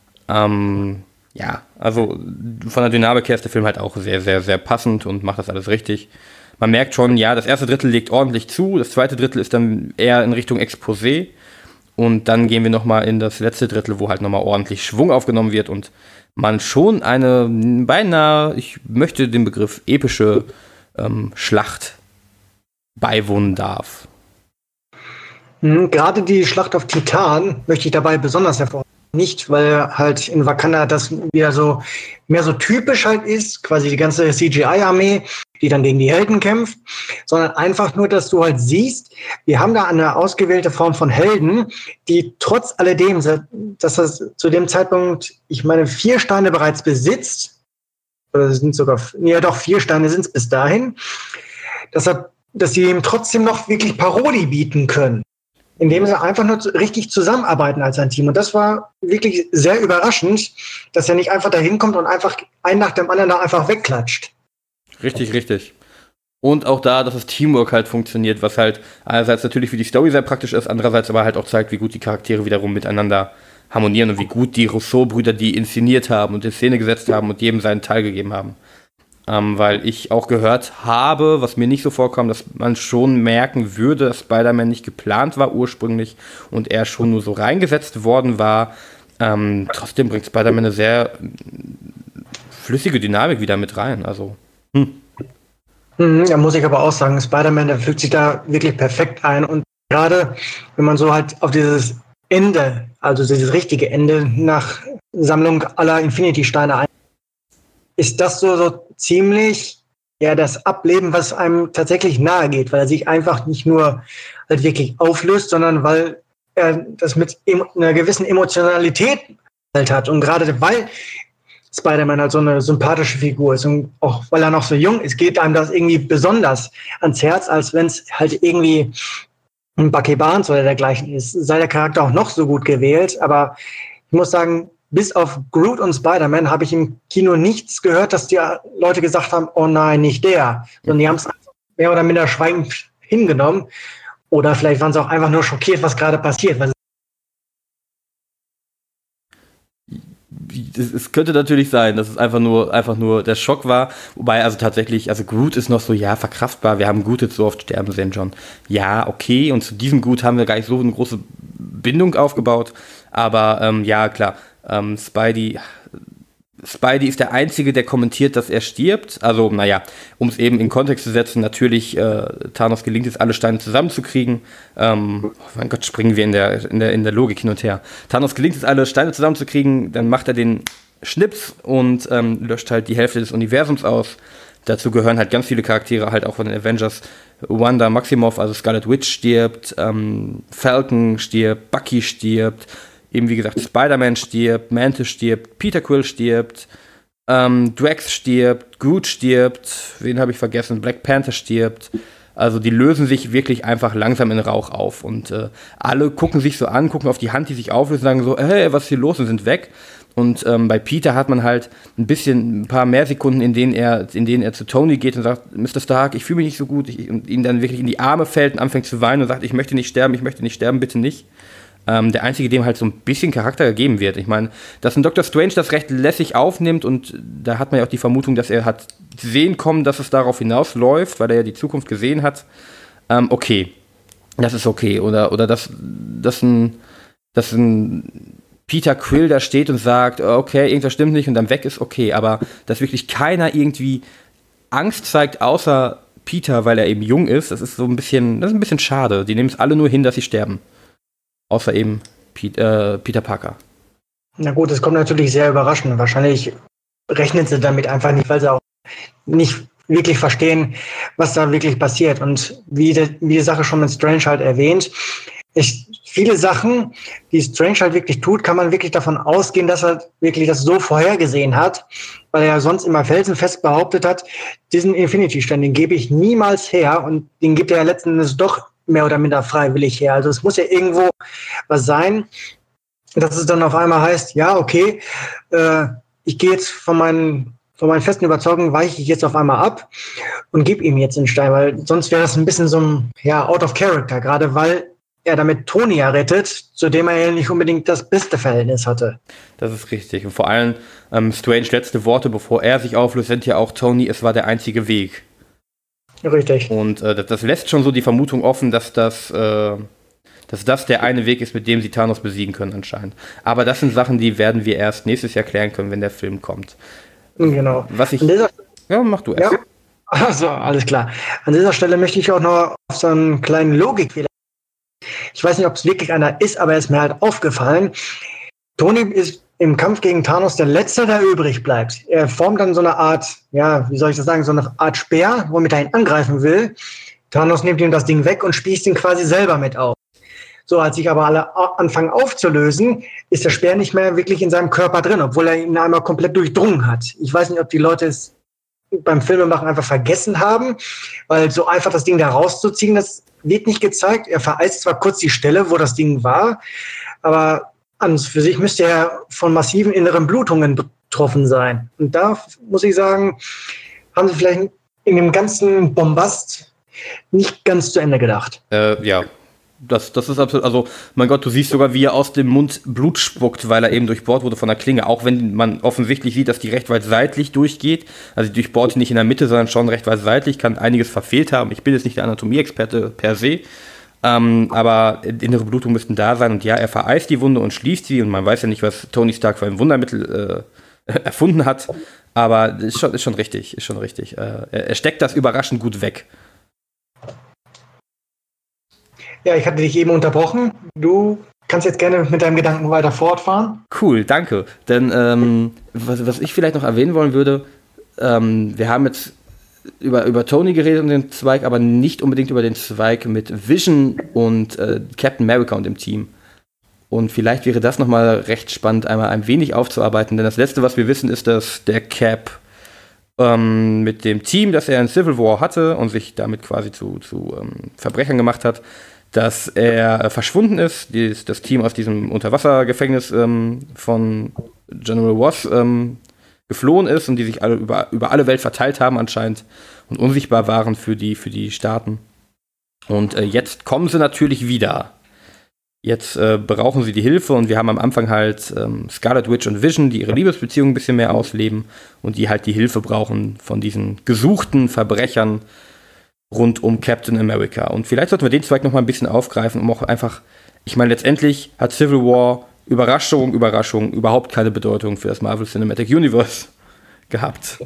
Ja, also von der Dynamik her ist der Film halt auch sehr, sehr, sehr passend und macht das alles richtig. Man merkt schon, ja, das erste Drittel legt ordentlich zu, das zweite Drittel ist dann eher in Richtung Exposé. Und dann gehen wir nochmal in das letzte Drittel, wo halt nochmal ordentlich Schwung aufgenommen wird und man schon eine beinahe, ich möchte den Begriff epische Schlacht beiwohnen darf. Gerade die Schlacht auf Titan möchte ich dabei besonders hervorheben. Nicht, weil halt in Wakanda das wieder so mehr so typisch halt ist, quasi die ganze CGI-Armee, die dann gegen die Helden kämpft, sondern einfach nur, dass du halt siehst, wir haben da eine ausgewählte Form von Helden, die trotz alledem, dass das zu dem Zeitpunkt, ich meine, 4 Steine bereits besitzt, oder sind sogar, ja doch, 4 Steine sind es bis dahin, dass sie ihm trotzdem noch wirklich Parodie bieten können, indem sie einfach nur richtig zusammenarbeiten als ein Team. Und das war wirklich sehr überraschend, dass er nicht einfach dahin kommt und einfach einen nach dem anderen da einfach wegklatscht. Richtig, richtig. Und auch da, dass das Teamwork halt funktioniert, was halt einerseits natürlich für die Story sehr praktisch ist, andererseits aber halt auch zeigt, wie gut die Charaktere wiederum miteinander harmonieren und wie gut die Rousseau-Brüder die inszeniert haben und in Szene gesetzt haben und jedem seinen Teil gegeben haben. Weil ich auch gehört habe, was mir nicht so vorkam, dass man schon merken würde, dass Spider-Man nicht geplant war ursprünglich und er schon nur so reingesetzt worden war. Trotzdem bringt Spider-Man eine sehr flüssige Dynamik wieder mit rein. Also, Da muss ich aber auch sagen, Spider-Man, der fügt sich da wirklich perfekt ein und gerade wenn man so halt auf dieses Ende, also dieses richtige Ende nach Sammlung aller Infinity-Steine ein, ist das so ziemlich das Ableben, was einem tatsächlich nahe geht, weil er sich einfach nicht nur halt wirklich auflöst, sondern weil er das mit einer gewissen Emotionalität halt hat. Und gerade weil Spider-Man halt so eine sympathische Figur ist und auch weil er noch so jung ist, geht einem das irgendwie besonders ans Herz, als wenn es halt irgendwie ein Bucky Barnes oder dergleichen ist. Sei der Charakter auch noch so gut gewählt, aber ich muss sagen, bis auf Groot und Spider-Man habe ich im Kino nichts gehört, dass die Leute gesagt haben, oh nein, nicht der. Sondern die haben es mehr oder minder schweigend hingenommen. Oder vielleicht waren sie auch einfach nur schockiert, was gerade passiert. Es könnte natürlich sein, dass es einfach nur der Schock war. Wobei, also tatsächlich, also Groot ist noch so, ja, verkraftbar. Wir haben Groot jetzt so oft sterben sehen, John. Ja, okay. Und zu diesem Groot haben wir gar nicht so eine große Bindung aufgebaut. Aber ja, klar. Spidey ist der Einzige, der kommentiert, dass er stirbt. Also, naja, um es eben in Kontext zu setzen, natürlich, Thanos gelingt es, alle Steine zusammenzukriegen. Oh mein Gott, springen wir in der Logik hin und her. Thanos gelingt es, alle Steine zusammenzukriegen, dann macht er den Schnips und löscht halt die Hälfte des Universums aus. Dazu gehören halt ganz viele Charaktere, halt auch von den Avengers. Wanda Maximoff, also Scarlet Witch stirbt, Falcon stirbt, Bucky stirbt, eben wie gesagt, Spider-Man stirbt, Mantis stirbt, Peter Quill stirbt, Drax stirbt, Groot stirbt, wen habe ich vergessen? Black Panther stirbt. Also die lösen sich wirklich einfach langsam in Rauch auf. Und alle gucken sich so an, gucken auf die Hand, die sich auflöst, sagen so, hey, was ist hier los? Und sind weg. Und bei Peter hat man halt ein paar mehr Sekunden, in denen er zu Tony geht und sagt, Mr. Stark, ich fühle mich nicht so gut. Und ihn dann wirklich in die Arme fällt und anfängt zu weinen und sagt, ich möchte nicht sterben, bitte nicht. Der Einzige, dem halt so ein bisschen Charakter gegeben wird. Ich meine, dass ein Dr. Strange das recht lässig aufnimmt und da hat man ja auch die Vermutung, dass er hat sehen kommen, dass es darauf hinausläuft, weil er ja die Zukunft gesehen hat. Okay, das ist okay. Oder dass ein Peter Quill da steht und sagt, okay, irgendwas stimmt nicht und dann weg ist, okay. Aber dass wirklich keiner irgendwie Angst zeigt, außer Peter, weil er eben jung ist, das ist ein bisschen schade. Die nehmen es alle nur hin, dass sie sterben. Außer eben Peter Parker. Na gut, das kommt natürlich sehr überraschend. Wahrscheinlich rechnen sie damit einfach nicht, weil sie auch nicht wirklich verstehen, was da wirklich passiert. Und wie die Sache schon mit Strange halt erwähnt, viele Sachen, die Strange halt wirklich tut, kann man wirklich davon ausgehen, dass er wirklich das so vorhergesehen hat, weil er ja sonst immer felsenfest behauptet hat, diesen Infinity-Stein, den gebe ich niemals her und den gibt er ja letzten Endes doch mehr oder minder freiwillig her. Also es muss ja irgendwo was sein, dass es dann auf einmal heißt, ja, okay, ich gehe jetzt von meinen festen Überzeugungen, weiche ich jetzt auf einmal ab und gebe ihm jetzt den Stein, weil sonst wäre das ein bisschen so ein, out of character, gerade weil er damit Tony ja rettet, zu dem er ja nicht unbedingt das beste Verhältnis hatte. Das ist richtig. Und vor allem Strange letzte Worte, bevor er sich auflöst, sind ja auch Tony, es war der einzige Weg. Richtig. Und das lässt schon so die Vermutung offen, dass das der eine Weg ist, mit dem sie Thanos besiegen können anscheinend. Aber das sind Sachen, die werden wir erst nächstes Jahr klären können, wenn der Film kommt. Genau. Ja, mach du erst. Ja. Also, alles klar. An dieser Stelle möchte ich auch noch auf so einen kleinen Logikfehler. Ich weiß nicht, ob es wirklich einer ist, aber er ist mir halt aufgefallen. Tony ist im Kampf gegen Thanos der Letzte, der übrig bleibt. Er formt dann so eine Art, wie soll ich das sagen, so eine Art Speer, womit er ihn angreifen will. Thanos nimmt ihm das Ding weg und spießt ihn quasi selber mit auf. So, als sich aber alle anfangen aufzulösen, ist der Speer nicht mehr wirklich in seinem Körper drin, obwohl er ihn einmal komplett durchdrungen hat. Ich weiß nicht, ob die Leute es beim Filmemachen einfach vergessen haben, weil so einfach das Ding da rauszuziehen, das wird nicht gezeigt. Er vereist zwar kurz die Stelle, wo das Ding war, aber an und für sich müsste er von massiven inneren Blutungen betroffen sein. Und da muss ich sagen, haben sie vielleicht in dem ganzen Bombast nicht ganz zu Ende gedacht. Ja. Das ist absolut, also mein Gott, du siehst sogar, wie er aus dem Mund Blut spuckt, weil er eben durchbohrt wurde von der Klinge, auch wenn man offensichtlich sieht, dass die recht weit seitlich durchgeht, also die durchbohrt nicht in der Mitte, sondern schon recht weit seitlich, kann einiges verfehlt haben. Ich bin jetzt nicht der Anatomie-Experte per se, aber innere Blutungen müssten da sein und ja, er vereist die Wunde und schließt sie und man weiß ja nicht, was Tony Stark für ein Wundermittel erfunden hat, aber ist schon richtig. Er steckt das überraschend gut weg. Ja, ich hatte dich eben unterbrochen. Du kannst jetzt gerne mit deinem Gedanken weiter fortfahren. Cool, danke. Denn was ich vielleicht noch erwähnen wollen würde, wir haben jetzt über Tony geredet und den Zweig, aber nicht unbedingt über den Zweig mit Vision und Captain America und dem Team. Und vielleicht wäre das nochmal recht spannend, einmal ein wenig aufzuarbeiten, denn das Letzte, was wir wissen, ist, dass der Cap mit dem Team, das er in Civil War hatte und sich damit quasi zu Verbrechern gemacht hat, dass er verschwunden ist, das Team aus diesem Unterwassergefängnis von General Ross geflohen ist und die sich alle über alle Welt verteilt haben anscheinend und unsichtbar waren für die Staaten. Und jetzt kommen sie natürlich wieder. Jetzt brauchen sie die Hilfe und wir haben am Anfang halt Scarlet Witch und Vision, die ihre Liebesbeziehung ein bisschen mehr ausleben und die halt die Hilfe brauchen von diesen gesuchten Verbrechern rund um Captain America. Und vielleicht sollten wir den Zweig noch mal ein bisschen aufgreifen, um auch einfach, ich meine, letztendlich hat Civil War Überraschung, überhaupt keine Bedeutung für das Marvel Cinematic Universe gehabt.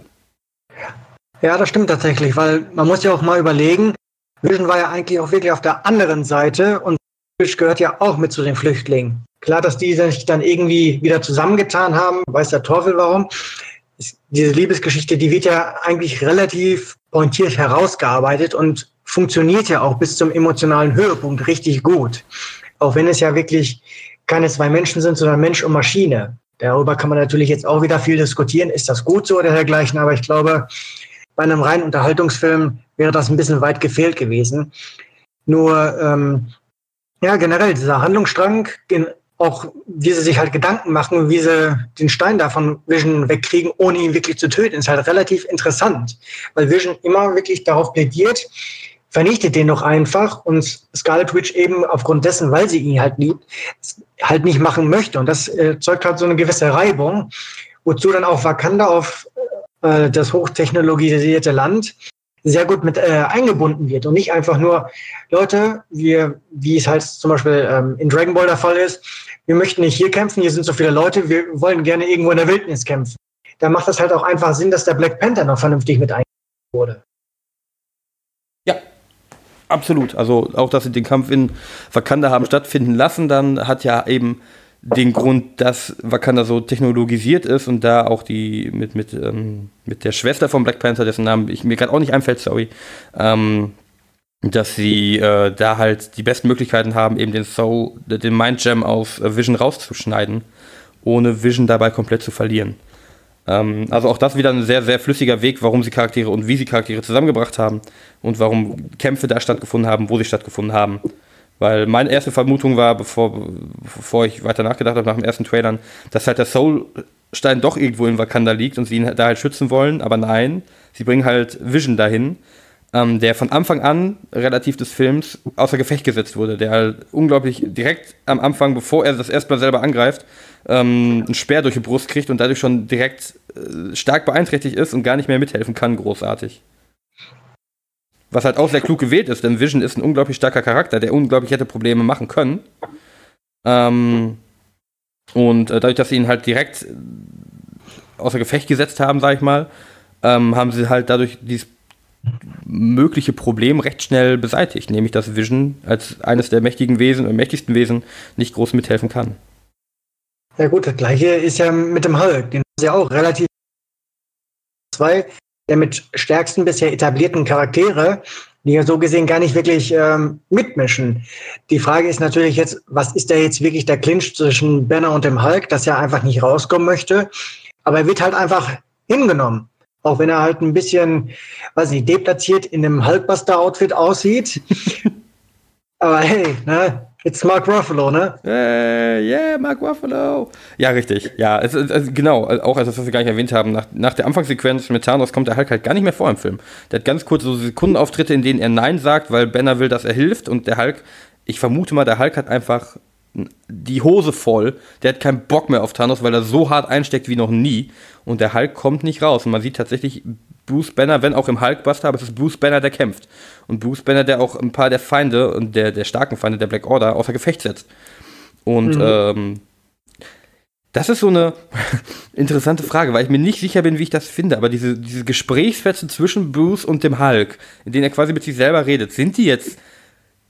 Ja, das stimmt tatsächlich, weil man muss ja auch mal überlegen, Vision war ja eigentlich auch wirklich auf der anderen Seite und Vision gehört ja auch mit zu den Flüchtlingen. Klar, dass die sich dann irgendwie wieder zusammengetan haben, weiß der Teufel warum. Diese Liebesgeschichte, die wird ja eigentlich relativ pointiert herausgearbeitet und funktioniert ja auch bis zum emotionalen Höhepunkt richtig gut. Auch wenn es ja wirklich keine zwei Menschen sind, sondern Mensch und Maschine. Darüber kann man natürlich jetzt auch wieder viel diskutieren. Ist das gut so oder dergleichen? Aber ich glaube, bei einem reinen Unterhaltungsfilm wäre das ein bisschen weit gefehlt gewesen. Nur, generell dieser Handlungsstrang, auch wie sie sich halt Gedanken machen, wie sie den Stein da von Vision wegkriegen, ohne ihn wirklich zu töten, ist halt relativ interessant. Weil Vision immer wirklich darauf plädiert, vernichtet den doch einfach und Scarlet Witch eben aufgrund dessen, weil sie ihn halt liebt, halt nicht machen möchte. Und das erzeugt halt so eine gewisse Reibung, wozu dann auch Wakanda auf das hochtechnologisierte Land sehr gut mit eingebunden wird und nicht einfach nur, Leute, wie es halt zum Beispiel in Dragon Ball der Fall ist, wir möchten nicht hier kämpfen, hier sind so viele Leute, wir wollen gerne irgendwo in der Wildnis kämpfen. Da macht das halt auch einfach Sinn, dass der Black Panther noch vernünftig mit eingebunden wurde. Ja, absolut. Also auch, dass sie den Kampf in Wakanda haben stattfinden lassen, dann hat ja eben den Grund, dass Wakanda so technologisiert ist und da auch die mit der Schwester von Black Panther, dessen Namen mir gerade auch nicht einfällt, sorry, dass sie da halt die besten Möglichkeiten haben, eben den Mind Gem aus Vision rauszuschneiden, ohne Vision dabei komplett zu verlieren. Also auch das wieder ein sehr, sehr flüssiger Weg, warum sie Charaktere und wie sie Charaktere zusammengebracht haben und warum Kämpfe da stattgefunden haben, wo sie stattgefunden haben. Weil meine erste Vermutung war, bevor ich weiter nachgedacht habe nach dem ersten Trailern, dass halt der Soulstein doch irgendwo in Wakanda liegt und sie ihn da halt schützen wollen. Aber nein, sie bringen halt Vision dahin, der von Anfang an relativ des Films außer Gefecht gesetzt wurde. Der halt unglaublich direkt am Anfang, bevor er das erstmal selber angreift, einen Speer durch die Brust kriegt und dadurch schon direkt stark beeinträchtigt ist und gar nicht mehr mithelfen kann, großartig. Was halt auch sehr klug gewählt ist, denn Vision ist ein unglaublich starker Charakter, der unglaublich hätte Probleme machen können. Und dadurch, dass sie ihn halt direkt außer Gefecht gesetzt haben, sag ich mal, haben sie halt dadurch dieses mögliche Problem recht schnell beseitigt, nämlich dass Vision als eines der mächtigsten Wesen nicht groß mithelfen kann. Ja gut, das gleiche ist ja mit dem Hulk, den ist ja auch relativ der mit stärksten bisher etablierten Charaktere, die ja so gesehen gar nicht wirklich mitmischen. Die Frage ist natürlich jetzt, was ist da jetzt wirklich der Clinch zwischen Banner und dem Hulk, dass er einfach nicht rauskommen möchte, aber er wird halt einfach hingenommen. Auch wenn er halt ein bisschen, weiß nicht, deplatziert in einem Hulkbuster-Outfit aussieht. Aber hey, ne? It's Mark Ruffalo, ne? Yeah, Mark Ruffalo. Ja, richtig. Ja, genau. Auch als was wir gar nicht erwähnt haben, nach der Anfangssequenz mit Thanos kommt der Hulk halt gar nicht mehr vor im Film. Der hat ganz kurz so Sekundenauftritte, in denen er Nein sagt, weil Banner will, dass er hilft. Und der Hulk, ich vermute mal, der Hulk hat einfach die Hose voll. Der hat keinen Bock mehr auf Thanos, weil er so hart einsteckt wie noch nie. Und der Hulk kommt nicht raus. Und man sieht tatsächlich Bruce Banner, wenn auch im Hulkbuster, aber es ist Bruce Banner, der kämpft. Und Bruce Banner, der auch ein paar der Feinde und der starken Feinde der Black Order außer Gefecht setzt. Und das ist so eine interessante Frage, weil ich mir nicht sicher bin, wie ich das finde. Aber diese Gesprächsfetzen zwischen Bruce und dem Hulk, in denen er quasi mit sich selber redet, sind die jetzt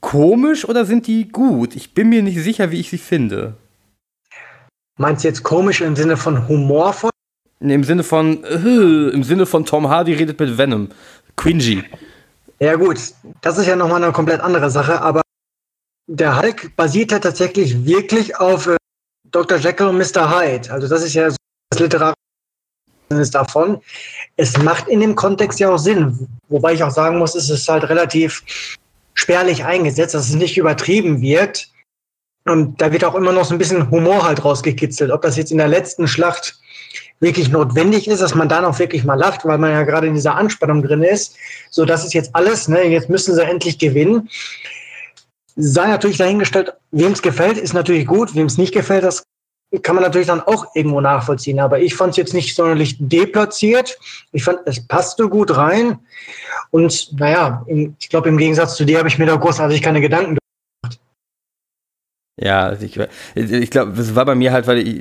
komisch oder sind die gut? Ich bin mir nicht sicher, wie ich sie finde. Meinst du jetzt komisch im Sinne von humorvoll? Nee, im Sinne von Tom Hardy redet mit Venom. Cringy. Ja gut, das ist ja nochmal eine komplett andere Sache, aber der Hulk basiert ja tatsächlich wirklich auf Dr. Jekyll und Mr. Hyde. Also das ist ja so das literarische davon. Es macht in dem Kontext ja auch Sinn, wobei ich auch sagen muss, es ist halt relativ spärlich eingesetzt, dass es nicht übertrieben wirkt. Und da wird auch immer noch so ein bisschen Humor halt rausgekitzelt. Ob das jetzt in der letzten Schlacht wirklich notwendig ist, dass man dann auch wirklich mal lacht, weil man ja gerade in dieser Anspannung drin ist. So, das ist jetzt alles, ne? Jetzt müssen sie endlich gewinnen. Sei natürlich dahingestellt, wem es gefällt, ist natürlich gut. Wem es nicht gefällt, das kann man natürlich dann auch irgendwo nachvollziehen. Aber ich fand es jetzt nicht sonderlich deplatziert. Ich fand, es passte gut rein. Und naja, ich glaube, im Gegensatz zu dir habe ich mir da großartig keine Gedanken gemacht. Ja, also ich glaube, das war bei mir halt, weil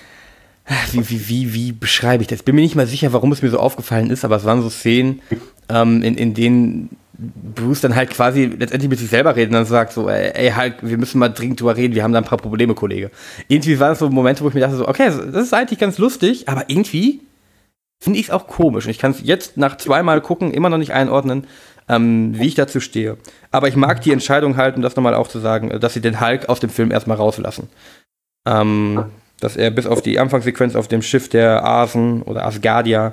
wie beschreibe ich das? Ich bin mir nicht mal sicher, warum es mir so aufgefallen ist, aber es waren so Szenen, in denen Bruce dann halt quasi letztendlich mit sich selber redet und dann sagt so, ey, Hulk, wir müssen mal dringend drüber reden, wir haben da ein paar Probleme, Kollege. Irgendwie waren es so Momente, wo ich mir dachte so, okay, das ist eigentlich ganz lustig, aber irgendwie finde ich es auch komisch. Und ich kann es jetzt nach 2-mal gucken immer noch nicht einordnen, wie ich dazu stehe. Aber ich mag die Entscheidung halt, um das nochmal auch zu sagen, dass sie den Hulk aus dem Film erstmal rauslassen. Dass er bis auf die Anfangssequenz auf dem Schiff der Asen oder Asgardia,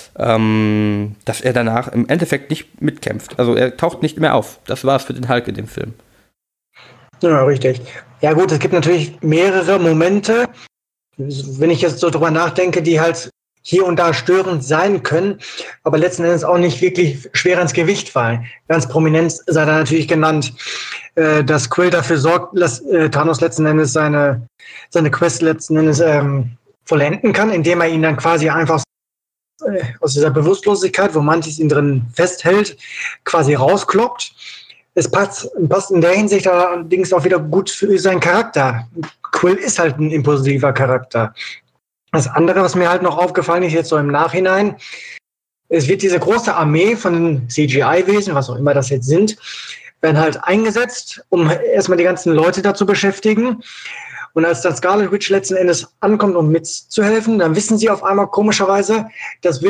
dass er danach im Endeffekt nicht mitkämpft. Also er taucht nicht mehr auf. Das war es für den Hulk in dem Film. Ja, richtig. Ja gut, es gibt natürlich mehrere Momente, wenn ich jetzt so drüber nachdenke, die halt hier und da störend sein können, aber letzten Endes auch nicht wirklich schwer ins Gewicht fallen. Ganz prominent sei da natürlich genannt, dass Quill dafür sorgt, dass Thanos letzten Endes seine Quest letzten Endes vollenden kann, indem er ihn dann quasi einfach aus dieser Bewusstlosigkeit, wo Mantis ihn drin festhält, quasi rauskloppt. Es passt in der Hinsicht allerdings auch wieder gut für seinen Charakter. Quill ist halt ein impulsiver Charakter. Das andere, was mir halt noch aufgefallen ist, jetzt so im Nachhinein, es wird diese große Armee von CGI-Wesen, was auch immer das jetzt sind, werden halt eingesetzt, um erstmal die ganzen Leute da zu beschäftigen. Und als dann Scarlet Witch letzten Endes ankommt, um mitzuhelfen, dann wissen sie auf einmal komischerweise, dass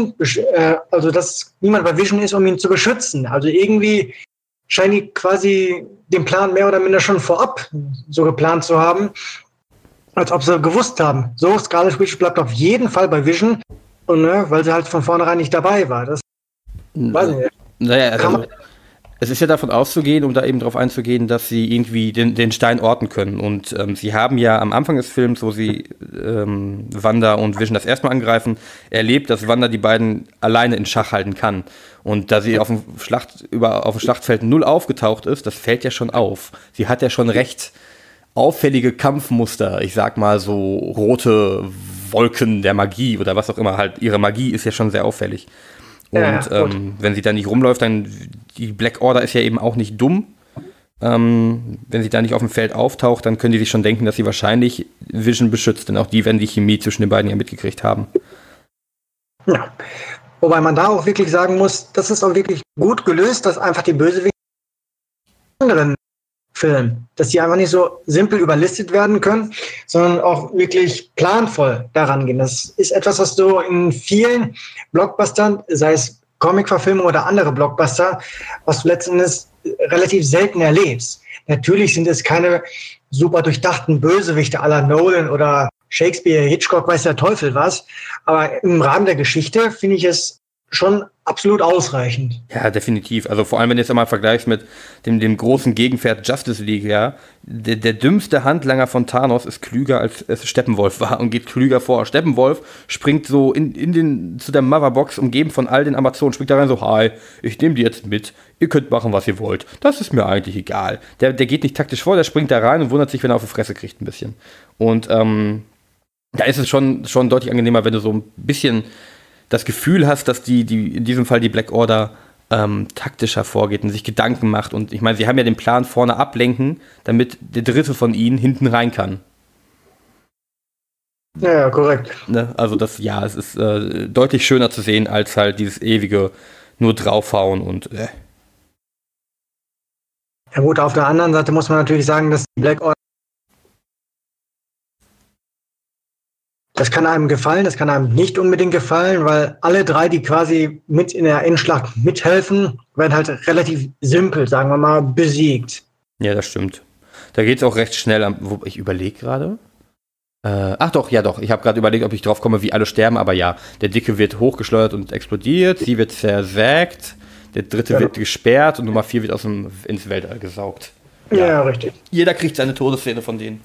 dass niemand bei Vision ist, um ihn zu beschützen. Also irgendwie scheinen die quasi den Plan mehr oder minder schon vorab so geplant zu haben, als ob sie gewusst haben. So, Scarlet Witch bleibt auf jeden Fall bei Vision, und, weil sie halt von vornherein nicht dabei war. Das weiß ich nicht. Naja, also, es ist ja davon auszugehen, um da eben drauf einzugehen, dass sie irgendwie den Stein orten können. Und sie haben ja am Anfang des Films, wo sie Wanda und Vision das erste Mal angreifen, erlebt, dass Wanda die beiden alleine in Schach halten kann. Und da sie auf dem Schlachtfeld 0 aufgetaucht ist, das fällt ja schon auf. Sie hat ja schon recht auffällige Kampfmuster. Ich sag mal so rote Wolken der Magie oder was auch immer. Halt, ihre Magie ist ja schon sehr auffällig. Und wenn sie da nicht rumläuft, dann die Black Order ist ja eben auch nicht dumm. Wenn sie da nicht auf dem Feld auftaucht, dann können die sich schon denken, dass sie wahrscheinlich Vision beschützt. Denn auch die werden die Chemie zwischen den beiden ja mitgekriegt haben. Ja. Wobei man da auch wirklich sagen muss, das ist auch wirklich gut gelöst, dass einfach die Bösewichte anderen Film, dass die einfach nicht so simpel überlistet werden können, sondern auch wirklich planvoll daran gehen. Das ist etwas, was du in vielen Blockbustern, sei es Comic-Verfilmung oder andere Blockbuster, was du letzten Endes relativ selten erlebst. Natürlich sind es keine super durchdachten Bösewichte à la Nolan oder Shakespeare, Hitchcock, weiß der Teufel was, aber im Rahmen der Geschichte finde ich es schon absolut ausreichend. Ja, definitiv. Also vor allem, wenn du jetzt einmal vergleichst mit dem großen Gegenpferd Justice League, ja. Der dümmste Handlanger von Thanos ist klüger, als es Steppenwolf war und geht klüger vor. Steppenwolf springt so zu der Motherbox, umgeben von all den Amazonen, springt da rein so, hi, ich nehme die jetzt mit, ihr könnt machen, was ihr wollt. Das ist mir eigentlich egal. Der geht nicht taktisch vor, der springt da rein und wundert sich, wenn er auf die Fresse kriegt ein bisschen. Und da ist es schon deutlich angenehmer, wenn du so ein bisschen das Gefühl hast, dass die in diesem Fall die Black Order taktischer vorgeht und sich Gedanken macht. Und ich meine, sie haben ja den Plan vorne ablenken, damit der dritte von ihnen hinten rein kann. Ja, korrekt. Ne? Also es ist deutlich schöner zu sehen, als halt dieses ewige nur draufhauen und Ja gut, auf der anderen Seite muss man natürlich sagen, dass die Black Order, das kann einem gefallen, das kann einem nicht unbedingt gefallen, weil alle drei, die quasi mit in der Endschlacht mithelfen, werden halt relativ simpel, sagen wir mal, besiegt. Ja, das stimmt. Da geht es auch recht schnell. Ich überlege gerade. Ach doch, ja doch. Ich habe gerade überlegt, ob ich drauf komme, wie alle sterben, aber ja. Der Dicke wird hochgeschleudert und explodiert, sie wird zersägt, der Dritte wird gesperrt und Nummer 4 wird ins Weltall gesaugt. Ja, richtig. Jeder kriegt seine Todesszene von denen.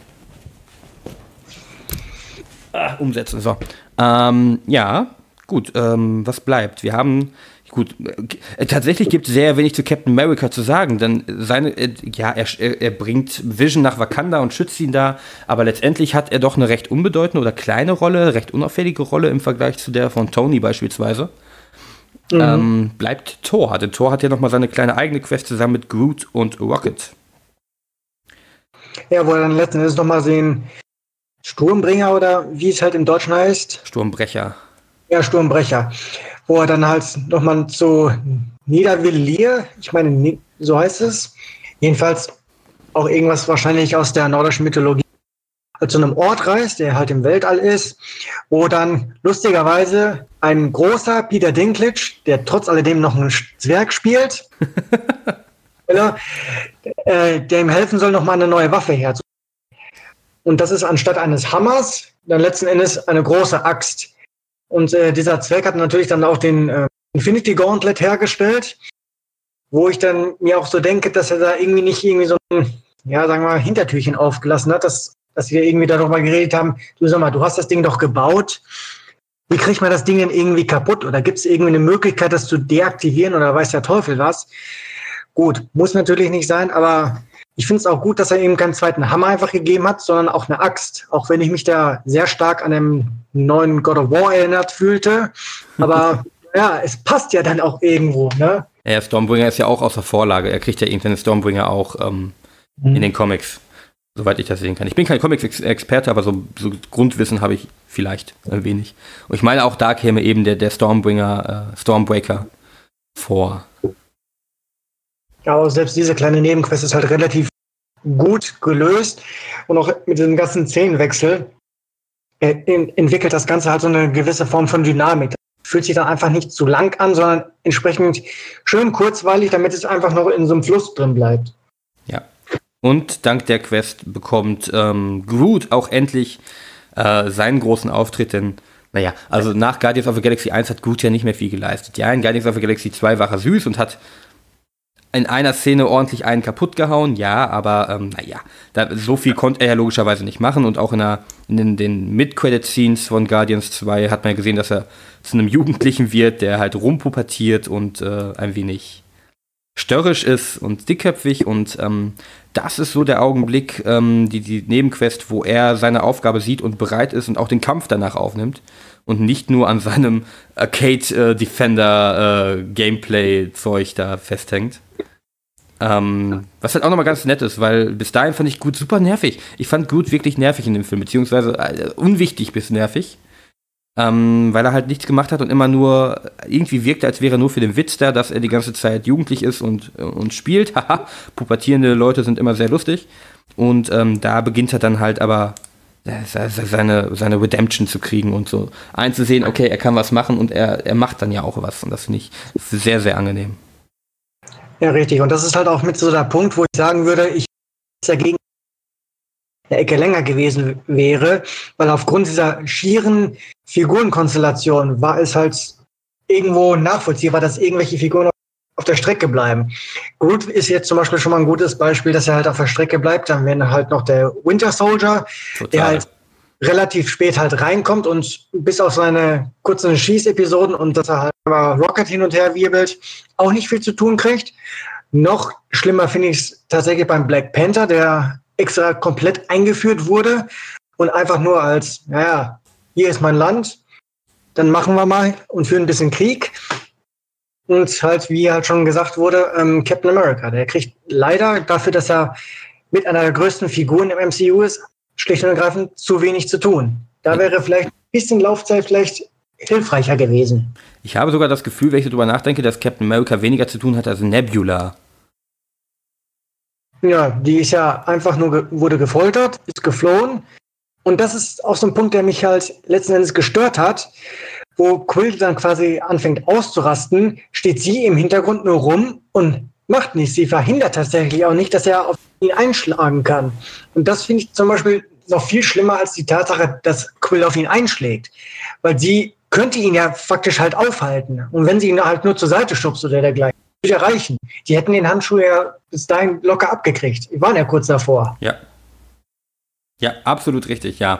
Umsetzen, so. Ja, gut, was bleibt? Wir haben, gut, tatsächlich gibt es sehr wenig zu Captain America zu sagen, denn er bringt Vision nach Wakanda und schützt ihn da, aber letztendlich hat er doch eine recht unbedeutende oder kleine Rolle, recht unauffällige Rolle im Vergleich zu der von Tony beispielsweise. Bleibt Thor, denn Thor hat ja nochmal seine kleine eigene Quest zusammen mit Groot und Rocket. Ja, wo er dann letzten Endes nochmal den Sturmbringer oder wie es halt im Deutschen heißt. Sturmbrecher. Ja, Sturmbrecher. Wo er dann halt nochmal zu Nidavellir, ich meine, so heißt es, jedenfalls auch irgendwas wahrscheinlich aus der nordischen Mythologie, zu einem Ort reist, der halt im Weltall ist, wo dann lustigerweise ein großer Peter Dinklage, der trotz alledem noch einen Zwerg spielt, der ihm helfen soll, nochmal eine neue Waffe herzustellen. Und das ist anstatt eines Hammers dann letzten Endes eine große Axt. Und dieser Zwerg hat natürlich dann auch den Infinity Gauntlet hergestellt, wo ich dann mir auch so denke, dass er da irgendwie nicht irgendwie so ein, ja, sagen wir mal, Hintertürchen aufgelassen hat, dass wir irgendwie darüber geredet haben, du sag mal, du hast das Ding doch gebaut, wie kriegt man das Ding denn irgendwie kaputt? Oder gibt es irgendwie eine Möglichkeit, das zu deaktivieren oder weiß der Teufel was? Gut, muss natürlich nicht sein, aber ich finde es auch gut, dass er ihm keinen zweiten Hammer einfach gegeben hat, sondern auch eine Axt. Auch wenn ich mich da sehr stark an dem neuen God of War erinnert fühlte. Aber ja, es passt ja dann auch irgendwo, ne? Ja, Stormbringer ist ja auch aus der Vorlage. Er kriegt ja irgendeinen Stormbringer auch in den Comics, soweit ich das sehen kann. Ich bin kein Comics-Experte, aber so Grundwissen habe ich vielleicht ein wenig. Und ich meine, auch da käme eben der Stormbreaker vor. Ja, aber selbst diese kleine Nebenquest ist halt relativ gut gelöst. Und auch mit diesem ganzen Szenenwechsel entwickelt das Ganze halt so eine gewisse Form von Dynamik. Das fühlt sich dann einfach nicht zu lang an, sondern entsprechend schön kurzweilig, damit es einfach noch in so einem Fluss drin bleibt. Ja. Und dank der Quest bekommt Groot auch endlich seinen großen Auftritt, denn naja, also nach Guardians of the Galaxy 1 hat Groot ja nicht mehr viel geleistet. Ja, in Guardians of the Galaxy 2 war er süß und hat in einer Szene ordentlich einen kaputt gehauen, ja, aber naja, so viel konnte er ja logischerweise nicht machen und auch in den Mid-Credit-Scenes von Guardians 2 hat man ja gesehen, dass er zu einem Jugendlichen wird, der halt rumpubertiert und ein wenig störrisch ist und dickköpfig und das ist so der Augenblick, die Nebenquest, wo er seine Aufgabe sieht und bereit ist und auch den Kampf danach aufnimmt und nicht nur an seinem Arcade-Defender-Gameplay-Zeug da festhängt. Was halt auch nochmal ganz nett ist, weil bis dahin fand ich Groot super nervig. Ich fand Groot wirklich nervig in dem Film, beziehungsweise unwichtig bis nervig. Weil er halt nichts gemacht hat und immer nur irgendwie wirkte, als wäre er nur für den Witz da, dass er die ganze Zeit jugendlich ist und spielt. Haha, pubertierende Leute sind immer sehr lustig. Und da beginnt er dann halt aber seine Redemption zu kriegen und so einzusehen, okay, er kann was machen und er macht dann ja auch was. Und das finde ich sehr, sehr angenehm. Ja, richtig. Und das ist halt auch mit so der Punkt, wo ich sagen würde, ich dagegen eine Ecke länger gewesen wäre, weil aufgrund dieser schieren Figurenkonstellation war es halt irgendwo nachvollziehbar, dass irgendwelche Figuren auf der Strecke bleiben. Groot ist jetzt zum Beispiel schon mal ein gutes Beispiel, dass er halt auf der Strecke bleibt. Dann wäre halt noch der Winter Soldier, der halt relativ spät halt reinkommt und bis auf seine kurzen Schießepisoden und dass er halt aber Rocket hin und her wirbelt, auch nicht viel zu tun kriegt. Noch schlimmer finde ich es tatsächlich beim Black Panther, der extra komplett eingeführt wurde und einfach nur als, naja, hier ist mein Land, dann machen wir mal und führen ein bisschen Krieg. Und halt, wie halt schon gesagt wurde, Captain America, der kriegt leider dafür, dass er mit einer der größten Figuren im MCU ist, schlicht und ergreifend zu wenig zu tun. Da wäre vielleicht ein bisschen Laufzeit vielleicht hilfreicher gewesen. Ich habe sogar das Gefühl, wenn ich darüber nachdenke, dass Captain America weniger zu tun hat als Nebula. Ja, die ist ja einfach nur, wurde gefoltert, ist geflohen. Und das ist auch so ein Punkt, der mich halt letzten Endes gestört hat, wo Quill dann quasi anfängt auszurasten, steht sie im Hintergrund nur rum und macht nichts. Sie verhindert tatsächlich auch nicht, dass er auf ihn einschlagen kann. Und das finde ich zum Beispiel noch viel schlimmer als die Tatsache, dass Quill auf ihn einschlägt. Weil sie könnte ihn ja faktisch halt aufhalten. Und wenn sie ihn halt nur zur Seite schubst oder dergleichen, würde reichen. Die hätten den Handschuh ja bis dahin locker abgekriegt. Die waren ja kurz davor. Ja. Ja, absolut richtig, ja.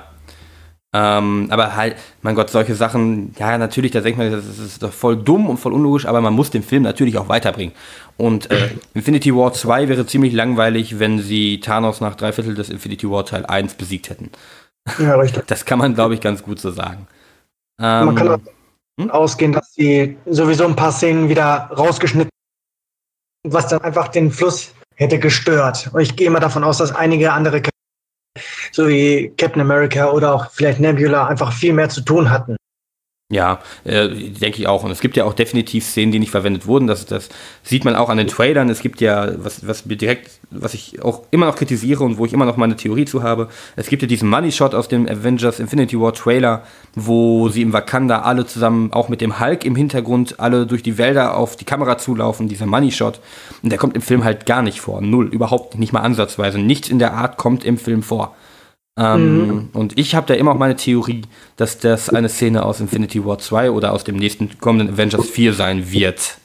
Aber halt, mein Gott, solche Sachen, ja, natürlich, da denkt man, das ist doch voll dumm und voll unlogisch, aber man muss den Film natürlich auch weiterbringen. Und Infinity War 2 wäre ziemlich langweilig, wenn sie Thanos nach 3/4 des Infinity War Teil 1 besiegt hätten. Ja, richtig. Das kann man, glaube ich, ganz gut so sagen. Man kann auch ausgehen, dass sie sowieso ein paar Szenen wieder rausgeschnitten haben, was dann einfach den Fluss hätte gestört. Und ich gehe mal davon aus, dass einige andere, so wie Captain America oder auch vielleicht Nebula, einfach viel mehr zu tun hatten. Ja, denke ich auch. Und es gibt ja auch definitiv Szenen, die nicht verwendet wurden. Das sieht man auch an den Trailern. Es gibt ja, was ich auch immer noch kritisiere und wo ich immer noch meine Theorie zu habe, es gibt ja diesen Money-Shot aus dem Avengers Infinity War Trailer, wo sie im Wakanda alle zusammen, auch mit dem Hulk im Hintergrund, alle durch die Wälder auf die Kamera zulaufen, dieser Money-Shot. Und der kommt im Film halt gar nicht vor. Null, überhaupt nicht mal ansatzweise. Nichts in der Art kommt im Film vor. Und ich habe da immer auch meine Theorie, dass das eine Szene aus Infinity War 2 oder aus dem nächsten kommenden Avengers 4 sein wird.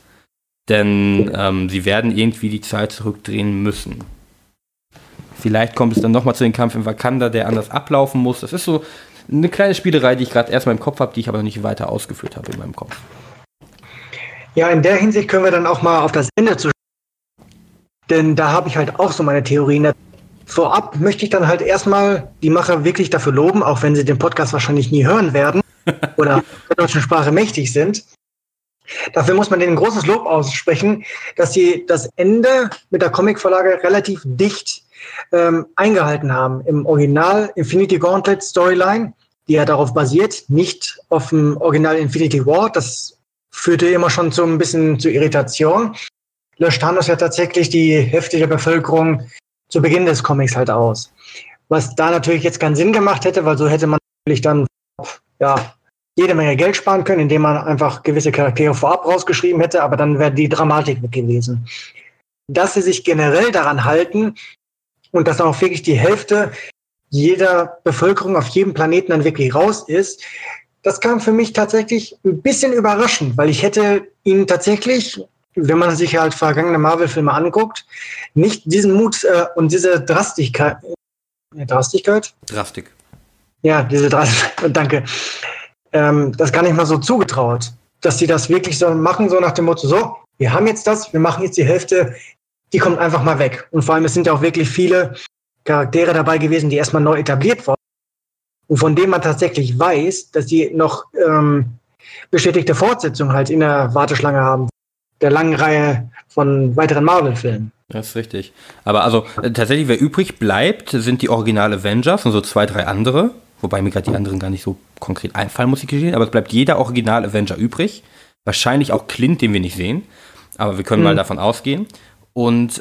Denn sie werden irgendwie die Zeit zurückdrehen müssen. Vielleicht kommt es dann nochmal zu dem Kampf in Wakanda, der anders ablaufen muss. Das ist so eine kleine Spielerei, die ich gerade erstmal im Kopf habe, die ich aber noch nicht weiter ausgeführt habe in meinem Kopf. Ja, in der Hinsicht können wir dann auch mal auf das Ende zu schauen. Denn da habe ich halt auch so meine Theorien. Vorab möchte ich dann halt erstmal die Macher wirklich dafür loben, auch wenn sie den Podcast wahrscheinlich nie hören werden oder der deutschen Sprache mächtig sind. Dafür muss man denen ein großes Lob aussprechen, dass sie das Ende mit der Comicvorlage relativ dicht eingehalten haben. Im Original Infinity Gauntlet Storyline, die ja darauf basiert, nicht auf dem Original Infinity War. Das führte immer schon so ein bisschen zu Irritation. Löscht Thanos ja tatsächlich die Hälfte der Bevölkerung zu Beginn des Comics halt aus. Was da natürlich jetzt keinen Sinn gemacht hätte, weil so hätte man natürlich dann jede Menge Geld sparen können, indem man einfach gewisse Charaktere vorab rausgeschrieben hätte, aber dann wäre die Dramatik weg gewesen. Dass sie sich generell daran halten und dass auch wirklich die Hälfte jeder Bevölkerung auf jedem Planeten dann wirklich raus ist, das kam für mich tatsächlich ein bisschen überraschend, weil ich hätte ihnen tatsächlich, wenn man sich halt vergangene Marvel-Filme anguckt, nicht diesen Mut und diese Drastigkeit. Drastik. Ja, diese Drastigkeit, danke. Das gar nicht mal so zugetraut, dass sie das wirklich so machen, so nach dem Motto, so, wir haben jetzt das, wir machen jetzt die Hälfte, die kommt einfach mal weg. Und vor allem, es sind ja auch wirklich viele Charaktere dabei gewesen, die erstmal neu etabliert wurden und von denen man tatsächlich weiß, dass die noch bestätigte Fortsetzung halt in der Warteschlange haben, der langen Reihe von weiteren Marvel-Filmen. Das ist richtig. Aber also tatsächlich, wer übrig bleibt, sind die Original Avengers und so 2, 3 andere. Wobei mir gerade die anderen gar nicht so konkret einfallen, muss ich gestehen. Aber es bleibt jeder Original Avenger übrig. Wahrscheinlich auch Clint, den wir nicht sehen. Aber wir können mal davon ausgehen. Und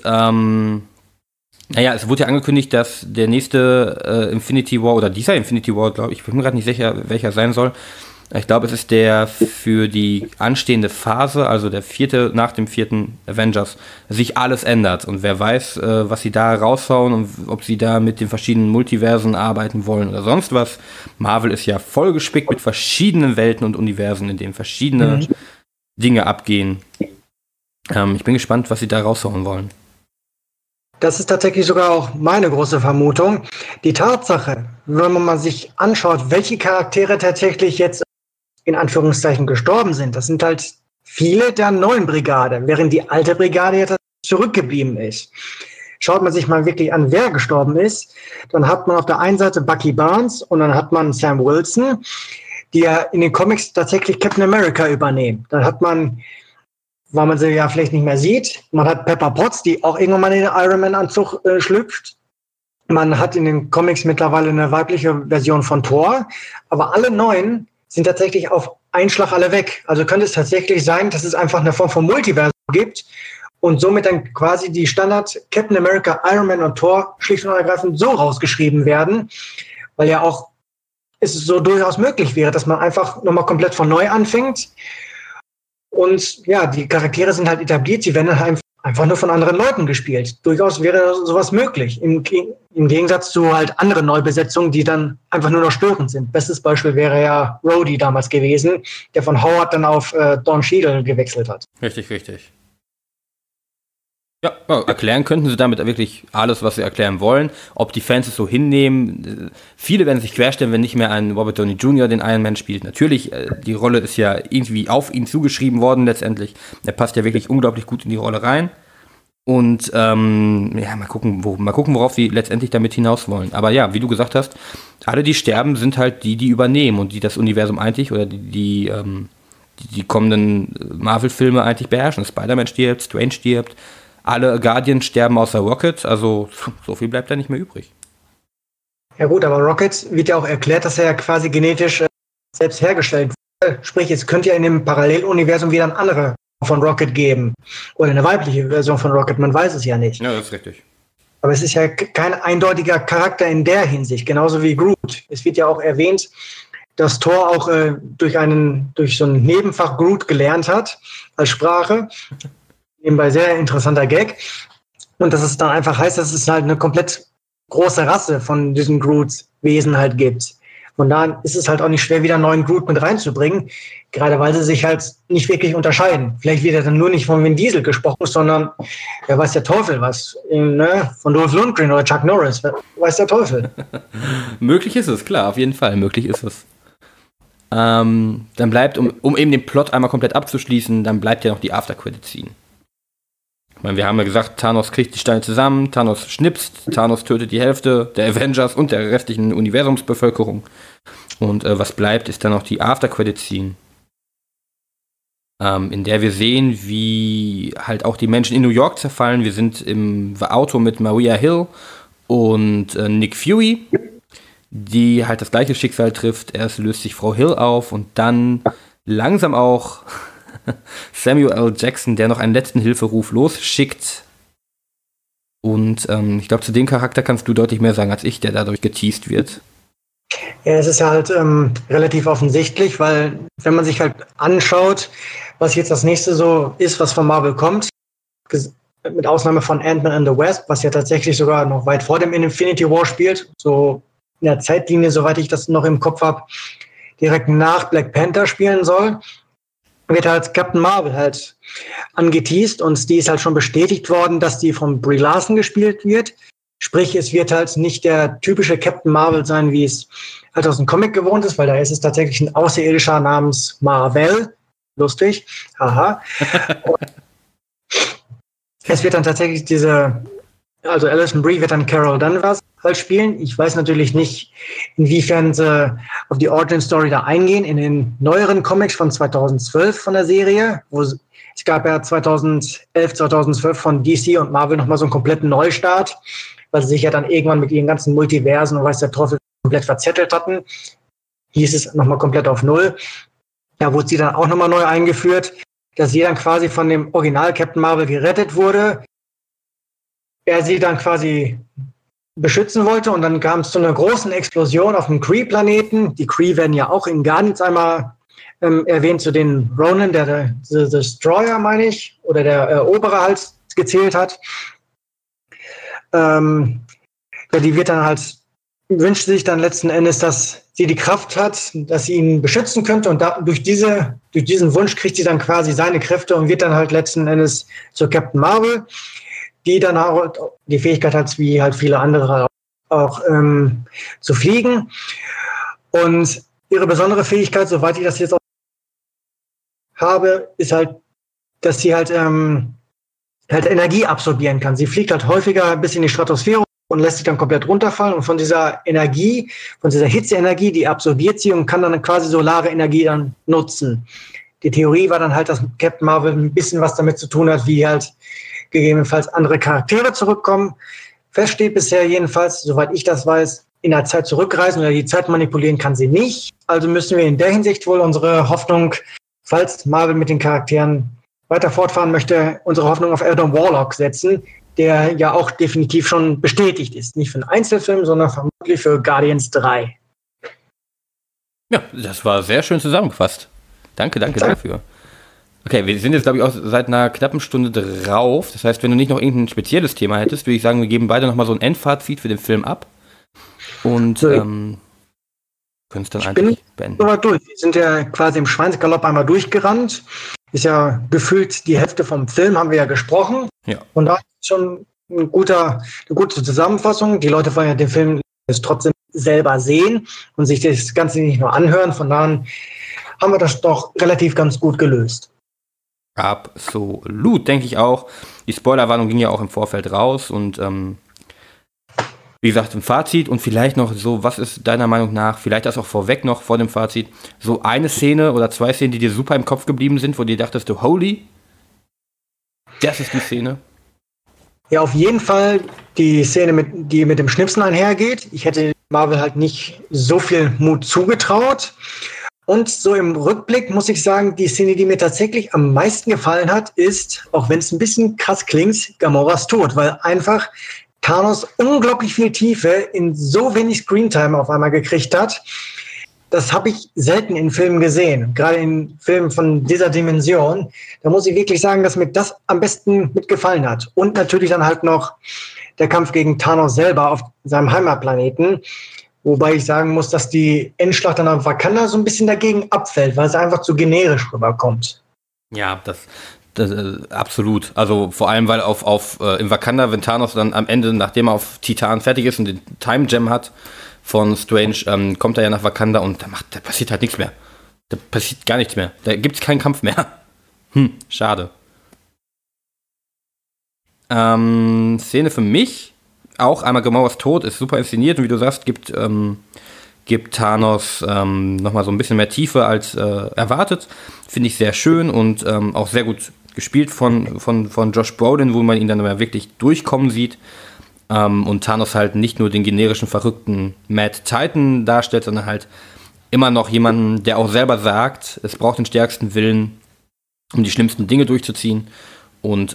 es wurde ja angekündigt, dass der nächste Infinity War oder dieser Infinity War, glaube ich bin mir gerade nicht sicher, welcher sein soll. Ich glaube, es ist der für die anstehende Phase, also der 4. nach dem 4. Avengers, sich alles ändert. Und wer weiß, was sie da raushauen und ob sie da mit den verschiedenen Multiversen arbeiten wollen oder sonst was. Marvel ist ja vollgespickt mit verschiedenen Welten und Universen, in denen verschiedene Dinge abgehen. Ich bin gespannt, was sie da raushauen wollen. Das ist tatsächlich sogar auch meine große Vermutung. Die Tatsache, wenn man mal sich anschaut, welche Charaktere tatsächlich jetzt in Anführungszeichen gestorben sind, das sind halt viele der neuen Brigade, während die alte Brigade jetzt zurückgeblieben ist. Schaut man sich mal wirklich an, wer gestorben ist, dann hat man auf der einen Seite Bucky Barnes und dann hat man Sam Wilson, die ja in den Comics tatsächlich Captain America übernehmen. Dann hat man, weil man sie ja vielleicht nicht mehr sieht, man hat Pepper Potts, die auch irgendwann mal in den Iron Man-Anzug schlüpft. Man hat in den Comics mittlerweile eine weibliche Version von Thor, aber alle neuen sind tatsächlich auf einen Schlag alle weg. Also könnte es tatsächlich sein, dass es einfach eine Form von Multiversum gibt und somit dann quasi die Standard Captain America, Iron Man und Thor schlicht und ergreifend so rausgeschrieben werden, weil ja auch es so durchaus möglich wäre, dass man einfach nochmal komplett von neu anfängt. Und ja, die Charaktere sind halt etabliert, sie werden dann einfach nur von anderen Leuten gespielt. Durchaus wäre sowas möglich, im Gegensatz zu halt anderen Neubesetzungen, die dann einfach nur noch störend sind. Bestes Beispiel wäre ja Rhodey damals gewesen, der von Howard dann auf Don Cheadle gewechselt hat. Richtig. Ja, erklären könnten sie damit wirklich alles, was sie erklären wollen. Ob die Fans es so hinnehmen, viele werden sich querstellen, wenn nicht mehr ein Robert Downey Jr. den Iron Man spielt. Natürlich, die Rolle ist ja irgendwie auf ihn zugeschrieben worden letztendlich. Er passt ja wirklich unglaublich gut in die Rolle rein. Und mal gucken, worauf sie letztendlich damit hinaus wollen. Aber ja, wie du gesagt hast, alle, die sterben, sind halt die übernehmen und die das Universum eigentlich oder die kommenden Marvel-Filme eigentlich beherrschen. Spider-Man stirbt, Strange stirbt, alle Guardians sterben außer Rocket, also so viel bleibt da nicht mehr übrig. Ja gut, aber Rocket wird ja auch erklärt, dass er ja quasi genetisch selbst hergestellt wurde. Sprich, es könnte ja in dem Paralleluniversum wieder eine andere von Rocket geben. Oder eine weibliche Version von Rocket, man weiß es ja nicht. Ja, das ist richtig. Aber es ist ja kein eindeutiger Charakter in der Hinsicht, genauso wie Groot. Es wird ja auch erwähnt, dass Thor auch durch so ein Nebenfach Groot gelernt hat als Sprache. Nebenbei sehr interessanter Gag. Und dass es dann einfach heißt, dass es halt eine komplett große Rasse von diesen Groot-Wesen halt gibt. Von daher ist es halt auch nicht schwer, wieder einen neuen Groot mit reinzubringen, gerade weil sie sich halt nicht wirklich unterscheiden. Vielleicht wird ja dann nur nicht von Vin Diesel gesprochen, sondern wer weiß der Teufel was, von Dolph Lundgren oder Chuck Norris, wer weiß der Teufel. Möglich ist es, klar, auf jeden Fall, möglich ist es. Dann bleibt, um eben den Plot einmal komplett abzuschließen, dann bleibt ja noch die After-Credit-Scene. Ich meine, wir haben ja gesagt, Thanos kriegt die Steine zusammen, Thanos schnipst, Thanos tötet die Hälfte der Avengers und der restlichen Universumsbevölkerung. Und was bleibt, ist dann noch die After-Credit-Scene, in der wir sehen, wie halt auch die Menschen in New York zerfallen. Wir sind im Auto mit Maria Hill und Nick Fury, die halt das gleiche Schicksal trifft. Erst löst sich Frau Hill auf und dann langsam auch Samuel L. Jackson, der noch einen letzten Hilferuf losschickt. Und ich glaube, zu dem Charakter kannst du deutlich mehr sagen als ich, der dadurch geteased wird. Ja, es ist ja halt relativ offensichtlich, weil wenn man sich halt anschaut, was jetzt das nächste so ist, was von Marvel kommt, mit Ausnahme von Ant-Man and the Wasp, was ja tatsächlich sogar noch weit vor dem Infinity War spielt, so in der Zeitlinie, soweit ich das noch im Kopf habe, direkt nach Black Panther spielen soll, wird halt Captain Marvel halt angeteased und die ist halt schon bestätigt worden, dass die von Brie Larson gespielt wird. Sprich, es wird halt nicht der typische Captain Marvel sein, wie es halt aus dem Comic gewohnt ist, weil da ist es tatsächlich ein Außerirdischer namens Marvel. Lustig. Haha. Es wird dann tatsächlich also Alison Brie wird dann Carol Danvers halt spielen. Ich weiß natürlich nicht, inwiefern sie auf die Origin Story da eingehen. In den neueren Comics von 2012 von der Serie, es gab ja 2011, 2012 von DC und Marvel nochmal so einen kompletten Neustart, weil sie sich ja dann irgendwann mit ihren ganzen Multiversen und weiß der Teufel komplett verzettelt hatten. Hieß es nochmal komplett auf Null. Da wurde sie dann auch nochmal neu eingeführt, dass sie dann quasi von dem Original Captain Marvel gerettet wurde. Er sie dann quasi beschützen wollte und dann kam es zu einer großen Explosion auf dem Kree-Planeten. Die Kree werden ja auch in Guardians einmal erwähnt, zu den Ronin, der Destroyer, meine ich, oder der Eroberer halt gezählt hat. Die wird dann halt, wünscht sich dann letzten Endes, dass sie die Kraft hat, dass sie ihn beschützen könnte und durch diesen Wunsch kriegt sie dann quasi seine Kräfte und wird dann halt letzten Endes zur Captain Marvel, die dann auch die Fähigkeit hat, wie halt viele andere auch zu fliegen. Und ihre besondere Fähigkeit, soweit ich das jetzt auch habe, ist halt, dass sie halt Energie absorbieren kann. Sie fliegt halt häufiger bis in die Stratosphäre und lässt sich dann komplett runterfallen. Und von dieser Energie, von dieser Hitzeenergie, die absorbiert sie und kann dann quasi solare Energie dann nutzen. Die Theorie war dann halt, dass Captain Marvel ein bisschen was damit zu tun hat, wie halt gegebenenfalls andere Charaktere zurückkommen. Fest steht bisher jedenfalls, soweit ich das weiß, in der Zeit zurückreisen oder die Zeit manipulieren kann sie nicht. Also müssen wir in der Hinsicht wohl unsere Hoffnung, falls Marvel mit den Charakteren weiter fortfahren möchte, unsere Hoffnung auf Adam Warlock setzen, der ja auch definitiv schon bestätigt ist. Nicht für einen Einzelfilm, sondern vermutlich für Guardians 3. Ja, das war sehr schön zusammengefasst. Danke dafür. Okay, wir sind jetzt, glaube ich, auch seit einer knappen Stunde drauf. Das heißt, wenn du nicht noch irgendein spezielles Thema hättest, würde ich sagen, wir geben beide nochmal so ein Endfazit für den Film ab. Und können es dann eigentlich beenden. Wir sind ja quasi im Schweinsgalopp einmal durchgerannt. Ist ja gefühlt die Hälfte vom Film, haben wir ja gesprochen. Ja. Und da ist schon eine gute Zusammenfassung. Die Leute wollen ja den Film trotzdem selber sehen und sich das Ganze nicht nur anhören. Von daher haben wir das doch relativ ganz gut gelöst. Absolut, denke ich auch. Die Spoilerwarnung ging ja auch im Vorfeld raus und wie gesagt, ein Fazit und vielleicht noch so, was ist deiner Meinung nach, vielleicht das auch vorweg noch vor dem Fazit, so eine Szene oder zwei Szenen, die dir super im Kopf geblieben sind, wo du dachtest, holy, das ist die Szene. Ja, auf jeden Fall die Szene, die mit dem Schnipsen einhergeht. Ich hätte Marvel halt nicht so viel Mut zugetraut. Und so im Rückblick muss ich sagen, die Szene, die mir tatsächlich am meisten gefallen hat, ist, auch wenn es ein bisschen krass klingt, Gamoras Tod, weil einfach Thanos unglaublich viel Tiefe in so wenig Screentime auf einmal gekriegt hat. Das habe ich selten in Filmen gesehen, gerade in Filmen von dieser Dimension. Da muss ich wirklich sagen, dass mir das am besten mitgefallen hat. Und natürlich dann halt noch der Kampf gegen Thanos selber auf seinem Heimatplaneten. Wobei ich sagen muss, dass die Endschlacht dann auf Wakanda so ein bisschen dagegen abfällt, weil es einfach zu generisch rüberkommt. Ja, das absolut. Also vor allem, weil in Wakanda, wenn Thanos dann am Ende, nachdem er auf Titan fertig ist und den Time Gem hat von Strange, kommt er ja nach Wakanda und da passiert halt nichts mehr. Da passiert gar nichts mehr. Da gibt es keinen Kampf mehr. Schade. Szene für mich, auch einmal Gamoras Tod, ist super inszeniert und wie du sagst, gibt Thanos nochmal so ein bisschen mehr Tiefe als erwartet. Finde ich sehr schön und auch sehr gut gespielt von Josh Brolin, wo man ihn dann mal wirklich durchkommen sieht. Und Thanos halt nicht nur den generischen, verrückten Mad Titan darstellt, sondern halt immer noch jemanden, der auch selber sagt, es braucht den stärksten Willen, um die schlimmsten Dinge durchzuziehen. Und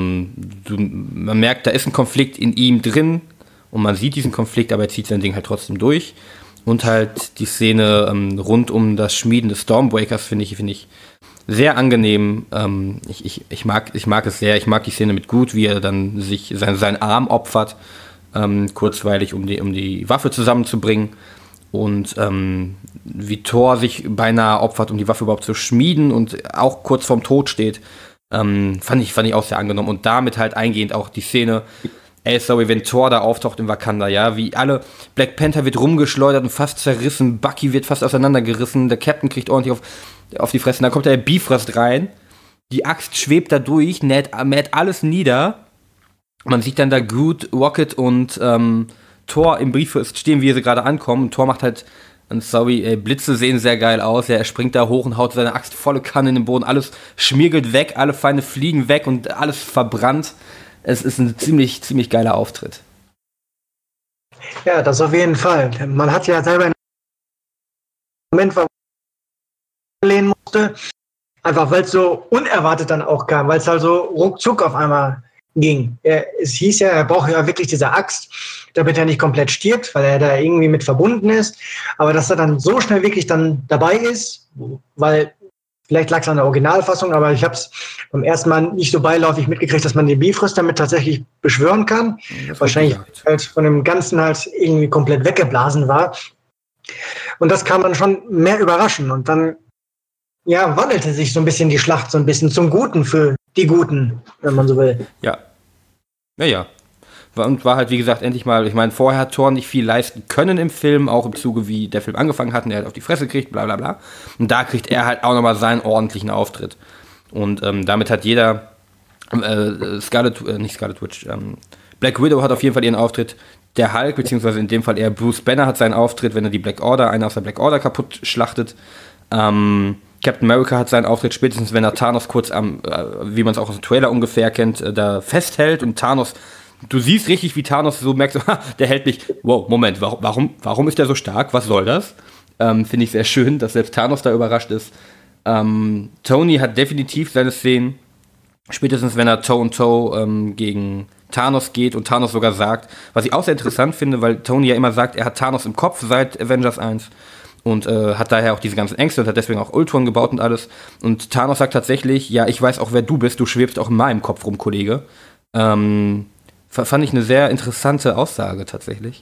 man merkt, da ist ein Konflikt in ihm drin und man sieht diesen Konflikt, aber er zieht sein Ding halt trotzdem durch. Und halt die Szene rund um das Schmieden des Stormbreakers finde ich sehr angenehm. Ich mag es sehr. Ich mag die Szene mit Groot, wie er dann sich seinen Arm opfert, kurzweilig, um die Waffe zusammenzubringen. Und wie Thor sich beinahe opfert, um die Waffe überhaupt zu schmieden und auch kurz vorm Tod steht. Fand ich auch sehr angenommen. Und damit halt eingehend auch die Szene, wenn Thor da auftaucht in Wakanda, ja, wie alle, Black Panther wird rumgeschleudert und fast zerrissen, Bucky wird fast auseinandergerissen, der Captain kriegt ordentlich auf die Fresse, dann kommt der Bifrost rein, die Axt schwebt da durch, mäht alles nieder, man sieht dann da Groot, Rocket und Thor im Bifrost stehen, wie sie gerade ankommen, und Thor macht halt, Blitze sehen sehr geil aus, ja, er springt da hoch und haut seine Axt volle Kanne in den Boden, alles schmirgelt weg, alle Feinde fliegen weg und alles verbrannt. Es ist ein ziemlich, ziemlich geiler Auftritt. Ja, das auf jeden Fall. Man hat ja selber einen Moment, wo man lehnen musste, einfach weil es so unerwartet dann auch kam, weil es halt so ruckzuck auf einmal ging. Es hieß ja, er braucht ja wirklich diese Axt, damit er nicht komplett stirbt, weil er da irgendwie mit verbunden ist. Aber dass er dann so schnell wirklich dann dabei ist, weil vielleicht lag es an der Originalfassung, aber ich habe es beim ersten Mal nicht so beiläufig mitgekriegt, dass man den Bifrost damit tatsächlich beschwören kann. Wahrscheinlich halt von dem Ganzen halt irgendwie komplett weggeblasen war. Und das kam dann schon mehr überraschen. Und dann wandelte sich so ein bisschen die Schlacht so ein bisschen zum Guten für die Guten, wenn man so will. Ja. Ja. Und war halt, wie gesagt, endlich mal, ich meine, vorher hat Thor nicht viel leisten können im Film, auch im Zuge, wie der Film angefangen hat und er halt auf die Fresse kriegt, bla bla bla. Und da kriegt er halt auch nochmal seinen ordentlichen Auftritt. Und damit hat jeder, Black Widow hat auf jeden Fall ihren Auftritt, der Hulk, beziehungsweise in dem Fall eher Bruce Banner hat seinen Auftritt, wenn er die einer aus der Black Order kaputt schlachtet. Captain America hat seinen Auftritt spätestens, wenn er Thanos kurz wie man es auch aus dem Trailer ungefähr kennt, da festhält und Thanos. Du siehst richtig, wie Thanos so merkt, der hält mich, wow, Moment, warum ist der so stark? Was soll das? Finde ich sehr schön, dass selbst Thanos da überrascht ist. Tony hat definitiv seine Szenen. Spätestens wenn er Toe gegen Thanos geht und Thanos sogar sagt, was ich auch sehr interessant finde, weil Tony ja immer sagt, er hat Thanos im Kopf seit Avengers 1 und hat daher auch diese ganzen Ängste und hat deswegen auch Ultron gebaut und alles. Und Thanos sagt tatsächlich, ja, ich weiß auch, wer du bist, du schwebst auch in meinem Kopf rum, Kollege. Fand ich eine sehr interessante Aussage tatsächlich.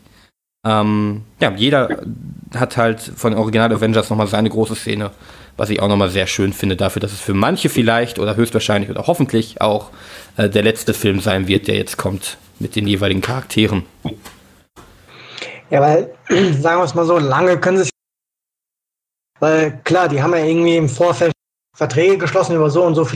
Jeder hat halt von den Original Avengers nochmal seine große Szene, was ich auch nochmal sehr schön finde, dafür, dass es für manche vielleicht oder höchstwahrscheinlich oder hoffentlich auch der letzte Film sein wird, der jetzt kommt mit den jeweiligen Charakteren. Ja, weil, sagen wir es mal so, lange können sie es. Weil klar, die haben ja irgendwie im Vorfeld Verträge geschlossen über so und so viel.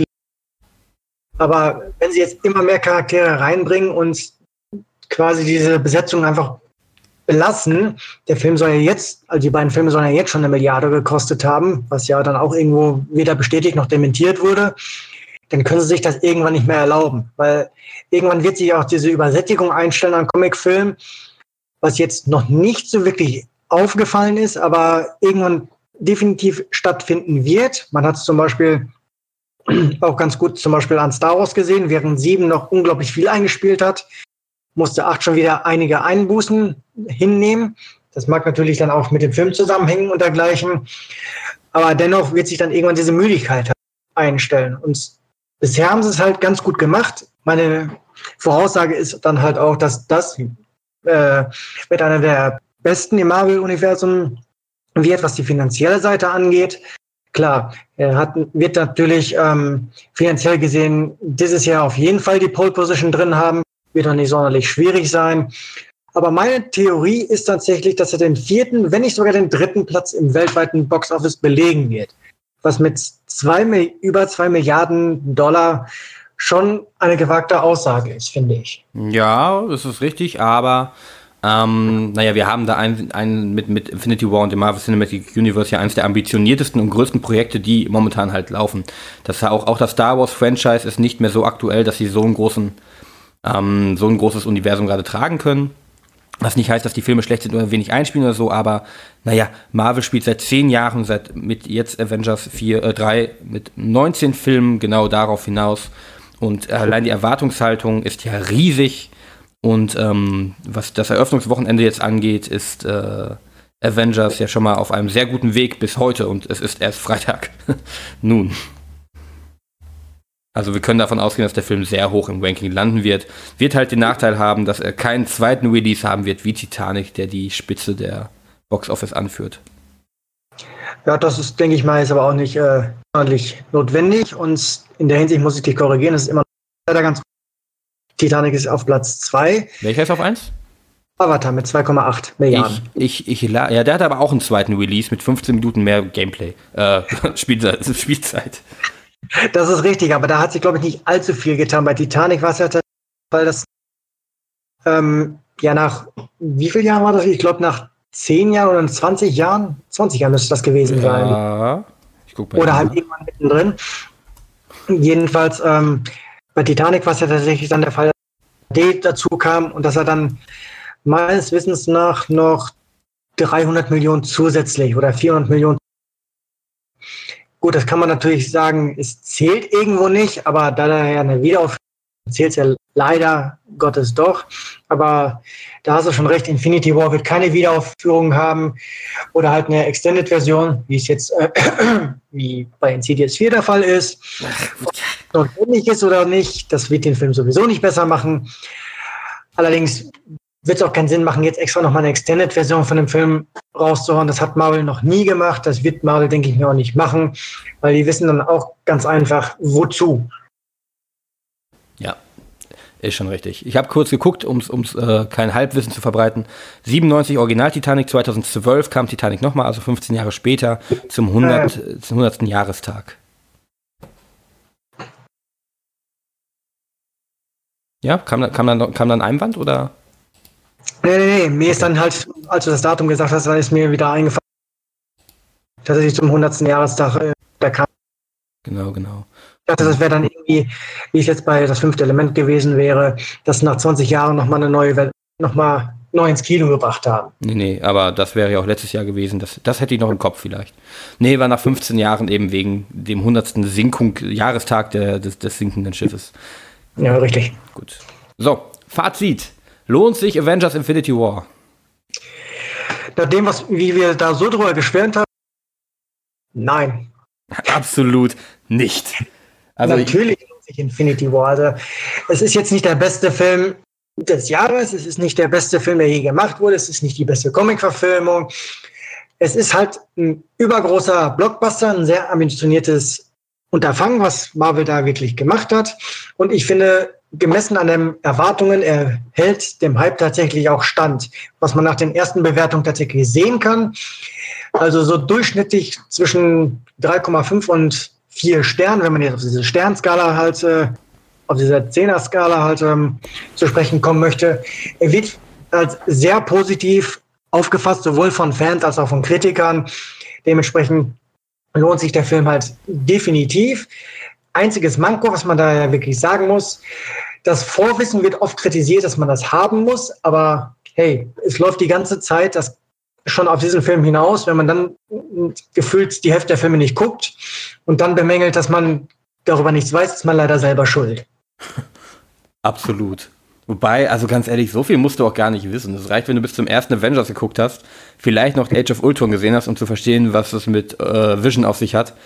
Aber wenn sie jetzt immer mehr Charaktere reinbringen und quasi diese Besetzung einfach belassen, der Film soll ja jetzt, also die beiden Filme sollen ja jetzt schon 1 Milliarde gekostet haben, was ja dann auch irgendwo weder bestätigt noch dementiert wurde, dann können sie sich das irgendwann nicht mehr erlauben. Weil irgendwann wird sich auch diese Übersättigung einstellen an Comicfilmen, was jetzt noch nicht so wirklich aufgefallen ist, aber irgendwann definitiv stattfinden wird. Man hat es zum Beispiel auch ganz gut zum Beispiel an Star Wars gesehen, während 7 noch unglaublich viel eingespielt hat, musste 8 schon wieder einige Einbußen hinnehmen. Das mag natürlich dann auch mit dem Film zusammenhängen und dergleichen. Aber dennoch wird sich dann irgendwann diese Müdigkeit einstellen. Und bisher haben sie es halt ganz gut gemacht. Meine Voraussage ist dann halt auch, dass das mit einer der besten im Marvel-Universum wird, was die finanzielle Seite angeht. Klar, wird natürlich finanziell gesehen dieses Jahr auf jeden Fall die Pole Position drin haben. Wird doch nicht sonderlich schwierig sein. Aber meine Theorie ist tatsächlich, dass er den 4., wenn nicht sogar den 3. Platz im weltweiten Boxoffice belegen wird. Was mit über 2 Milliarden $, schon eine gewagte Aussage ist, finde ich. Ja, das ist richtig, aber wir haben da einen mit Infinity War und dem Marvel Cinematic Universe ja eines der ambitioniertesten und größten Projekte, die momentan halt laufen. Das auch das Star Wars Franchise ist nicht mehr so aktuell, dass sie so ein großes Universum gerade tragen können. Was nicht heißt, dass die Filme schlecht sind oder wenig einspielen oder so, aber Marvel spielt seit 10 Jahren, mit jetzt Avengers 3, mit 19 Filmen genau darauf hinaus. Und allein die Erwartungshaltung ist ja riesig. Und was das Eröffnungswochenende jetzt angeht, ist Avengers ja schon mal auf einem sehr guten Weg bis heute und es ist erst Freitag. Nun. Also wir können davon ausgehen, dass der Film sehr hoch im Ranking landen wird. Wird halt den Nachteil haben, dass er keinen zweiten Release haben wird wie Titanic, der die Spitze der Box-Office anführt. Ja, das ist, denke ich mal, ist aber auch nicht ordentlich notwendig. Und in der Hinsicht muss ich dich korrigieren, es ist immer leider ganz. Titanic ist auf Platz 2. Welcher ist auf 1? Avatar mit 2,8 Milliarden. Der hat aber auch einen zweiten Release mit 15 Minuten mehr Gameplay. Spielzeit. Das ist richtig, aber da hat sich, glaube ich, nicht allzu viel getan. Bei Titanic war es ja der Fall, dass nach wie vielen Jahren war das? Ich glaube, nach 10 Jahren oder 20 Jahren? 20 Jahren müsste das gewesen sein. Ich guck mal. Oder halt irgendwann mittendrin. Jedenfalls, bei Titanic war es ja tatsächlich dann der Fall, dass D dazu kam und dass er dann meines Wissens nach noch 300 Millionen zusätzlich oder 400 Millionen. Gut, das kann man natürlich sagen, es zählt irgendwo nicht, aber da ja eine Wiederaufführung zählt es ja leider Gottes doch. Aber da hast du schon recht, Infinity War wird keine Wiederaufführung haben oder halt eine Extended-Version, wie es jetzt wie bei Insidious 4 der Fall ist. Notwendig ist oder nicht, das wird den Film sowieso nicht besser machen. Allerdings wird es auch keinen Sinn machen, jetzt extra nochmal eine Extended-Version von dem Film rauszuhauen. Das hat Marvel noch nie gemacht. Das wird Marvel, denke ich mir, auch nicht machen, weil die wissen dann auch ganz einfach, wozu. Ja, ist schon richtig. Ich habe kurz geguckt, um kein Halbwissen zu verbreiten. 97 Original Titanic, 2012 kam Titanic nochmal, also 15 Jahre später, zum 100. Jahrestag. Ja, kam dann Einwand, oder? Nee. Mir ist dann halt, als du das Datum gesagt hast, dann ist mir wieder eingefallen, dass ich zum 100. Jahrestag da kam. Genau. Ich dachte, das wäre dann irgendwie, wie es jetzt bei das 5. Element gewesen wäre, dass nach 20 Jahren nochmal eine neu ins Kino gebracht haben. Nee, aber das wäre ja auch letztes Jahr gewesen. Das hätte ich noch im Kopf vielleicht. Nee, war nach 15 Jahren eben wegen dem 100. Jahrestag des sinkenden Schiffes. Ja, richtig. Gut. So, Fazit. Lohnt sich Avengers Infinity War? Nach dem, wie wir da so drüber geschwärmt haben, nein. Absolut nicht. Also natürlich lohnt sich Infinity War. Also, es ist jetzt nicht der beste Film des Jahres, es ist nicht der beste Film, der je gemacht wurde, es ist nicht die beste Comic-Verfilmung. Es ist halt ein übergroßer Blockbuster, ein sehr ambitioniertes Unterfangen, was Marvel da wirklich gemacht hat. Und ich finde, gemessen an den Erwartungen, er hält dem Hype tatsächlich auch stand, was man nach den ersten Bewertungen tatsächlich sehen kann. Also so durchschnittlich zwischen 3,5 und 4 Sternen, wenn man jetzt auf diese Sternskala halt, auf dieser 10er-Skala halt zu sprechen kommen möchte. Er wird als sehr positiv aufgefasst, sowohl von Fans als auch von Kritikern. Dementsprechend lohnt sich der Film halt definitiv. Einziges Manko, was man da ja wirklich sagen muss, das Vorwissen wird oft kritisiert, dass man das haben muss, aber hey, es läuft die ganze Zeit das schon auf diesen Film hinaus, wenn man dann gefühlt die Hälfte der Filme nicht guckt und dann bemängelt, dass man darüber nichts weiß, ist man leider selber schuld. Absolut. Wobei, also ganz ehrlich, so viel musst du auch gar nicht wissen. Es reicht, wenn du bis zum ersten Avengers geguckt hast, vielleicht noch Age of Ultron gesehen hast, um zu verstehen, was es mit Vision auf sich hat.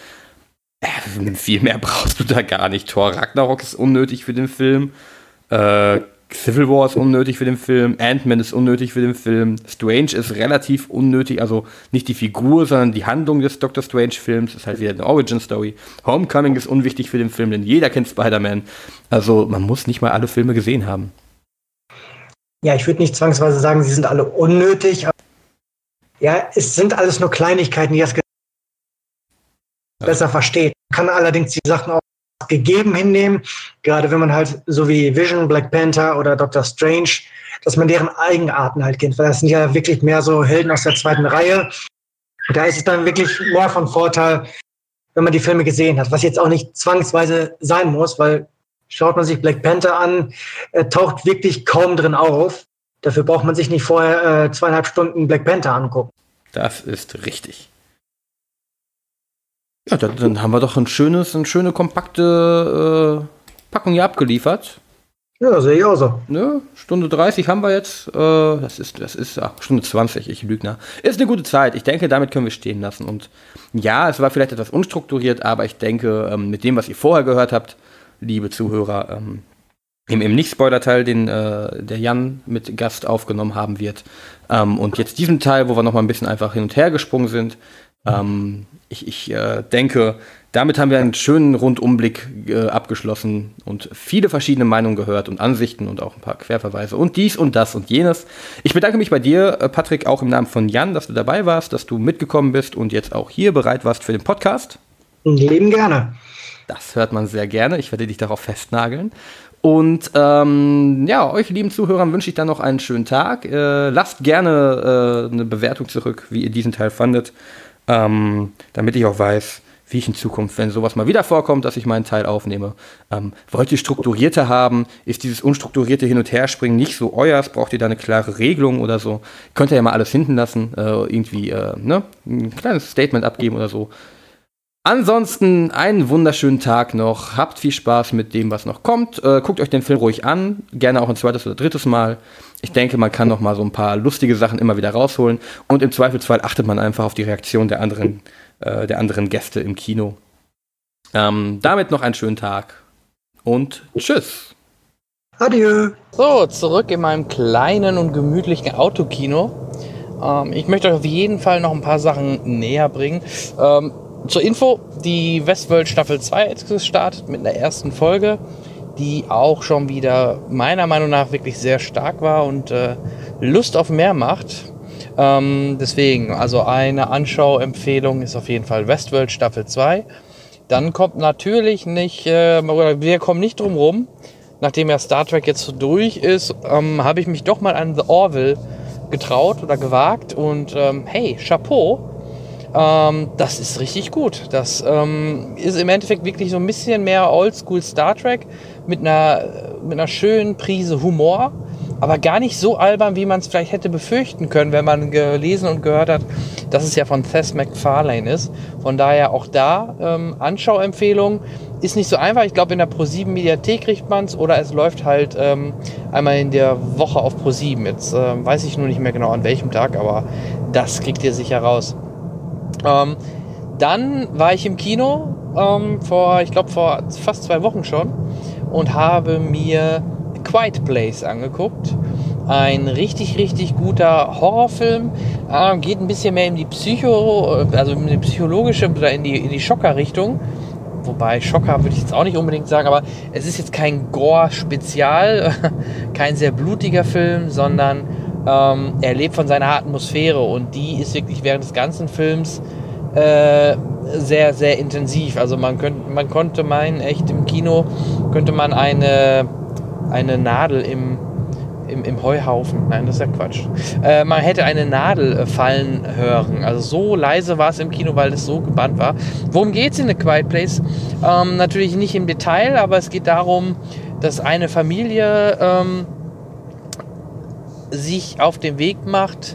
Viel mehr brauchst du da gar nicht. Thor Ragnarok ist unnötig für den Film. Civil War ist unnötig für den Film. Ant-Man ist unnötig für den Film. Strange ist relativ unnötig. Also nicht die Figur, sondern die Handlung des Doctor Strange-Films. Ist halt wieder eine Origin-Story. Homecoming ist unwichtig für den Film, denn jeder kennt Spider-Man. Also man muss nicht mal alle Filme gesehen haben. Ja, ich würde nicht zwangsweise sagen, sie sind alle unnötig. Aber ja, es sind alles nur Kleinigkeiten, die das besser versteht. Man kann allerdings die Sachen auch gegeben hinnehmen, gerade wenn man halt so wie Vision, Black Panther oder Doctor Strange, dass man deren Eigenarten halt kennt, weil das sind ja wirklich mehr so Helden aus der zweiten Reihe. Da ist es dann wirklich mehr von Vorteil, wenn man die Filme gesehen hat, was jetzt auch nicht zwangsweise sein muss, weil schaut man sich Black Panther an, taucht wirklich kaum drin auf. Dafür braucht man sich nicht vorher 2,5 Stunden Black Panther angucken. Das ist richtig. Ja, dann haben wir doch eine schöne, kompakte Packung hier abgeliefert. Ja, sehe ich auch so. Ne? Stunde 30 haben wir jetzt. Das ist Stunde 20, ich Lügner. Ist eine gute Zeit. Ich denke, damit können wir stehen lassen. Und ja, es war vielleicht etwas unstrukturiert, aber ich denke, mit dem, was ihr vorher gehört habt, liebe Zuhörer, im Nicht-Spoiler-Teil, den der Jan mit Gast aufgenommen haben wird, und jetzt diesen Teil, wo wir noch mal ein bisschen einfach hin und her gesprungen sind, ich denke, damit haben wir einen schönen Rundumblick abgeschlossen und viele verschiedene Meinungen gehört und Ansichten und auch ein paar Querverweise und dies und das und jenes. Ich bedanke mich bei dir, Patrick, auch im Namen von Jan, dass du dabei warst, dass du mitgekommen bist und jetzt auch hier bereit warst für den Podcast. Lieben gerne. Das hört man sehr gerne. Ich werde dich darauf festnageln. Und ja, euch lieben Zuhörern wünsche ich dann noch einen schönen Tag. Lasst gerne eine Bewertung zurück, wie ihr diesen Teil fandet, damit ich auch weiß, wie ich in Zukunft, wenn sowas mal wieder vorkommt, dass ich meinen Teil aufnehme. Wollt ihr strukturierter haben? Ist dieses unstrukturierte Hin- und Herspringen nicht so euers? Braucht ihr da eine klare Regelung oder so? Könnt ihr ja mal alles hinten lassen, irgendwie ein kleines Statement abgeben oder so. Ansonsten einen wunderschönen Tag noch. Habt viel Spaß mit dem, was noch kommt. Guckt euch den Film ruhig an. Gerne auch ein zweites oder drittes Mal. Ich denke, man kann noch mal so ein paar lustige Sachen immer wieder rausholen. Und im Zweifelsfall achtet man einfach auf die Reaktion der anderen Gäste im Kino. Damit noch einen schönen Tag. Und tschüss. Adieu. So, zurück in meinem kleinen und gemütlichen Autokino. Ich möchte euch auf jeden Fall noch ein paar Sachen näher bringen. Zur Info, die Westworld Staffel 2 ist gestartet mit einer ersten Folge, die auch schon wieder meiner Meinung nach wirklich sehr stark war und Lust auf mehr macht. Deswegen, also eine Anschauempfehlung ist auf jeden Fall Westworld Staffel 2. Dann kommt natürlich nicht, wir kommen nicht drum rum, nachdem ja Star Trek jetzt so durch ist, habe ich mich doch mal an The Orville getraut oder gewagt und hey, Chapeau. Das ist richtig gut. Das ist im Endeffekt wirklich so ein bisschen mehr Oldschool Star Trek mit einer schönen Prise Humor. aber gar nicht so albern, wie man es vielleicht hätte befürchten können, wenn man gelesen und gehört hat, dass es ja von Seth MacFarlane ist. Von daher auch da Anschauempfehlung. Ist nicht so einfach. Ich glaube, in der Pro7 Mediathek kriegt man es oder es läuft halt einmal in der Woche auf Pro7. Jetzt weiß ich nur nicht mehr genau an welchem Tag, aber das kriegt ihr sicher raus. Dann war ich im Kino vor fast 2 Wochen schon und habe mir A Quiet Place angeguckt. Ein richtig, richtig guter Horrorfilm. Geht ein bisschen mehr in die psychologische oder in die Schocker-Richtung. Wobei Schocker würde ich jetzt auch nicht unbedingt sagen, aber es ist jetzt kein Gore-Spezial, kein sehr blutiger Film, sondern er lebt von seiner Atmosphäre und die ist wirklich während des ganzen Films sehr, sehr intensiv. Also man konnte meinen, echt im Kino könnte man eine Nadel im Heuhaufen, nein, das ist ja Quatsch. Man hätte eine Nadel fallen hören. Also so leise war es im Kino, weil es so gebannt war. Worum geht es in A Quiet Place? Natürlich nicht im Detail, aber es geht darum, dass eine Familie sich auf den Weg macht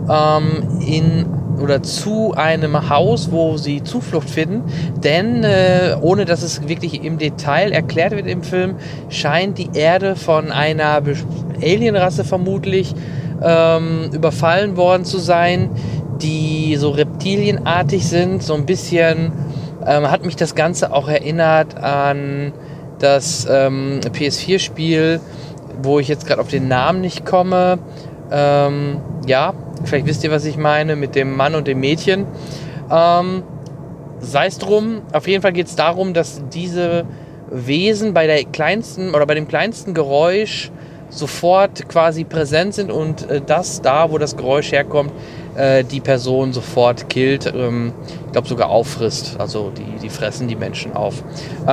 zu einem Haus, wo sie Zuflucht finden, denn ohne dass es wirklich im Detail erklärt wird im Film, scheint die Erde von einer Alienrasse vermutlich überfallen worden zu sein, die so reptilienartig sind, so ein bisschen hat mich das Ganze auch erinnert an das PS4-Spiel, wo ich jetzt gerade auf den Namen nicht komme, vielleicht wisst ihr, was ich meine, mit dem Mann und dem Mädchen. Sei es drum, auf jeden Fall geht es darum, dass diese Wesen bei dem kleinsten Geräusch sofort quasi präsent sind und wo das Geräusch herkommt, die Person sofort killt, ich glaube sogar auffrisst. Also die fressen die Menschen auf.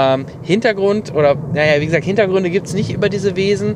Hintergründe gibt es nicht über diese Wesen,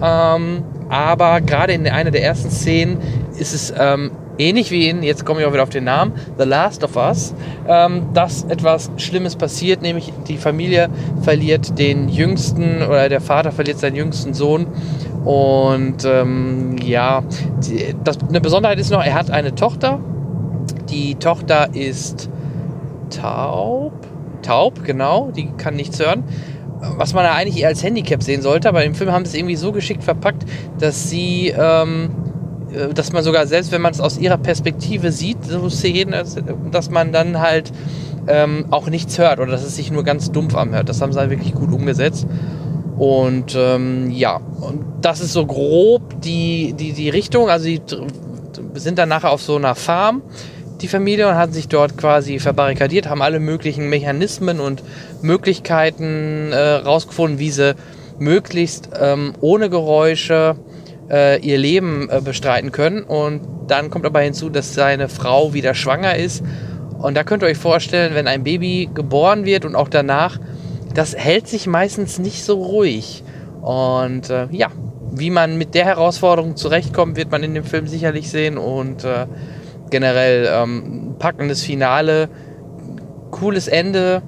aber gerade in einer der ersten Szenen ist es ähnlich wie jetzt komme ich auch wieder auf den Namen, The Last of Us, dass etwas Schlimmes passiert, nämlich die Familie verliert den jüngsten, oder der Vater verliert seinen jüngsten Sohn. Und eine Besonderheit ist noch, er hat eine Tochter. Die Tochter ist taub, genau, die kann nichts hören. Was man da eigentlich eher als Handicap sehen sollte, aber im Film haben sie es irgendwie so geschickt verpackt, dass sie, dass man sogar, selbst wenn man es aus ihrer Perspektive sieht, so Szenen, dass man dann halt auch nichts hört oder dass es sich nur ganz dumpf anhört. Das haben sie halt wirklich gut umgesetzt. Und und das ist so grob die Richtung. Also die sind dann nachher auf so einer Farm, die Familie, und haben sich dort quasi verbarrikadiert, haben alle möglichen Mechanismen und Möglichkeiten rausgefunden, wie sie möglichst ohne Geräusche ihr Leben bestreiten können. Und dann kommt aber hinzu, dass seine Frau wieder schwanger ist. Und da könnt ihr euch vorstellen, wenn ein Baby geboren wird und auch danach, das hält sich meistens nicht so ruhig. Und wie man mit der Herausforderung zurechtkommt, wird man in dem Film sicherlich sehen. Und generell packendes Finale, cooles Ende.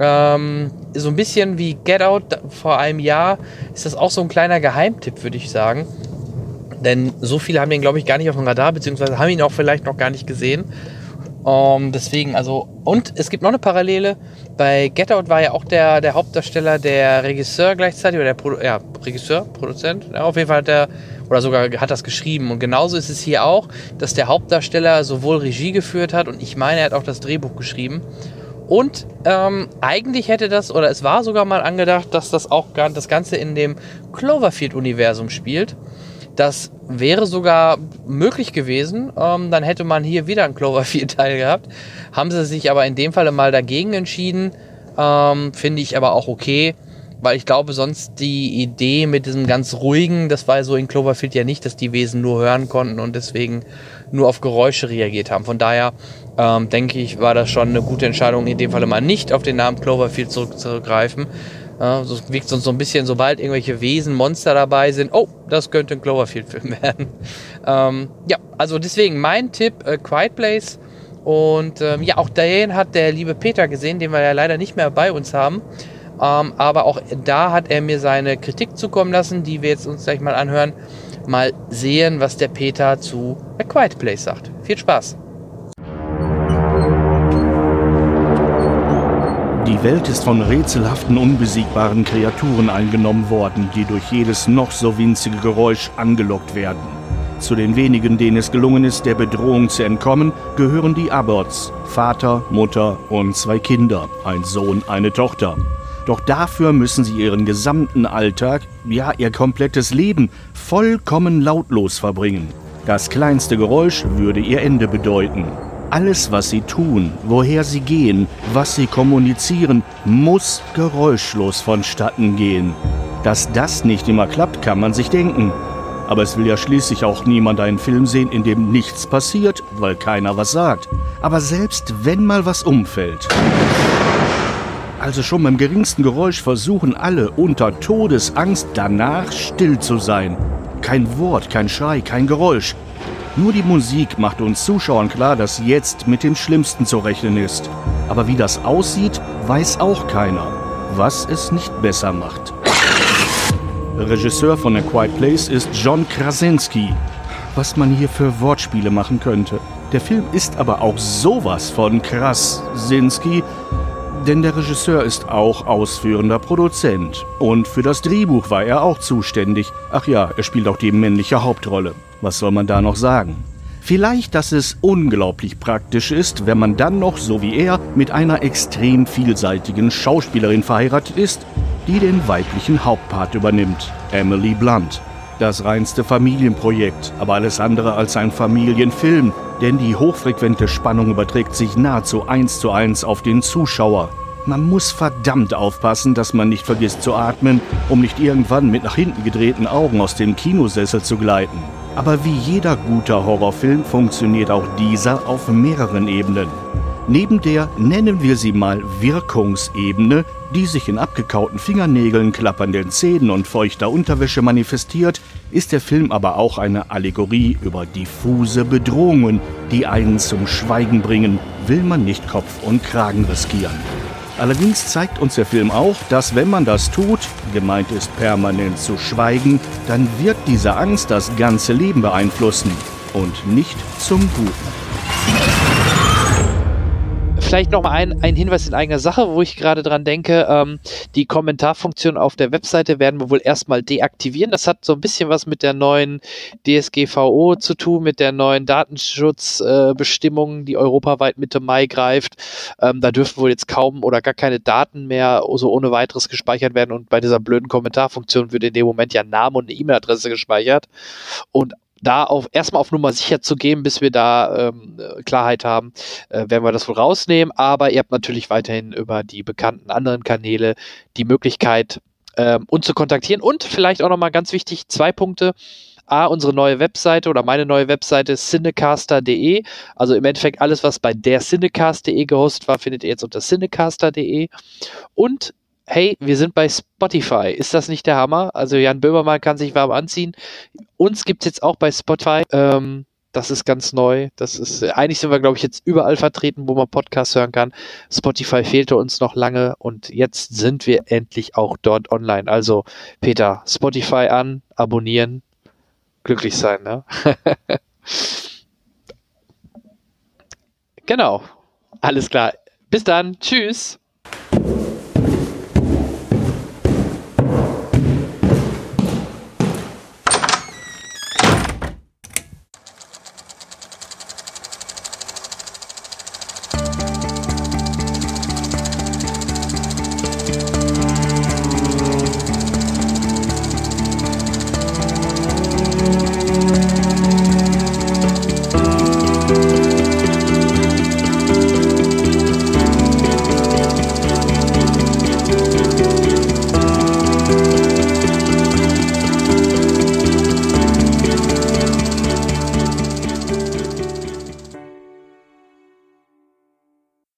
So ein bisschen wie Get Out vor einem Jahr ist das auch so ein kleiner Geheimtipp, würde ich sagen. Denn so viele haben den, glaube ich, gar nicht auf dem Radar, beziehungsweise haben ihn auch vielleicht noch gar nicht gesehen. Deswegen, und es gibt noch eine Parallele. Bei Get Out war ja auch der Hauptdarsteller der Regisseur gleichzeitig, oder Produzent. Ja, auf jeden Fall hat das geschrieben. Und genauso ist es hier auch, dass der Hauptdarsteller sowohl Regie geführt hat und ich meine, er hat auch das Drehbuch geschrieben. Und eigentlich es war sogar mal angedacht, dass das Ganze in dem Cloverfield-Universum spielt. Das wäre sogar möglich gewesen. Dann hätte man hier wieder einen Cloverfield-Teil gehabt. Haben sie sich aber in dem Falle mal dagegen entschieden. Finde ich aber auch okay, weil ich glaube, sonst die Idee mit diesem ganz ruhigen, das war so in Cloverfield ja nicht, dass die Wesen nur hören konnten und deswegen nur auf Geräusche reagiert haben. Von daher denke ich, war das schon eine gute Entscheidung, in dem Falle mal nicht auf den Namen Cloverfield zurückzugreifen. So wirkt es uns so ein bisschen, sobald irgendwelche Wesen, Monster dabei sind, das könnte ein Cloverfield-Film werden. Also deswegen mein Tipp, Quiet Place. Und auch den hat der liebe Peter gesehen, den wir ja leider nicht mehr bei uns haben. Aber auch da hat er mir seine Kritik zukommen lassen, die wir jetzt uns gleich mal anhören. mal sehen, was der Peter zu A Quiet Place sagt. Viel Spaß! Die Welt ist von rätselhaften, unbesiegbaren Kreaturen eingenommen worden, die durch jedes noch so winzige Geräusch angelockt werden. Zu den wenigen, denen es gelungen ist, der Bedrohung zu entkommen, gehören die Abbotts, Vater, Mutter und 2 Kinder, ein Sohn, eine Tochter. Doch dafür müssen sie ihren gesamten Alltag, ja ihr komplettes Leben, vollkommen lautlos verbringen. Das kleinste Geräusch würde ihr Ende bedeuten. Alles, was sie tun, woher sie gehen, was sie kommunizieren, muss geräuschlos vonstatten gehen. Dass das nicht immer klappt, kann man sich denken. Aber es will ja schließlich auch niemand einen Film sehen, in dem nichts passiert, weil keiner was sagt. Aber selbst wenn mal was umfällt. Also schon beim geringsten Geräusch versuchen alle unter Todesangst danach still zu sein. Kein Wort, kein Schrei, kein Geräusch. Nur die Musik macht uns Zuschauern klar, dass jetzt mit dem Schlimmsten zu rechnen ist. Aber wie das aussieht, weiß auch keiner, was es nicht besser macht. Regisseur von A Quiet Place ist John Krasinski. Was man hier für Wortspiele machen könnte. Der Film ist aber auch sowas von Krasinski, denn der Regisseur ist auch ausführender Produzent. Und für das Drehbuch war er auch zuständig. Ach ja, er spielt auch die männliche Hauptrolle. Was soll man da noch sagen? Vielleicht, dass es unglaublich praktisch ist, wenn man dann noch, so wie er, mit einer extrem vielseitigen Schauspielerin verheiratet ist, die den weiblichen Hauptpart übernimmt, Emily Blunt. Das reinste Familienprojekt, aber alles andere als ein Familienfilm, denn die hochfrequente Spannung überträgt sich nahezu 1:1 auf den Zuschauer. Man muss verdammt aufpassen, dass man nicht vergisst zu atmen, um nicht irgendwann mit nach hinten gedrehten Augen aus dem Kinosessel zu gleiten. Aber wie jeder guter Horrorfilm funktioniert auch dieser auf mehreren Ebenen. Neben der, nennen wir sie mal Wirkungsebene, die sich in abgekauten Fingernägeln, klappernden Zähnen und feuchter Unterwäsche manifestiert, ist der Film aber auch eine Allegorie über diffuse Bedrohungen, die einen zum Schweigen bringen, will man nicht Kopf und Kragen riskieren. Allerdings zeigt uns der Film auch, dass wenn man das tut, gemeint ist permanent zu schweigen, dann wird diese Angst das ganze Leben beeinflussen und nicht zum Guten. Vielleicht noch mal ein Hinweis in eigener Sache, wo ich gerade dran denke. Die Kommentarfunktion auf der Webseite werden wir wohl erstmal deaktivieren. Das hat so ein bisschen was mit der neuen DSGVO zu tun, mit der neuen Datenschutzbestimmung, die europaweit Mitte Mai greift. Da dürfen wohl jetzt kaum oder gar keine Daten mehr so ohne weiteres gespeichert werden. Und bei dieser blöden Kommentarfunktion wird in dem Moment ja Name und eine E-Mail-Adresse gespeichert. Und da erstmal auf Nummer sicher zu gehen, bis wir da Klarheit haben, werden wir das wohl rausnehmen. Aber ihr habt natürlich weiterhin über die bekannten anderen Kanäle die Möglichkeit, uns zu kontaktieren. Und vielleicht auch nochmal ganz wichtig, 2 Punkte. A, unsere neue Webseite oder meine neue Webseite cinecaster.de. Also im Endeffekt alles, was bei der cinecast.de gehostet war, findet ihr jetzt unter cinecaster.de. Und hey, wir sind bei Spotify. Ist das nicht der Hammer? Also Jan Böhmermann kann sich warm anziehen. Uns gibt es jetzt auch bei Spotify. Das ist ganz neu. Eigentlich sind wir, glaube ich, jetzt überall vertreten, wo man Podcasts hören kann. Spotify fehlte uns noch lange und jetzt sind wir endlich auch dort online. Also Peter, Spotify an, abonnieren, glücklich sein, ne? Genau. Alles klar. Bis dann. Tschüss.